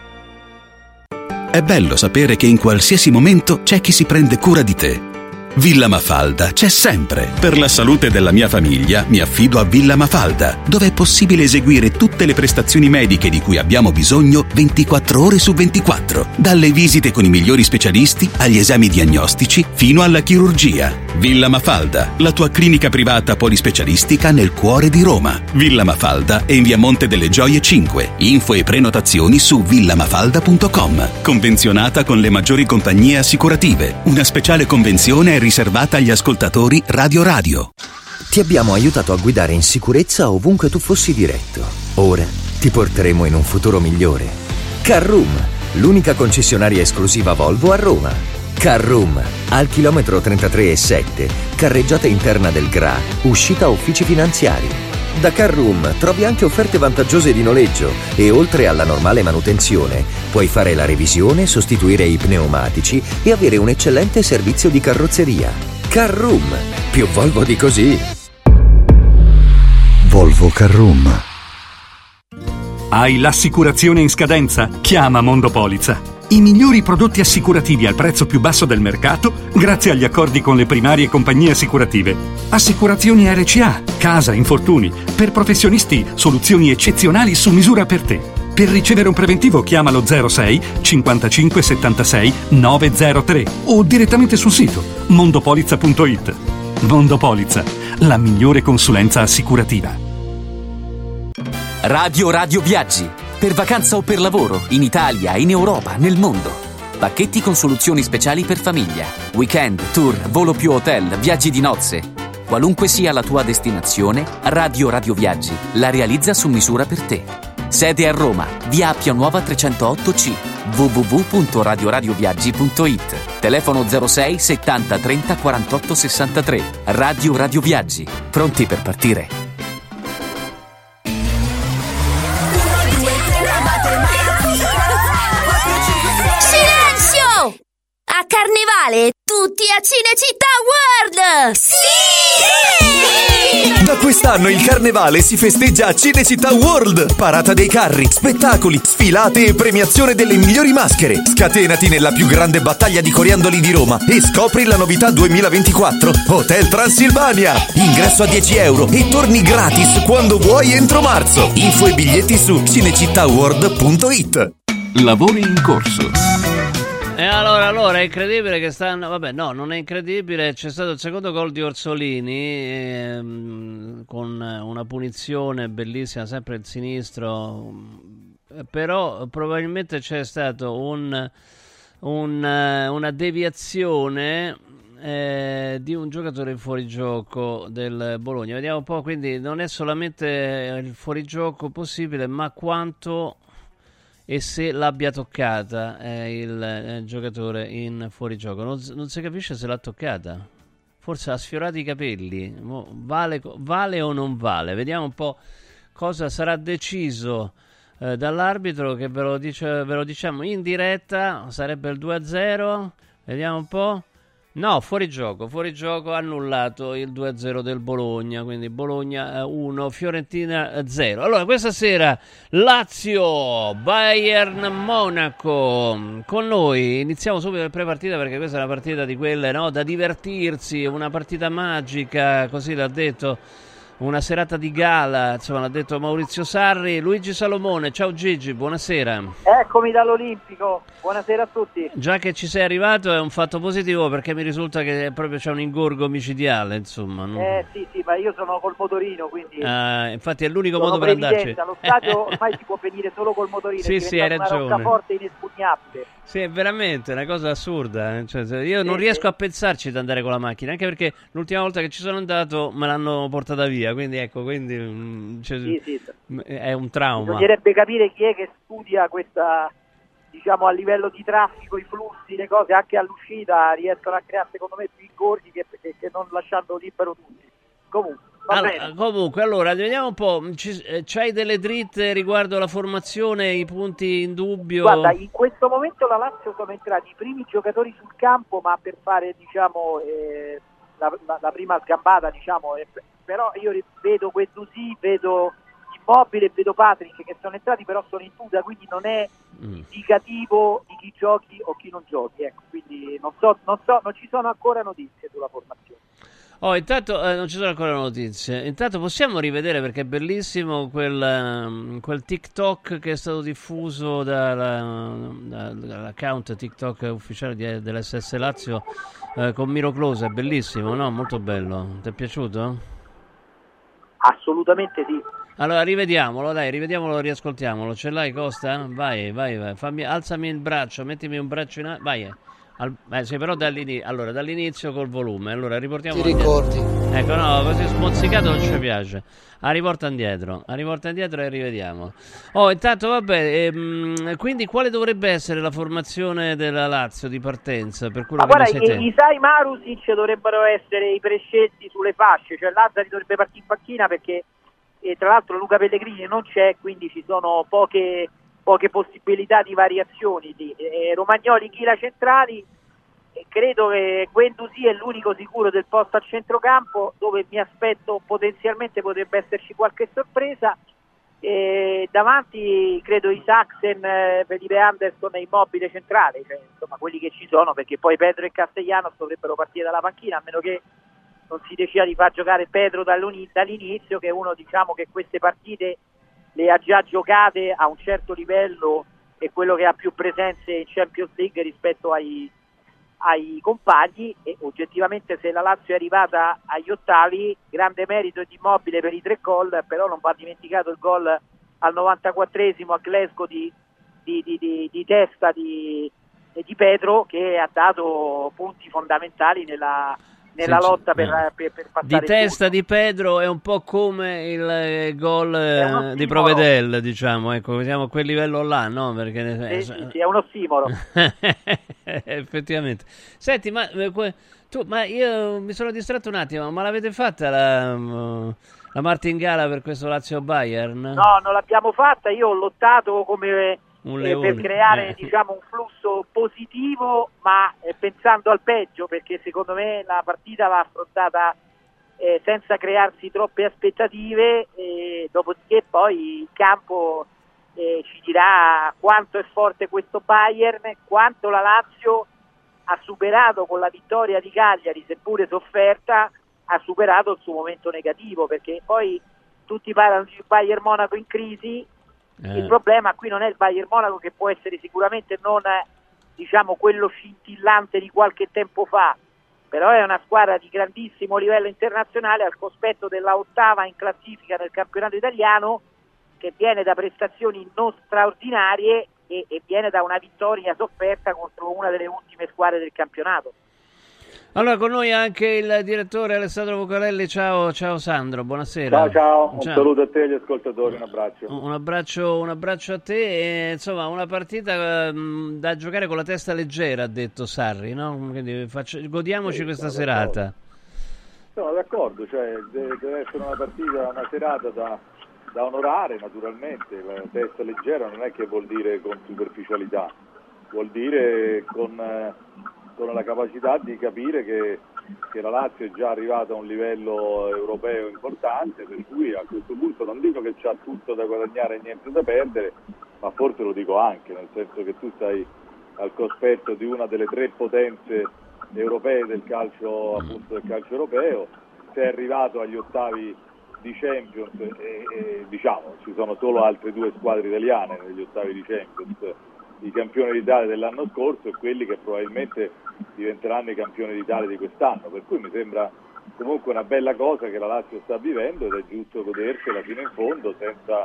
È bello sapere che in qualsiasi momento c'è chi si prende cura di te. Villa Mafalda c'è sempre. Per la salute della mia famiglia mi affido a Villa Mafalda, dove è possibile eseguire tutte le prestazioni mediche di cui abbiamo bisogno ventiquattro ore su ventiquattro, dalle visite con i migliori specialisti agli esami diagnostici fino alla chirurgia. Villa Mafalda, la tua clinica privata polispecialistica nel cuore di Roma. Villa Mafalda è in via Monte delle Gioie cinque. Info e prenotazioni su villamafalda punto com. Convenzionata con le maggiori compagnie assicurative. Una speciale convenzione è riservata agli ascoltatori Radio Radio. Ti abbiamo aiutato a guidare in sicurezza ovunque tu fossi diretto. Ora ti porteremo in un futuro migliore. Carroom, l'unica concessionaria esclusiva Volvo a Roma. Carroom, al chilometro trentatré e sette, carreggiata interna del G R A, uscita uffici finanziari. Da Carroom trovi anche offerte vantaggiose di noleggio e oltre alla normale manutenzione puoi fare la revisione, sostituire i pneumatici e avere un eccellente servizio di carrozzeria. Carroom, più Volvo di così. Volvo Carroom. Hai l'assicurazione in scadenza? Chiama Mondopolizza. I migliori prodotti assicurativi al prezzo più basso del mercato grazie agli accordi con le primarie compagnie assicurative. Assicurazioni R C A, casa, infortuni. Per professionisti, soluzioni eccezionali su misura per te. Per ricevere un preventivo chiama lo zero sei cinquantacinque settantasei novecentotre o direttamente sul sito mondopolizza punto it. Mondopolizza, la migliore consulenza assicurativa. Radio Radio Viaggi. Per vacanza o per lavoro, in Italia, in Europa, nel mondo. Pacchetti con soluzioni speciali per famiglia. Weekend, tour, volo più hotel, viaggi di nozze. Qualunque sia la tua destinazione, Radio Radio Viaggi la realizza su misura per te. Sede a Roma, via Appia Nuova trecentootto C, w w w punto radio radio viaggi punto it. Telefono zero sei settanta trenta quarantotto sessantatré. Radio Radio Viaggi. Pronti per partire? A Carnevale, tutti a Cinecittà World! Sì! Da quest'anno il Carnevale si festeggia a Cinecittà World. Parata dei carri, spettacoli, sfilate e premiazione delle migliori maschere. Scatenati nella più grande battaglia di coriandoli di Roma e scopri la novità duemilaventiquattro Hotel Transilvania. Ingresso a dieci euro e torni gratis quando vuoi entro marzo. Info e biglietti su cinecittà world punto it. Lavori in corso. E allora, allora è incredibile che stanno. Vabbè, no, non è incredibile. C'è stato il secondo gol di Orsolini ehm, con una punizione bellissima, sempre il sinistro. Però probabilmente c'è stato un, un una deviazione eh, di un giocatore in fuorigioco del Bologna. Vediamo un po'. Quindi non è solamente il fuorigioco possibile, ma quanto e se l'abbia toccata eh, il eh, giocatore in fuorigioco. Non, non si capisce se l'ha toccata. Forse ha sfiorato i capelli. Mo, vale, vale o non vale? Vediamo un po' cosa sarà deciso eh, dall'arbitro, che ve lo, dice, ve lo diciamo in diretta. Sarebbe il due a zero, vediamo un po'. No, fuori gioco, fuori gioco, annullato il due a zero del Bologna, quindi Bologna uno, Fiorentina zero. Allora, questa sera Lazio, Bayern Monaco. Con noi iniziamo subito il pre-partita, perché questa è una partita di quelle, no, da divertirsi, una partita magica, così l'ha detto, una serata di gala, insomma, l'ha detto Maurizio Sarri. Luigi Salomone, ciao Gigi, buonasera. Eccomi dall'Olimpico, buonasera a tutti. Già che ci sei arrivato è un fatto positivo, perché mi risulta che proprio c'è un ingorgo micidiale, insomma. Non... Eh sì, sì, ma io sono col motorino, quindi... Ah, infatti è l'unico sono modo per andarci. Allo stadio ormai si può venire solo col motorino, sì, sì, hai ragione. Una roccaforte inespugnabile. Sì, è veramente una cosa assurda, eh. Cioè, io non sì, riesco sì. a pensarci di andare con la macchina, anche perché l'ultima volta che ci sono andato me l'hanno portata via, quindi ecco, quindi cioè, sì, sì. è un trauma. Bisognerebbe capire chi è che studia questa, diciamo, a livello di traffico, i flussi, le cose, anche all'uscita riescono a creare secondo me più ingorghi che, che, che non lasciando libero tutti. Comunque, va allora, bene. comunque, allora, vediamo un po', ci, eh, c'hai delle dritte riguardo la formazione, i punti in dubbio? Guarda, in questo momento la Lazio sono entrati i primi giocatori sul campo, ma per fare, diciamo, eh, la, la, la prima sgambata, diciamo, eh, però io vedo Guendouzi, vedo Immobile, vedo Patrick che sono entrati, però sono in tuta, quindi non è mm. indicativo di chi giochi o chi non giochi, ecco, quindi non so, non so, non ci sono ancora notizie sulla formazione. Oh, intanto eh, non ci sono ancora notizie. Intanto possiamo rivedere, perché è bellissimo quel, um, quel TikTok che è stato diffuso dalla, da, dall'account TikTok ufficiale di, dell'S S Lazio eh, con Miro Klose. È bellissimo, no? Molto bello. Ti è piaciuto? Assolutamente sì. Allora rivediamolo, dai, rivediamolo, riascoltiamolo. Ce l'hai, Costa? Vai, vai, vai. Fammi, alzami il braccio, mettimi un braccio in alto. Vai. Al, eh, sì, però dall'inizio, allora, dall'inizio col volume. Allora riportiamo. Ti ricordi? Ecco, no, così smozzicato non ci piace. A riporta indietro, a riporta indietro e rivediamo. Oh, intanto vabbè, ehm, quindi quale dovrebbe essere la formazione della Lazio di partenza? Per quello Ma che guarda, ne sei te? Isai, Marusic dovrebbero essere i prescelti sulle fasce, cioè Lazzari dovrebbe partire in panchina perché e tra l'altro Luca Pellegrini non c'è, quindi ci sono poche, poche possibilità di variazioni. Di, eh, Romagnoli, Chila centrali, e credo che Guendouzi è l'unico sicuro del posto a centrocampo, dove mi aspetto potenzialmente potrebbe esserci qualche sorpresa. E davanti credo Isaacsen, eh, Felipe Anderson e Immobile centrale, cioè, insomma quelli che ci sono, perché poi Pedro e Castellanos dovrebbero partire dalla panchina, a meno che non si decida di far giocare Pedro dall'inizio, che è uno, diciamo, che queste partite le ha già giocate a un certo livello e quello che ha più presenze in Champions League rispetto ai, ai compagni, e oggettivamente se la Lazio è arrivata agli ottavi, grande merito di Immobile per i tre gol, però non va dimenticato il gol al novantaquattresimo a Glasgow di, di, di, di, di testa di, di Pedro, che ha dato punti fondamentali nella nella sì, lotta per, eh. per, per passare di testa di Pedro. È un po' come il eh, gol eh, di ossimoro. Provedel, diciamo, ecco, siamo a quel livello là, no? Perché sì, sì, sì, è un ossimoro. Effettivamente. Senti, ma tu, ma io mi sono distratto un attimo, ma l'avete fatta la, la martingala per questo Lazio Bayern? No, non l'abbiamo fatta. Io ho lottato come Eh, per creare eh. diciamo un flusso positivo, ma eh, pensando al peggio, perché secondo me la partita va affrontata eh, senza crearsi troppe aspettative, e dopodiché poi il campo eh, ci dirà quanto è forte questo Bayern, quanto la Lazio ha superato con la vittoria di Cagliari, seppure sofferta, ha superato il suo momento negativo, perché poi tutti parlano di Bayern Monaco in crisi. Eh. Il problema qui non è il Bayern Monaco, che può essere sicuramente non diciamo quello scintillante di qualche tempo fa, però è una squadra di grandissimo livello internazionale, al cospetto della ottava in classifica nel campionato italiano, che viene da prestazioni non straordinarie e, e viene da una vittoria sofferta contro una delle ultime squadre del campionato. Allora, con noi anche il direttore Alessandro Vucarelli. Ciao, ciao Sandro, buonasera. Ciao, ciao, un ciao. saluto a te e agli ascoltatori, un abbraccio. Un abbraccio, un abbraccio a te. E, insomma, una partita mh, da giocare con la testa leggera, ha detto Sarri, no? Quindi faccio, godiamoci sì, questa serata. Sono d'accordo, cioè deve, deve essere una partita, una serata da, da onorare naturalmente. La testa leggera non è che vuol dire con superficialità, vuol dire con, eh, con la capacità di capire che, che la Lazio è già arrivata a un livello europeo importante, per cui a questo punto non dico che c'ha tutto da guadagnare e niente da perdere, ma forse lo dico anche, nel senso che tu stai al cospetto di una delle tre potenze europee del calcio, appunto del calcio europeo, sei arrivato agli ottavi di Champions e, e diciamo ci sono solo altre due squadre italiane negli ottavi di Champions, i campioni d'Italia dell'anno scorso e quelli che probabilmente diventeranno i campioni d'Italia di quest'anno, per cui mi sembra comunque una bella cosa che la Lazio sta vivendo ed è giusto godersela fino in fondo senza,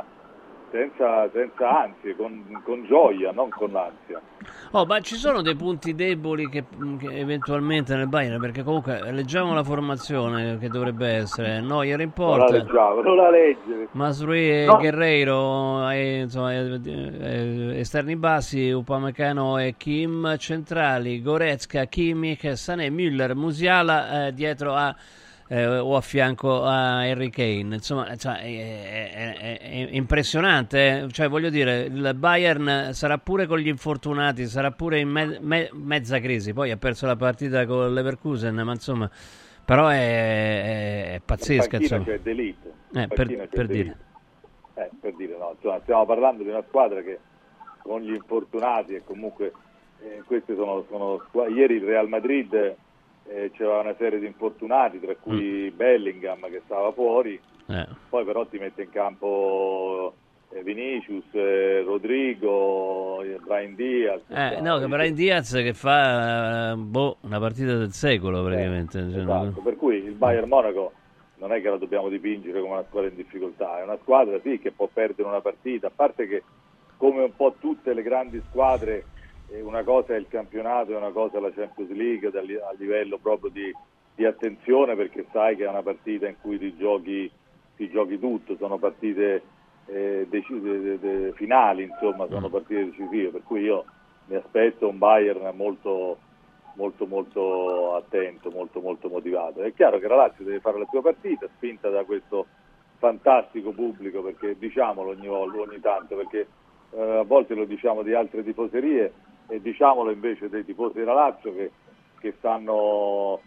senza, senza ansie, con, con gioia, non con ansia. Oh, ma ci sono dei punti deboli che, che eventualmente nel Bayern, perché comunque leggiamo la formazione che dovrebbe essere Neuer in porta, non la leggiamo, non la leggere. Masrui e No. Guerreiro e, insomma, eh, eh, esterni bassi, Upamecano e Kim centrali, Goretzka, Kimmich, Sané, Müller, Musiala eh, dietro a Eh, o a fianco a Harry Kane, insomma, cioè, è, è, è, è impressionante, eh? Cioè, voglio dire, il Bayern sarà pure con gli infortunati, sarà pure in me- me- mezza crisi, poi ha perso la partita con l'Leverkusen, ma insomma, però è, è, è pazzesca, insomma. C'è delitto. Eh, per, per dire eh, per dire no, insomma, stiamo parlando di una squadra che con gli infortunati e comunque eh, queste sono, sono ieri il Real Madrid Eh, c'era una serie di infortunati, tra cui mm. Bellingham che stava fuori, eh. poi però ti mette in campo eh, Vinicius, eh, Rodrigo, eh, Brahim Diaz. Eh, no, che Brahim Diaz che fa boh, una partita del secolo praticamente. Eh, cioè, esatto, non... per cui il Bayern Monaco non è che la dobbiamo dipingere come una squadra in difficoltà, è una squadra sì che può perdere una partita, a parte che come un po' tutte le grandi squadre, una cosa è il campionato e una cosa è la Champions League a livello proprio di, di attenzione, perché sai che è una partita in cui ti giochi, ti giochi tutto, sono partite eh, dec- de- de- de- finali, insomma, sono partite decisive, per cui io mi aspetto un Bayern molto molto molto attento, molto molto motivato. È chiaro che la Lazio deve fare la sua partita, spinta da questo fantastico pubblico, perché diciamolo ogni volta, ogni tanto, perché eh, a volte lo diciamo di altre tifoserie e diciamolo invece dei tifosi della Lazio che, che stanno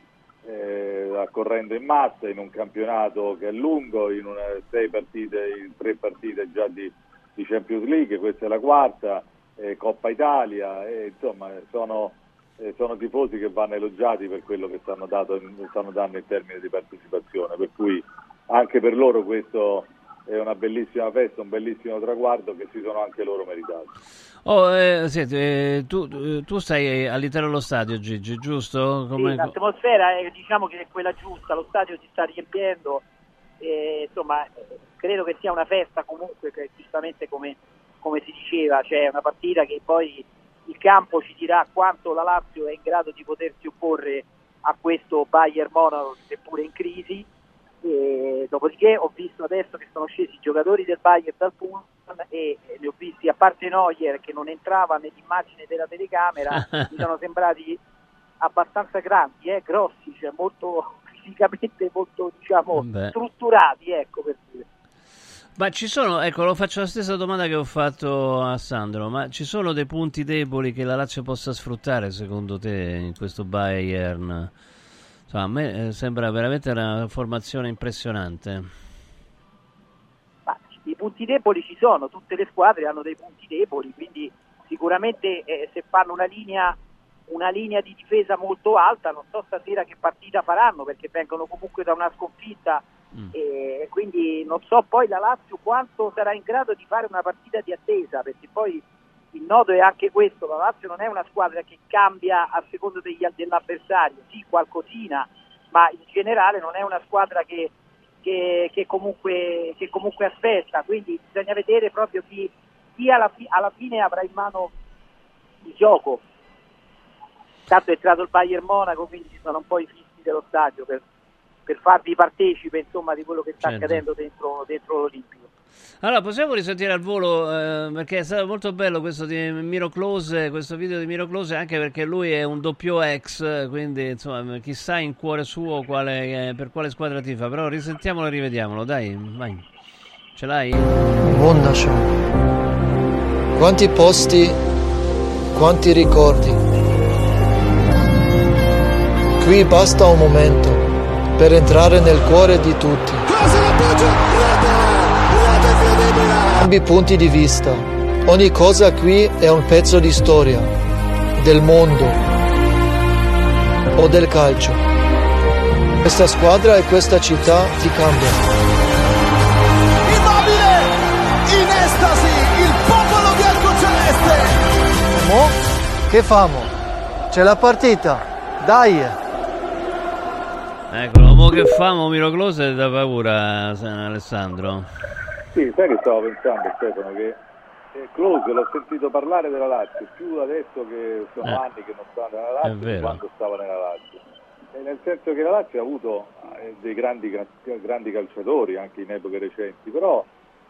eh, accorrendo in massa in un campionato che è lungo, in una, sei partite, in tre partite già di, di Champions League, questa è la quarta, eh, Coppa Italia, e, insomma sono, eh, sono tifosi che vanno elogiati per quello che stanno, dato, stanno dando in termini di partecipazione, per cui anche per loro questo è una bellissima festa, un bellissimo traguardo che si sono anche loro meritati. Oh, eh, senti, eh, tu, tu stai all'interno dello stadio, Gigi, giusto? Come... Sì, l'atmosfera è, diciamo che è quella giusta, lo stadio si sta riempiendo, e, insomma credo che sia una festa comunque, che giustamente come, come si diceva, c'è una partita che poi il campo ci dirà quanto la Lazio è in grado di potersi opporre a questo Bayern Monaco, seppure in crisi. E dopodiché ho visto adesso che sono scesi i giocatori del Bayern dal Pullman e li ho visti, a parte Neuer che non entrava nell'immagine della telecamera, mi sono sembrati abbastanza grandi, eh, grossi, cioè molto fisicamente molto, diciamo, Beh. strutturati, ecco, per dire. Ma ci sono, ecco, lo faccio la stessa domanda che ho fatto a Sandro, ma ci sono dei punti deboli che la Lazio possa sfruttare secondo te in questo Bayern? Insomma, a me sembra veramente una formazione impressionante. Ma i punti deboli ci sono, tutte le squadre hanno dei punti deboli, quindi sicuramente eh, se fanno una linea una linea di difesa molto alta, non so stasera che partita faranno, perché vengono comunque da una sconfitta mm. e quindi non so poi la Lazio quanto sarà in grado di fare una partita di attesa, perché poi il nodo è anche questo, la Lazio non è una squadra che cambia a seconda degli, dell'avversario, sì qualcosina, ma in generale non è una squadra che, che, che, comunque, che comunque aspetta, quindi bisogna vedere proprio chi, chi alla, fi, alla fine avrà in mano il gioco. Tanto è entrato il Bayern Monaco, quindi ci sono un po' i fissi dello stadio per, per farvi partecipe, insomma, di quello che sta certo. accadendo dentro, dentro l'Olimpico. Allora, possiamo risentire al volo, eh, perché è stato molto bello questo di Miro Klose, questo video di Miro Klose, anche perché lui è un doppio ex, quindi insomma chissà in cuore suo quale, eh, per quale squadra tifa, però risentiamolo e rivediamolo, dai, vai. Ce l'hai? Wunderschön. Quanti posti, quanti ricordi. Qui basta un momento per entrare nel cuore di tutti. Cambi punti di vista. Ogni cosa qui è un pezzo di storia, del mondo o del calcio. Questa squadra e questa città ti cambiano. Immobile! In estasi! Il popolo biancoceleste! Mo? Che famo? C'è la partita! Dai! Eccolo, mo che famo Miro Klose da paura, Alessandro. Sì, sai che stavo pensando, Stefano, che eh, Klose l'ho sentito parlare della Lazio più adesso che sono eh. anni che non sta nella Lazio che quando stava nella Lazio. E nel senso che la Lazio ha avuto eh, dei grandi, grandi calciatori anche in epoche recenti, però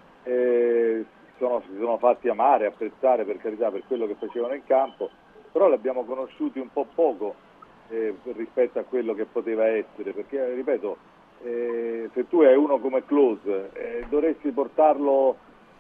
eh, sono, si sono fatti amare, apprezzare per carità per quello che facevano in campo, però li abbiamo conosciuti un po' poco. Eh, rispetto a quello che poteva essere, perché ripeto, eh, se tu hai uno come Klose eh, dovresti portarlo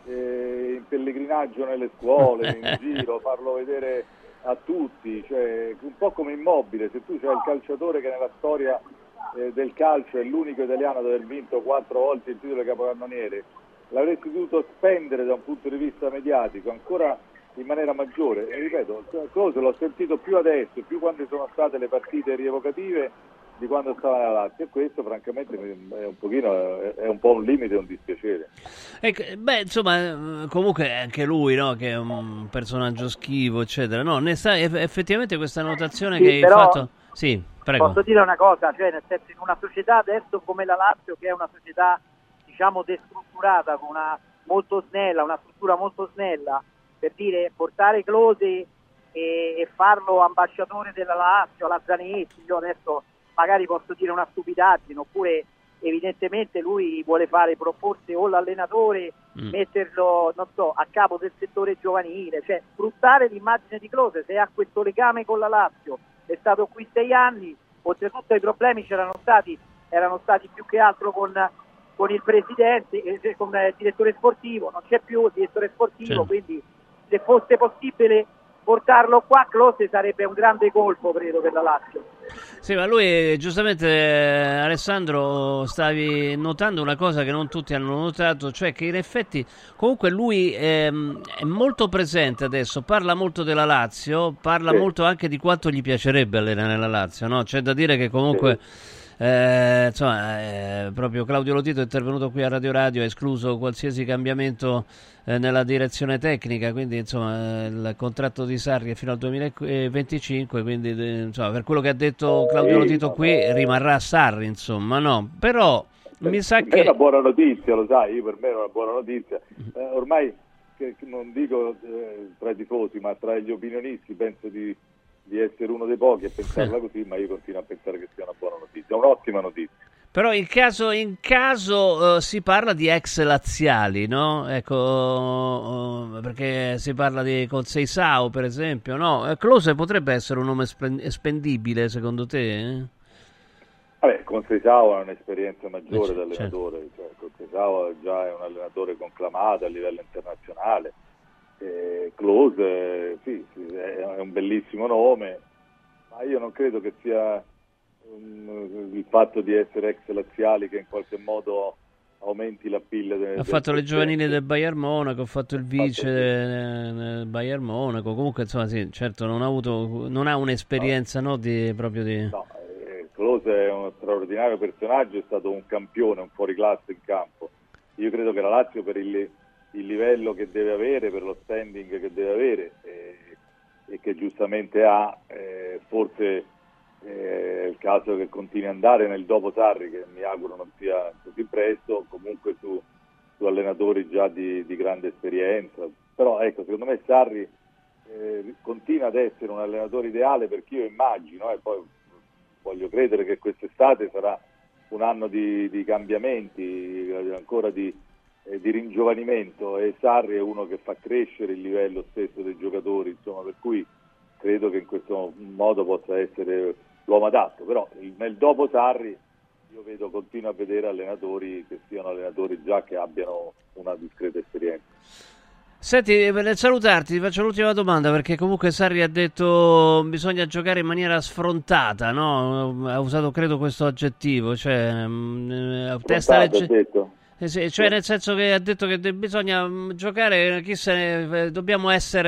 eh, in pellegrinaggio nelle scuole, in giro, farlo vedere a tutti, cioè un po' come Immobile. Se tu c'hai il calciatore che nella storia eh, del calcio è l'unico italiano ad aver vinto quattro volte il titolo di capocannoniere, l'avresti dovuto spendere da un punto di vista mediatico ancora in maniera maggiore. E ripeto, Klose l'ho sentito più adesso, più quando sono state le partite rievocative di quando stava nella Lazio, e questo francamente è un pochino è un po' un limite e un dispiacere. Ecco, beh, insomma, comunque anche lui, no, che è un personaggio schivo, eccetera, no, ne sta effettivamente questa notazione sì, che hai però, fatto. Sì, prego. Posso dire una cosa, cioè nel senso, in una società adesso come la Lazio, che è una società diciamo destrutturata, con una molto snella, una struttura molto snella, per dire, portare Klose e, e farlo ambasciatore della Lazio, alla Zanetti, io adesso magari posso dire una stupidaggine, oppure evidentemente lui vuole fare, proporsi o l'allenatore, mm. metterlo, non so, a capo del settore giovanile, cioè sfruttare l'immagine di Klose. Se ha questo legame con la Lazio, è stato qui sei anni, oltretutto i problemi c'erano stati, erano stati più che altro con, con il presidente, con il direttore sportivo, non c'è più il direttore sportivo, certo. Quindi se fosse possibile portarlo qua, Klose sarebbe un grande colpo, credo, per la Lazio. Sì, ma lui, giustamente, Alessandro, stavi notando una cosa che non tutti hanno notato, cioè che in effetti comunque lui ehm, è molto presente adesso, parla molto della Lazio, parla sì. molto anche di quanto gli piacerebbe allenare la Lazio, no? C'è da dire che comunque... Sì. Eh, insomma, eh, proprio Claudio Lotito è intervenuto qui a Radio Radio, ha escluso qualsiasi cambiamento eh, nella direzione tecnica, quindi insomma il contratto di Sarri è fino al duemilaventicinque, quindi eh, insomma, per quello che ha detto Claudio Lotito qui rimarrà Sarri, insomma, no? Però mi sa che è una buona notizia, lo sai, io per me è una buona notizia. Eh, ormai che, che non dico eh, tra i tifosi, ma tra gli opinionisti penso di di essere uno dei pochi a pensarla così, ma io continuo a pensare che sia una buona notizia, un'ottima notizia. Però in caso, in caso uh, si parla di ex laziali, no? Ecco, uh, perché si parla di Conceição, per esempio, no? Klose potrebbe essere un nome spendibile, secondo te? Eh? Vabbè, Conceição ha un'esperienza maggiore eh, d'allenatore, certo. Cioè, Conceição già è un allenatore conclamato a livello internazionale. Eh, Klose sì, sì, è un bellissimo nome, ma io non credo che sia um, il fatto di essere ex laziali che in qualche modo aumenti la pilla del, ha fatto del le giovanili del Bayern Monaco, ha fatto il vice fatto del, del Bayern Monaco, comunque insomma sì, certo non ha avuto non ha un'esperienza no, no di proprio di no, eh, Klose è uno straordinario personaggio, è stato un campione, un fuoriclasse in campo. Io credo che la Lazio per il il livello che deve avere, per lo standing che deve avere eh, e che giustamente ha, eh, forse eh, è il caso che continui ad andare nel dopo Sarri, che mi auguro non sia così presto, comunque su, su allenatori già di, di grande esperienza. Però ecco, secondo me Sarri eh, continua ad essere un allenatore ideale, perché io immagino, e eh, poi voglio credere che quest'estate sarà un anno di, di cambiamenti, ancora di Eh, di ringiovanimento, e Sarri è uno che fa crescere il livello stesso dei giocatori, insomma, per cui credo che in questo modo possa essere l'uomo adatto. Però nel dopo Sarri io vedo, continuo a vedere allenatori che siano allenatori già che abbiano una discreta esperienza. Senti, per salutarti, ti faccio l'ultima domanda, perché comunque Sarri ha detto bisogna giocare in maniera sfrontata, no? Ha usato credo questo aggettivo, cioè mh, testa legge... detto. Eh sì, cioè nel senso che ha detto che de- bisogna mh, giocare, chi se ne, eh, dobbiamo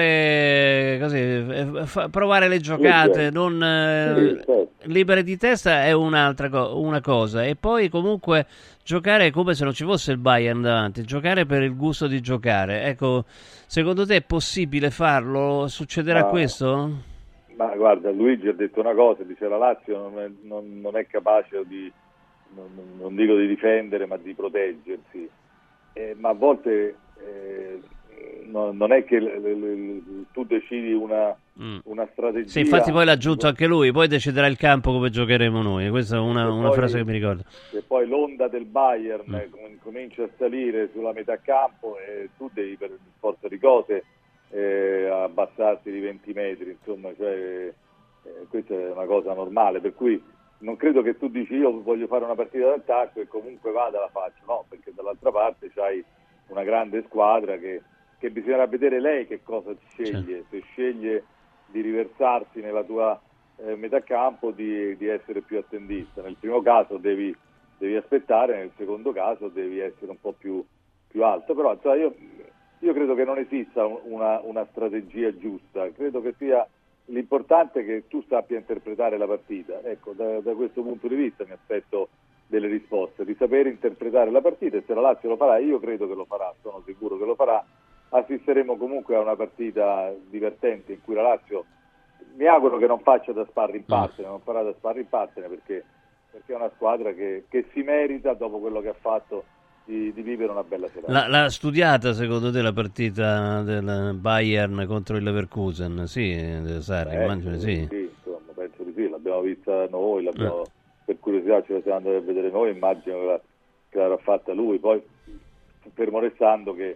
essere così, eh, fa- provare le giocate, Sì, non eh, sì, certo. libere di testa è un'altra co- una cosa, e poi comunque giocare come se non ci fosse il Bayern davanti, giocare per il gusto di giocare. Ecco, secondo te è possibile farlo? Succederà Ma- questo? Ma guarda, Luigi ha detto una cosa, dice la Lazio non è, non, non è capace di, non, non dico di difendere, ma di proteggersi. Eh, ma a volte eh, no, non è che l- l- l- tu decidi una, Mm. una strategia. Sì, infatti poi l'ha aggiunto anche lui, poi deciderà il campo come giocheremo noi. Questa è una, E una poi- frase che mi ricordo. Se poi l'onda del Bayern Mm. com- comincia a salire sulla metà campo e tu devi per forza di cose eh, abbassarti di venti metri, insomma, cioè, eh, questa è una cosa normale, per cui non credo che tu dici io voglio fare una partita d'attacco e comunque vada la faccio, no, perché dall'altra parte c'hai una grande squadra che, che bisognerà vedere lei che cosa sceglie, se sceglie di riversarsi nella tua eh, metà campo, di, di essere più attendista. Nel primo caso devi, devi aspettare, nel secondo caso devi essere un po' più, più alto, però insomma, io, io credo che non esista una, una strategia giusta, credo che sia l'importante è che tu sappia interpretare la partita. Ecco, da, da questo punto di vista mi aspetto delle risposte, di sapere interpretare la partita, e se la Lazio lo farà, io credo che lo farà, sono sicuro che lo farà, assisteremo comunque a una partita divertente in cui la Lazio, mi auguro che non faccia da sparring partner, non farà da sparring partner perché, perché è una squadra che, che si merita, dopo quello che ha fatto, di, di vivere una bella serata. La- L'ha studiata secondo te la partita del Bayern contro il Leverkusen? Sì, Sarri, Eh, immagino sì. sì, insomma, penso di sì, l'abbiamo vista noi, l'abbiamo, Eh. per curiosità ce la siamo andati a vedere noi, immagino che, la, che l'avrà fatta lui, poi fermo restando che,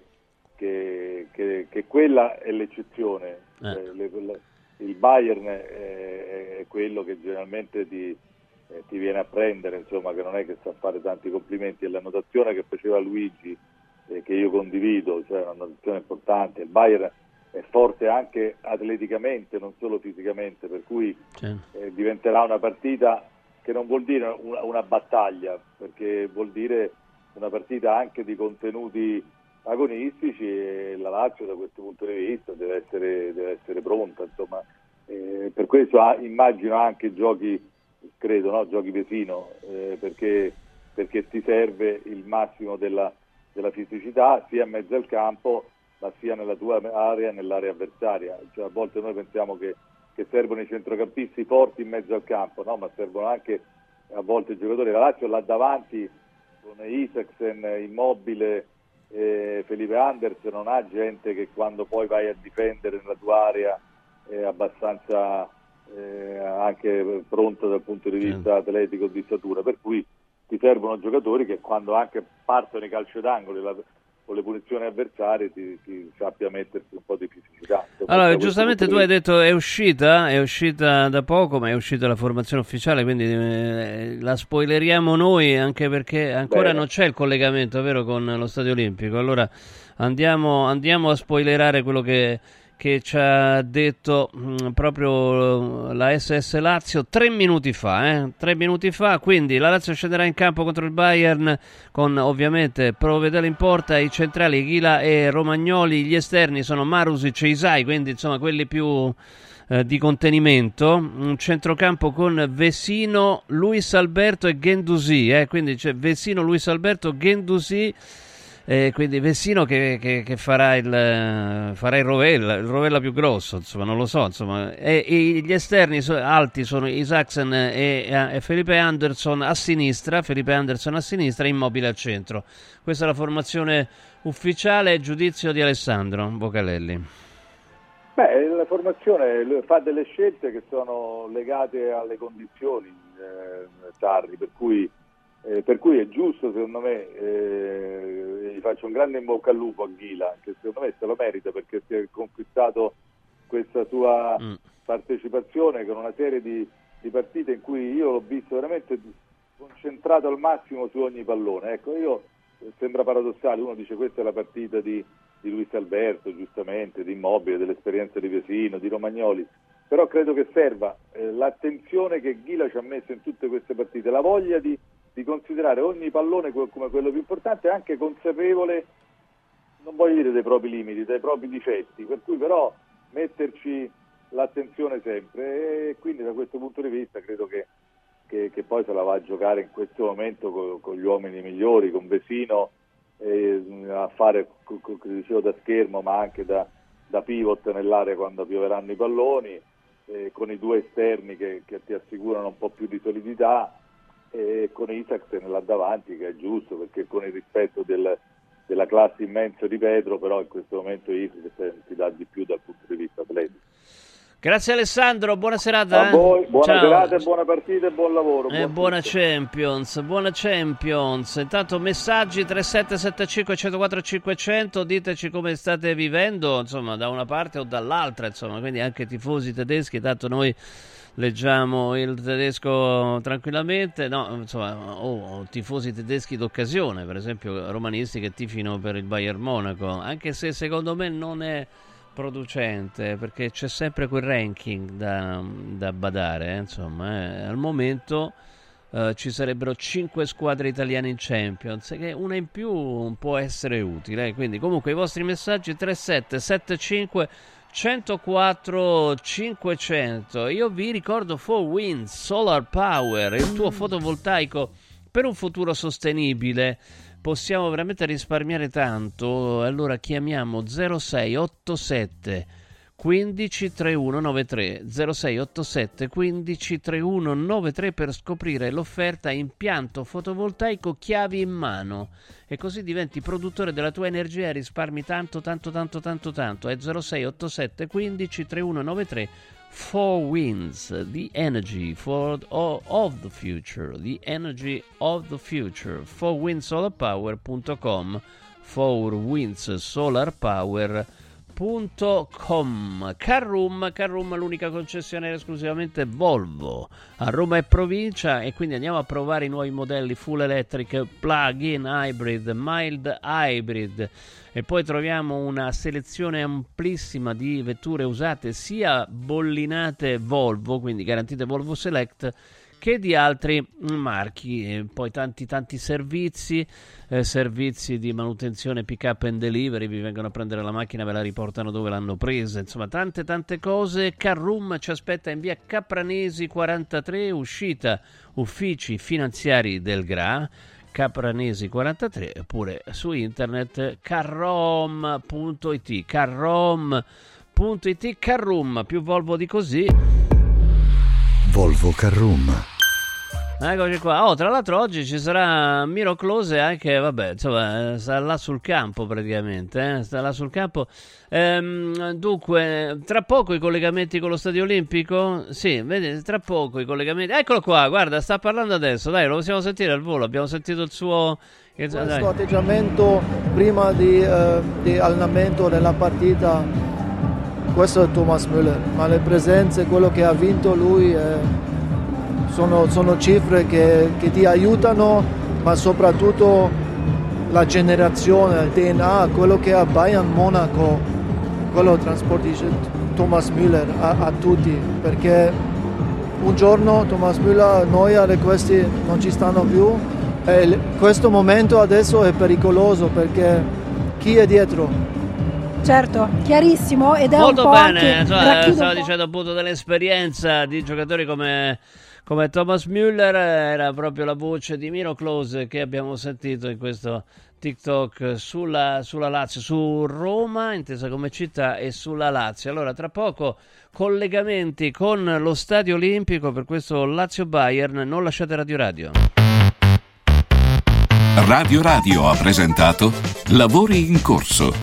che, che, che quella è l'eccezione. Eh. Eh, le- le- il Bayern è, è quello che generalmente ti, eh, ti viene a prendere, insomma, che non è che sa fare tanti complimenti, è la notazione che faceva Luigi, eh, che io condivido, cioè una notazione importante. Il Bayern è forte anche atleticamente, non solo fisicamente, per cui eh, diventerà una partita che non vuol dire una, una battaglia, perché vuol dire una partita anche di contenuti agonistici, e la Lazio da questo punto di vista deve essere, deve essere pronta, insomma. Eh, per questo ah, immagino anche giochi, credo, no? Giochi pesino, eh, perché, perché ti serve il massimo della, della fisicità sia in mezzo al campo, ma sia nella tua area, nell'area avversaria. Cioè, a volte noi pensiamo che, che servono i centrocampisti forti in mezzo al campo, no? Ma servono anche a volte i giocatori. La Lazio là davanti con Isaksen, Immobile, eh, Felipe Anderson, non ha gente che quando poi vai a difendere nella tua area è abbastanza eh, anche pronta dal punto di vista atletico, di statura, per cui ti servono giocatori che quando anche partono i calci d'angolo la, o le punizioni avversarie ti, ti sappia mettersi un po' di fisicità. Insomma, Allora, da giustamente questo tu hai punto detto è uscita, è uscita da poco, ma è uscita la formazione ufficiale, quindi eh, la spoileriamo noi, anche perché ancora Bene. non c'è il collegamento, vero, con lo Stadio Olimpico. Allora andiamo, andiamo a spoilerare quello che, che ci ha detto mh, proprio la S S Lazio tre minuti fa, eh? tre minuti fa. Quindi la Lazio scenderà in campo contro il Bayern con ovviamente Provedel in porta, i centrali Ghila e Romagnoli, gli esterni sono Marusic e Isai, quindi insomma quelli più eh, di contenimento, un centrocampo con Vesino, Luis Alberto e Guendouzi, eh? Quindi c'è Vesino, Luis Alberto, Guendouzi. Eh, quindi Vessino che, che, che farà il farà il Rovella, il Rovella più grosso, insomma, non lo so, insomma. E, e gli esterni so, alti sono Isaksen e, e Felipe Anderson a sinistra, Felipe Anderson a sinistra, Immobile al centro. Questa è la formazione ufficiale, giudizio di Alessandro Bocalelli. Beh, la formazione fa delle scelte che sono legate alle condizioni, eh, Sarri, per cui Eh, per cui è giusto, secondo me, eh, gli faccio un grande in bocca al lupo a Ghila, che secondo me se lo merita, perché si è conquistato questa sua mm. partecipazione con una serie di, di partite in cui io l'ho visto veramente concentrato al massimo su ogni pallone. Ecco, io sembra paradossale, uno dice questa è la partita di, di Luis Alberto, giustamente, di Immobile, dell'esperienza di Vesino, di Romagnoli, però credo che serva eh, l'attenzione che Ghila ci ha messo in tutte queste partite, la voglia di, di considerare ogni pallone come quello più importante, anche consapevole, non voglio dire dei propri limiti, dei propri difetti, per cui però metterci l'attenzione sempre, e quindi da questo punto di vista credo che, che, che poi se la va a giocare in questo momento con, con gli uomini migliori, con Vesino eh, a fare, come dicevo, da schermo ma anche da, da pivot nell'area quando pioveranno i palloni, eh, con i due esterni che, che ti assicurano un po' più di solidità, e con Isaacsen là davanti, che è giusto, perché con il rispetto del, della classe immensa di Pedro, però in questo momento Isaacsen ti dà di più dal punto di vista atletico. Grazie Alessandro, buona serata. A voi, buona Ciao. serata e buona partita e buon lavoro. E buon buona tutto. Champions, buona Champions. Intanto messaggi tre sette sette cinque uno zero quattro cinquecento, diteci come state vivendo, insomma, da una parte o dall'altra, insomma, quindi anche tifosi tedeschi, tanto noi leggiamo il tedesco tranquillamente, no, insomma, o oh, tifosi tedeschi d'occasione, per esempio romanisti che tifino per il Bayern Monaco, anche se secondo me non è producente, perché c'è sempre quel ranking da, da badare, eh, insomma, eh. Al momento eh, ci sarebbero cinque squadre italiane in Champions, che una in più può essere utile, eh. Quindi comunque i vostri messaggi tre sette sette cinque uno zero quattro cinquecento. Io vi ricordo four winds Solar Power, il tuo fotovoltaico per un futuro sostenibile. Possiamo veramente risparmiare tanto, allora chiamiamo zero sei otto sette quindici trentuno novantatré zero sei otto sette quindici trentuno novantatré per scoprire l'offerta impianto fotovoltaico chiavi in mano, e così diventi produttore della tua energia e risparmi tanto tanto tanto tanto tanto. È zero sei otto sette quindici trentuno novantatré. Four Winds, the energy for oh, of the future, the energy of the future. four winds solar power punto com, four winds solar power punto com. Carroom, Carroom, l'unica concessionaria esclusivamente Volvo a Roma e provincia, e quindi andiamo a provare i nuovi modelli full electric, plug-in hybrid, mild hybrid, e poi troviamo una selezione amplissima di vetture usate sia bollinate Volvo, quindi garantite Volvo Select, che di altri marchi, e poi tanti tanti servizi, eh, servizi di manutenzione, pick up and delivery, vi vengono a prendere la macchina, ve la riportano dove l'hanno presa, insomma tante tante cose. Carroom ci aspetta in via Capranesi quarantatré, uscita uffici finanziari del G R A, Capranesi quarantatré, oppure su internet carrom punto it, carrom punto it. Carroom, più Volvo di così. Volvo Carroom. Eccoci qua. Oh, tra l'altro oggi ci sarà Miro Close anche, vabbè, insomma, sta là sul campo praticamente, eh? sta là sul campo. Ehm, dunque, tra poco i collegamenti con lo Stadio Olimpico? Sì, vedi, tra poco i collegamenti. Eccolo qua, guarda, sta parlando adesso, dai, lo possiamo sentire al volo, abbiamo sentito il suo... Il... Questo dai. atteggiamento prima di, eh, di allenamento della partita, questo è Thomas Müller, ma le presenze, quello che ha vinto lui... È... Sono, sono cifre che, che ti aiutano, ma soprattutto la generazione, il D N A, quello che ha Bayern Monaco, quello trasportisce Thomas Müller a, a tutti, perché un giorno Thomas Müller, Neuer e questi non ci stanno più, e questo momento adesso è pericoloso perché chi è dietro? Certo, chiarissimo, ed è molto un po' bene, anche, cioè, stavo dicendo appunto dell'esperienza di giocatori come... come Thomas Müller, era proprio la voce di Miro Close che abbiamo sentito in questo TikTok sulla, sulla Lazio, su Roma, intesa come città, e sulla Lazio. Allora, tra poco collegamenti con lo Stadio Olimpico per questo Lazio-Bayern, non lasciate Radio Radio. Radio Radio ha presentato Lavori in corso.